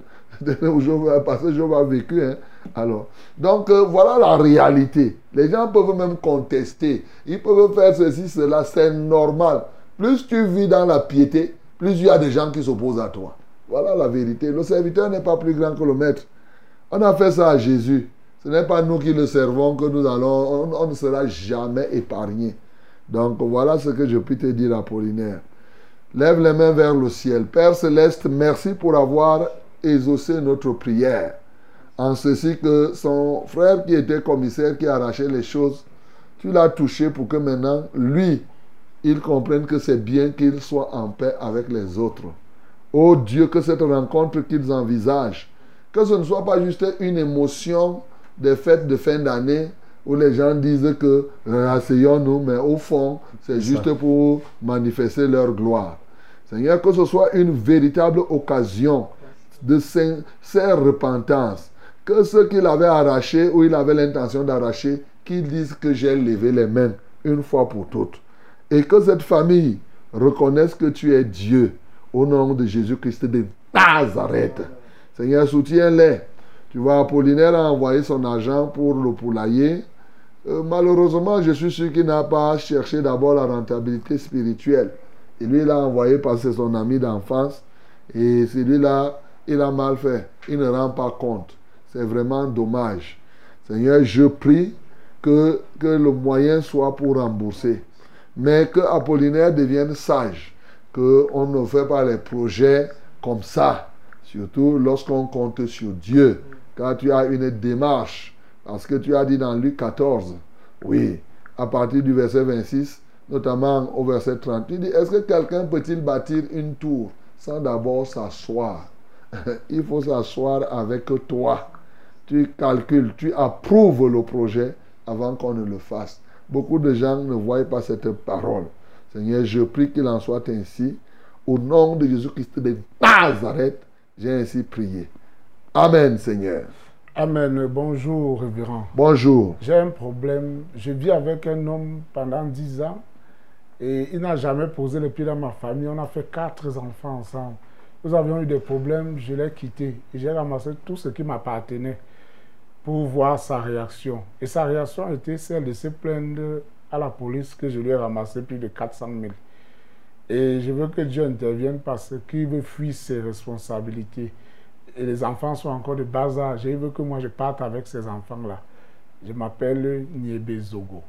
Parce que Job a vécu. Hein. Alors, donc voilà la réalité. Les gens peuvent même contester. Ils peuvent faire ceci, cela. C'est normal. Plus tu vis dans la piété, plus il y a des gens qui s'opposent à toi. Voilà la vérité. Le serviteur n'est pas plus grand que le maître. On a fait ça à Jésus. Ce n'est pas nous qui le servons que nous allons, on ne sera jamais épargné. Donc voilà ce que je peux te dire, Apollinaire. Lève les mains vers le ciel. Père Céleste, merci pour avoir exaucé notre prière. En ceci que son frère qui était commissaire, qui arrachait les choses, tu l'as touché pour que maintenant, lui, il comprenne que c'est bien qu'il soit en paix avec les autres. Oh Dieu, que cette rencontre qu'ils envisagent, que ce ne soit pas juste une émotion des fêtes de fin d'année où les gens disent que rasseyons-nous, mais au fond, c'est juste pour manifester leur gloire. Seigneur, que ce soit une véritable occasion de sincère repentance. Que ceux qu'il avait arrachés ou il avait l'intention d'arracher, qu'ils disent que j'ai levé les mains une fois pour toutes. Et que cette famille reconnaisse que tu es Dieu au nom de Jésus-Christ de Nazareth. Seigneur, soutiens-les. Tu vois, Apollinaire a envoyé son argent pour le poulailler. Malheureusement, je suis sûr qu'il n'a pas cherché d'abord la rentabilité spirituelle. Et lui, il a envoyé parce que c'est son ami d'enfance. Et celui-là, il a mal fait. Il ne rend pas compte. C'est vraiment dommage. Seigneur, je prie que le moyen soit pour rembourser. Mais que Apollinaire devienne sage. Qu'on ne fait pas les projets comme ça. Surtout lorsqu'on compte sur Dieu. Quand tu as une démarche, parce que tu as dit dans Luc 14, oui, à partir du verset 26, notamment au verset 30, tu dis, est-ce que quelqu'un peut-il bâtir une tour sans d'abord s'asseoir? Il faut s'asseoir avec toi. Tu calcules, tu approuves le projet avant qu'on ne le fasse. Beaucoup de gens ne voient pas cette parole. Seigneur, je prie qu'il en soit ainsi. Au nom de Jésus-Christ de Nazareth, j'ai ainsi prié. Amen, Seigneur. Amen. Bonjour, révérend. Bonjour. J'ai un problème. Je vis avec un homme pendant 10 ans et il n'a jamais posé le pied dans ma famille. On a fait 4 enfants ensemble. Nous avions eu des problèmes, je l'ai quitté et j'ai ramassé tout ce qui m'appartenait pour voir sa réaction. Et sa réaction était celle de se plaindre à la police que je lui ai ramassé plus de 400 000. Et je veux que Dieu intervienne parce qu'il veut fuir ses responsabilités. Et les enfants sont encore de bas âge. Et il veut que moi je parte avec ces enfants-là. Je m'appelle Niébé Zogo.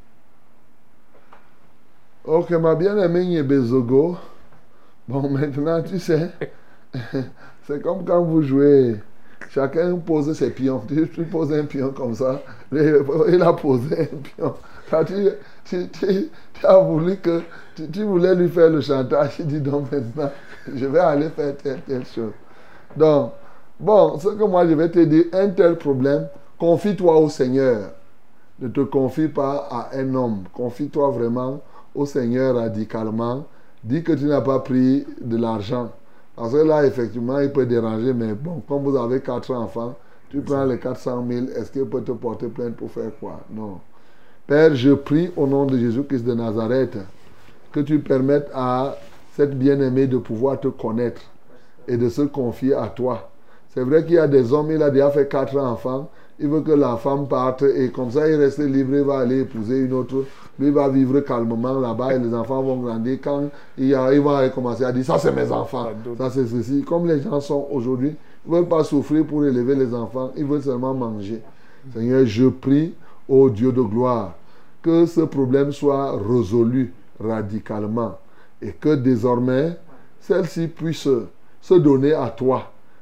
Ok, ma bien-aimée Niébé Zogo. Bon, maintenant, tu sais, c'est comme quand vous jouez. Chacun pose ses pions. Tu poses un pion comme ça. Il a posé un pion. Quand tu as voulu que... Tu voulais lui faire le chantage. Il dit donc maintenant, je vais aller faire telle chose. Donc, bon, ce que moi je vais te dire, un tel problème, confie-toi au Seigneur. Ne te confie pas à un homme. Confie-toi vraiment au Seigneur radicalement. Dis que tu n'as pas pris de l'argent. Parce que là, effectivement, il peut déranger. Mais bon, comme vous avez 4 enfants, tu prends les 400 000. Est-ce qu'il peut te porter plainte pour faire quoi? Non. Père, je prie au nom de Jésus-Christ de Nazareth que tu permettes à cette bien-aimée de pouvoir te connaître et de se confier à toi. C'est vrai qu'il y a des hommes, il a déjà fait 4 enfants, il veut que la femme parte et comme ça il reste libre, il va aller épouser une autre, lui va vivre calmement là-bas et les enfants vont grandir. Quand il va commencer à dire ça c'est mes enfants, ça c'est ceci. Comme les gens sont aujourd'hui, ils ne veulent pas souffrir pour élever les enfants, ils veulent seulement manger. Seigneur, je prie au Dieu de gloire que ce problème soit résolu radicalement et que désormais celle-ci puisse se donner à toi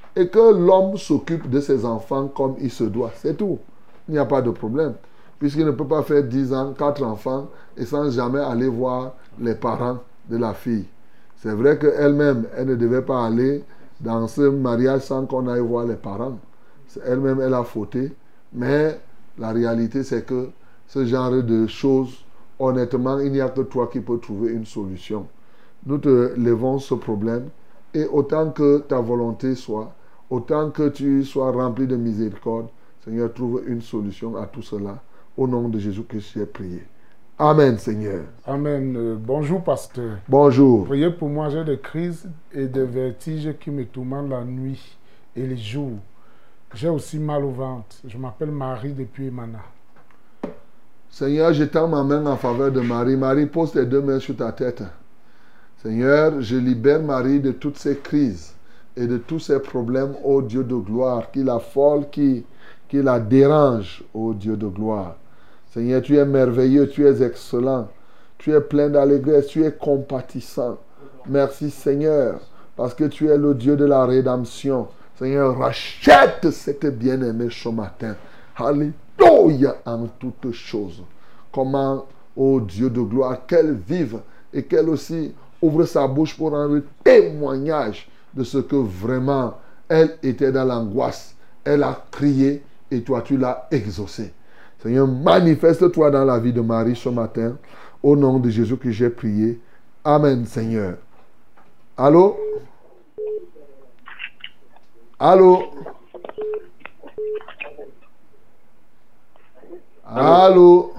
et que l'homme s'occupe de ses enfants comme il se doit. C'est tout. Il n'y a pas de problème. Puisqu'il ne peut pas faire 10 ans, 4 enfants et sans jamais aller voir les parents de la fille. C'est vrai qu'elle-même, elle ne devait pas aller dans ce mariage sans qu'on aille voir les parents. Elle-même, elle a fauté. Mais la réalité, c'est que ce genre de choses, honnêtement, il n'y a que toi qui peux trouver une solution. Nous te levons ce problème et autant que ta volonté soit, autant que tu sois rempli de miséricorde, Seigneur, trouve une solution à tout cela. Au nom de Jésus-Christ, j'ai prié. Amen, Seigneur. Amen. Bonjour, pasteur. Bonjour. Priez pour moi, j'ai des crises et des vertiges qui me tourmentent la nuit et les jours. J'ai aussi mal au ventre. Je m'appelle Marie depuis Emana. Seigneur, j'étends ma main en faveur de Marie. Marie, pose tes 2 mains sur ta tête. Seigneur, je libère Marie de toutes ces crises et de tous ces problèmes, ô Dieu de gloire, qui l'affole, qui la dérange, ô Dieu de gloire. Seigneur, tu es merveilleux, tu es excellent, tu es plein d'allégresse, tu es compatissant. Merci Seigneur, parce que tu es le Dieu de la rédemption. Seigneur, rachète cette bien-aimée ce matin. Alléluia en toutes choses. Comment, ô Dieu de gloire, qu'elle vive et qu'elle aussi ouvre sa bouche pour rendre témoignage de ce que vraiment elle était dans l'angoisse. Elle a crié et toi tu l'as exaucé. Seigneur, manifeste-toi dans la vie de Marie ce matin. Au nom de Jésus que j'ai prié. Amen, Seigneur. Allô? Allô? Allô?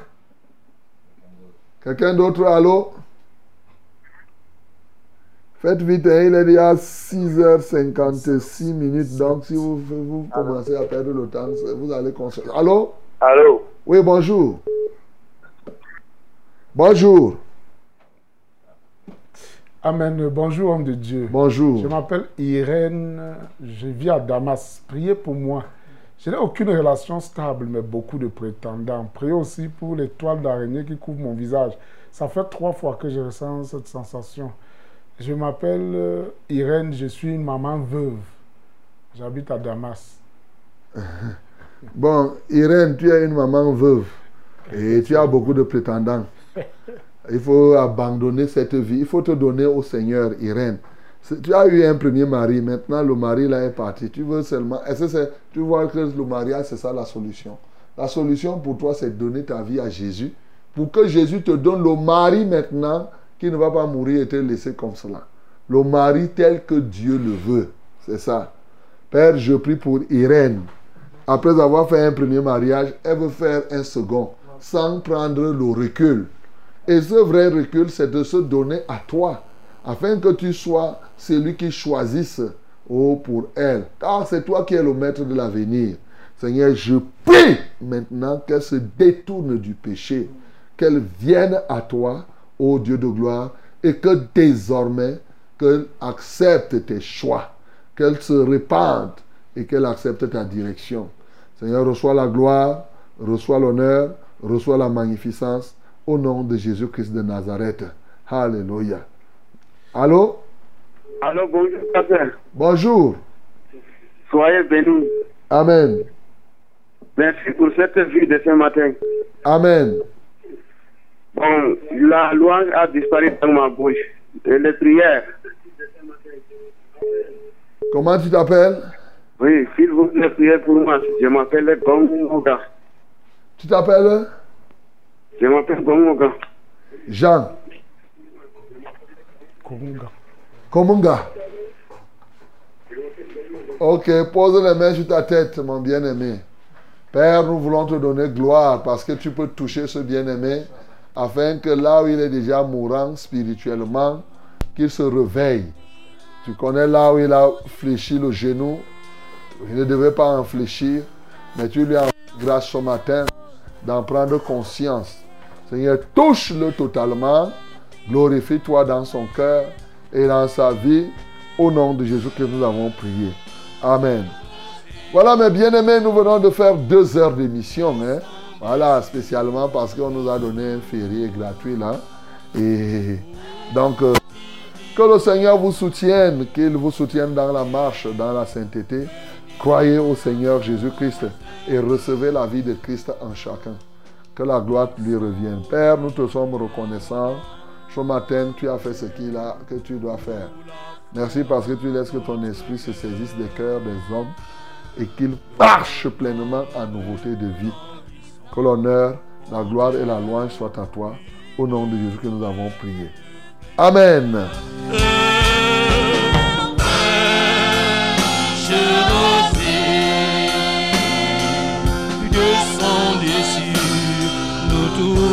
Quelqu'un d'autre? Allô? Faites vite, hein, il est déjà 6h56, donc si vous commencez à perdre le temps, vous allez construire. Allô? Allô? Oui, bonjour. Bonjour. Amen. Bonjour, homme de Dieu. Bonjour. Je m'appelle Irène, je vis à Damas. Priez pour moi. Je n'ai aucune relation stable, mais beaucoup de prétendants. Priez aussi pour les toiles d'araignée qui couvrent mon visage. Ça fait 3 fois que je ressens cette sensation. Je m'appelle Irène, je suis une maman veuve. J'habite à Damas. Bon, Irène, tu es une maman veuve et tu as beaucoup de prétendants. Il faut abandonner cette vie. Il faut te donner au Seigneur, Irène. Tu as eu un premier mari, maintenant le mari là est parti. Tu veux seulement... tu vois que le mariage, c'est ça la solution. La solution pour toi, c'est de donner ta vie à Jésus pour que Jésus te donne le mari maintenant qui ne va pas mourir et te laisser comme cela. Le mari tel que Dieu le veut. C'est ça. Père, je prie pour Irène. Après avoir fait un premier mariage, elle veut faire un second sans prendre le recul. Et ce vrai recul, c'est de se donner à toi afin que tu sois celui qui choisisse pour elle. Car c'est toi qui es le maître de l'avenir. Seigneur, je prie maintenant qu'elle se détourne du péché, qu'elle vienne à toi, ô Dieu de gloire, et que désormais, qu'elle accepte tes choix, qu'elle se répande et qu'elle accepte ta direction. Seigneur, reçois la gloire, reçois l'honneur, reçois la magnificence, au nom de Jésus-Christ de Nazareth. Alléluia. Allô? Allô, bonjour, pasteur. Bonjour. Soyez bénis. Amen. Merci pour cette vie de ce matin. Amen. Bon, la louange a disparu dans ma bouche. Et les prières. Comment tu t'appelles? Oui, s'il vous plaît, priez pour moi. Je m'appelle Gomoga. Tu t'appelles? Je m'appelle Gomoga. Jean. Komunga. Ok, pose les mains sur ta tête, mon bien-aimé. Père, nous voulons te donner gloire parce que tu peux toucher ce bien-aimé afin que là où il est déjà mourant spirituellement, qu'il se réveille. Tu connais là où il a fléchi le genou. Il ne devait pas en fléchir, mais tu lui as grâce ce matin d'en prendre conscience. Seigneur, touche-le totalement. Glorifie-toi dans son cœur et dans sa vie. Au nom de Jésus que nous avons prié. Amen. Voilà mes bien-aimés, nous venons de faire 2 heures d'émission. Hein? Voilà, spécialement parce qu'on nous a donné un férié gratuit là. Et donc, Que le Seigneur vous soutienne, qu'il vous soutienne dans la marche, dans la sainteté. Croyez au Seigneur Jésus-Christ et recevez la vie de Christ en chacun. Que la gloire lui revienne. Père, nous te sommes reconnaissants. Ce matin, tu as fait ce que tu dois faire. Merci parce que tu laisses que ton esprit se saisisse des cœurs des hommes et qu'il marche pleinement en nouveauté de vie. Que l'honneur, la gloire et la louange soient à toi. Au nom de Jésus que nous avons prié. Amen. Descendez sur nous tous.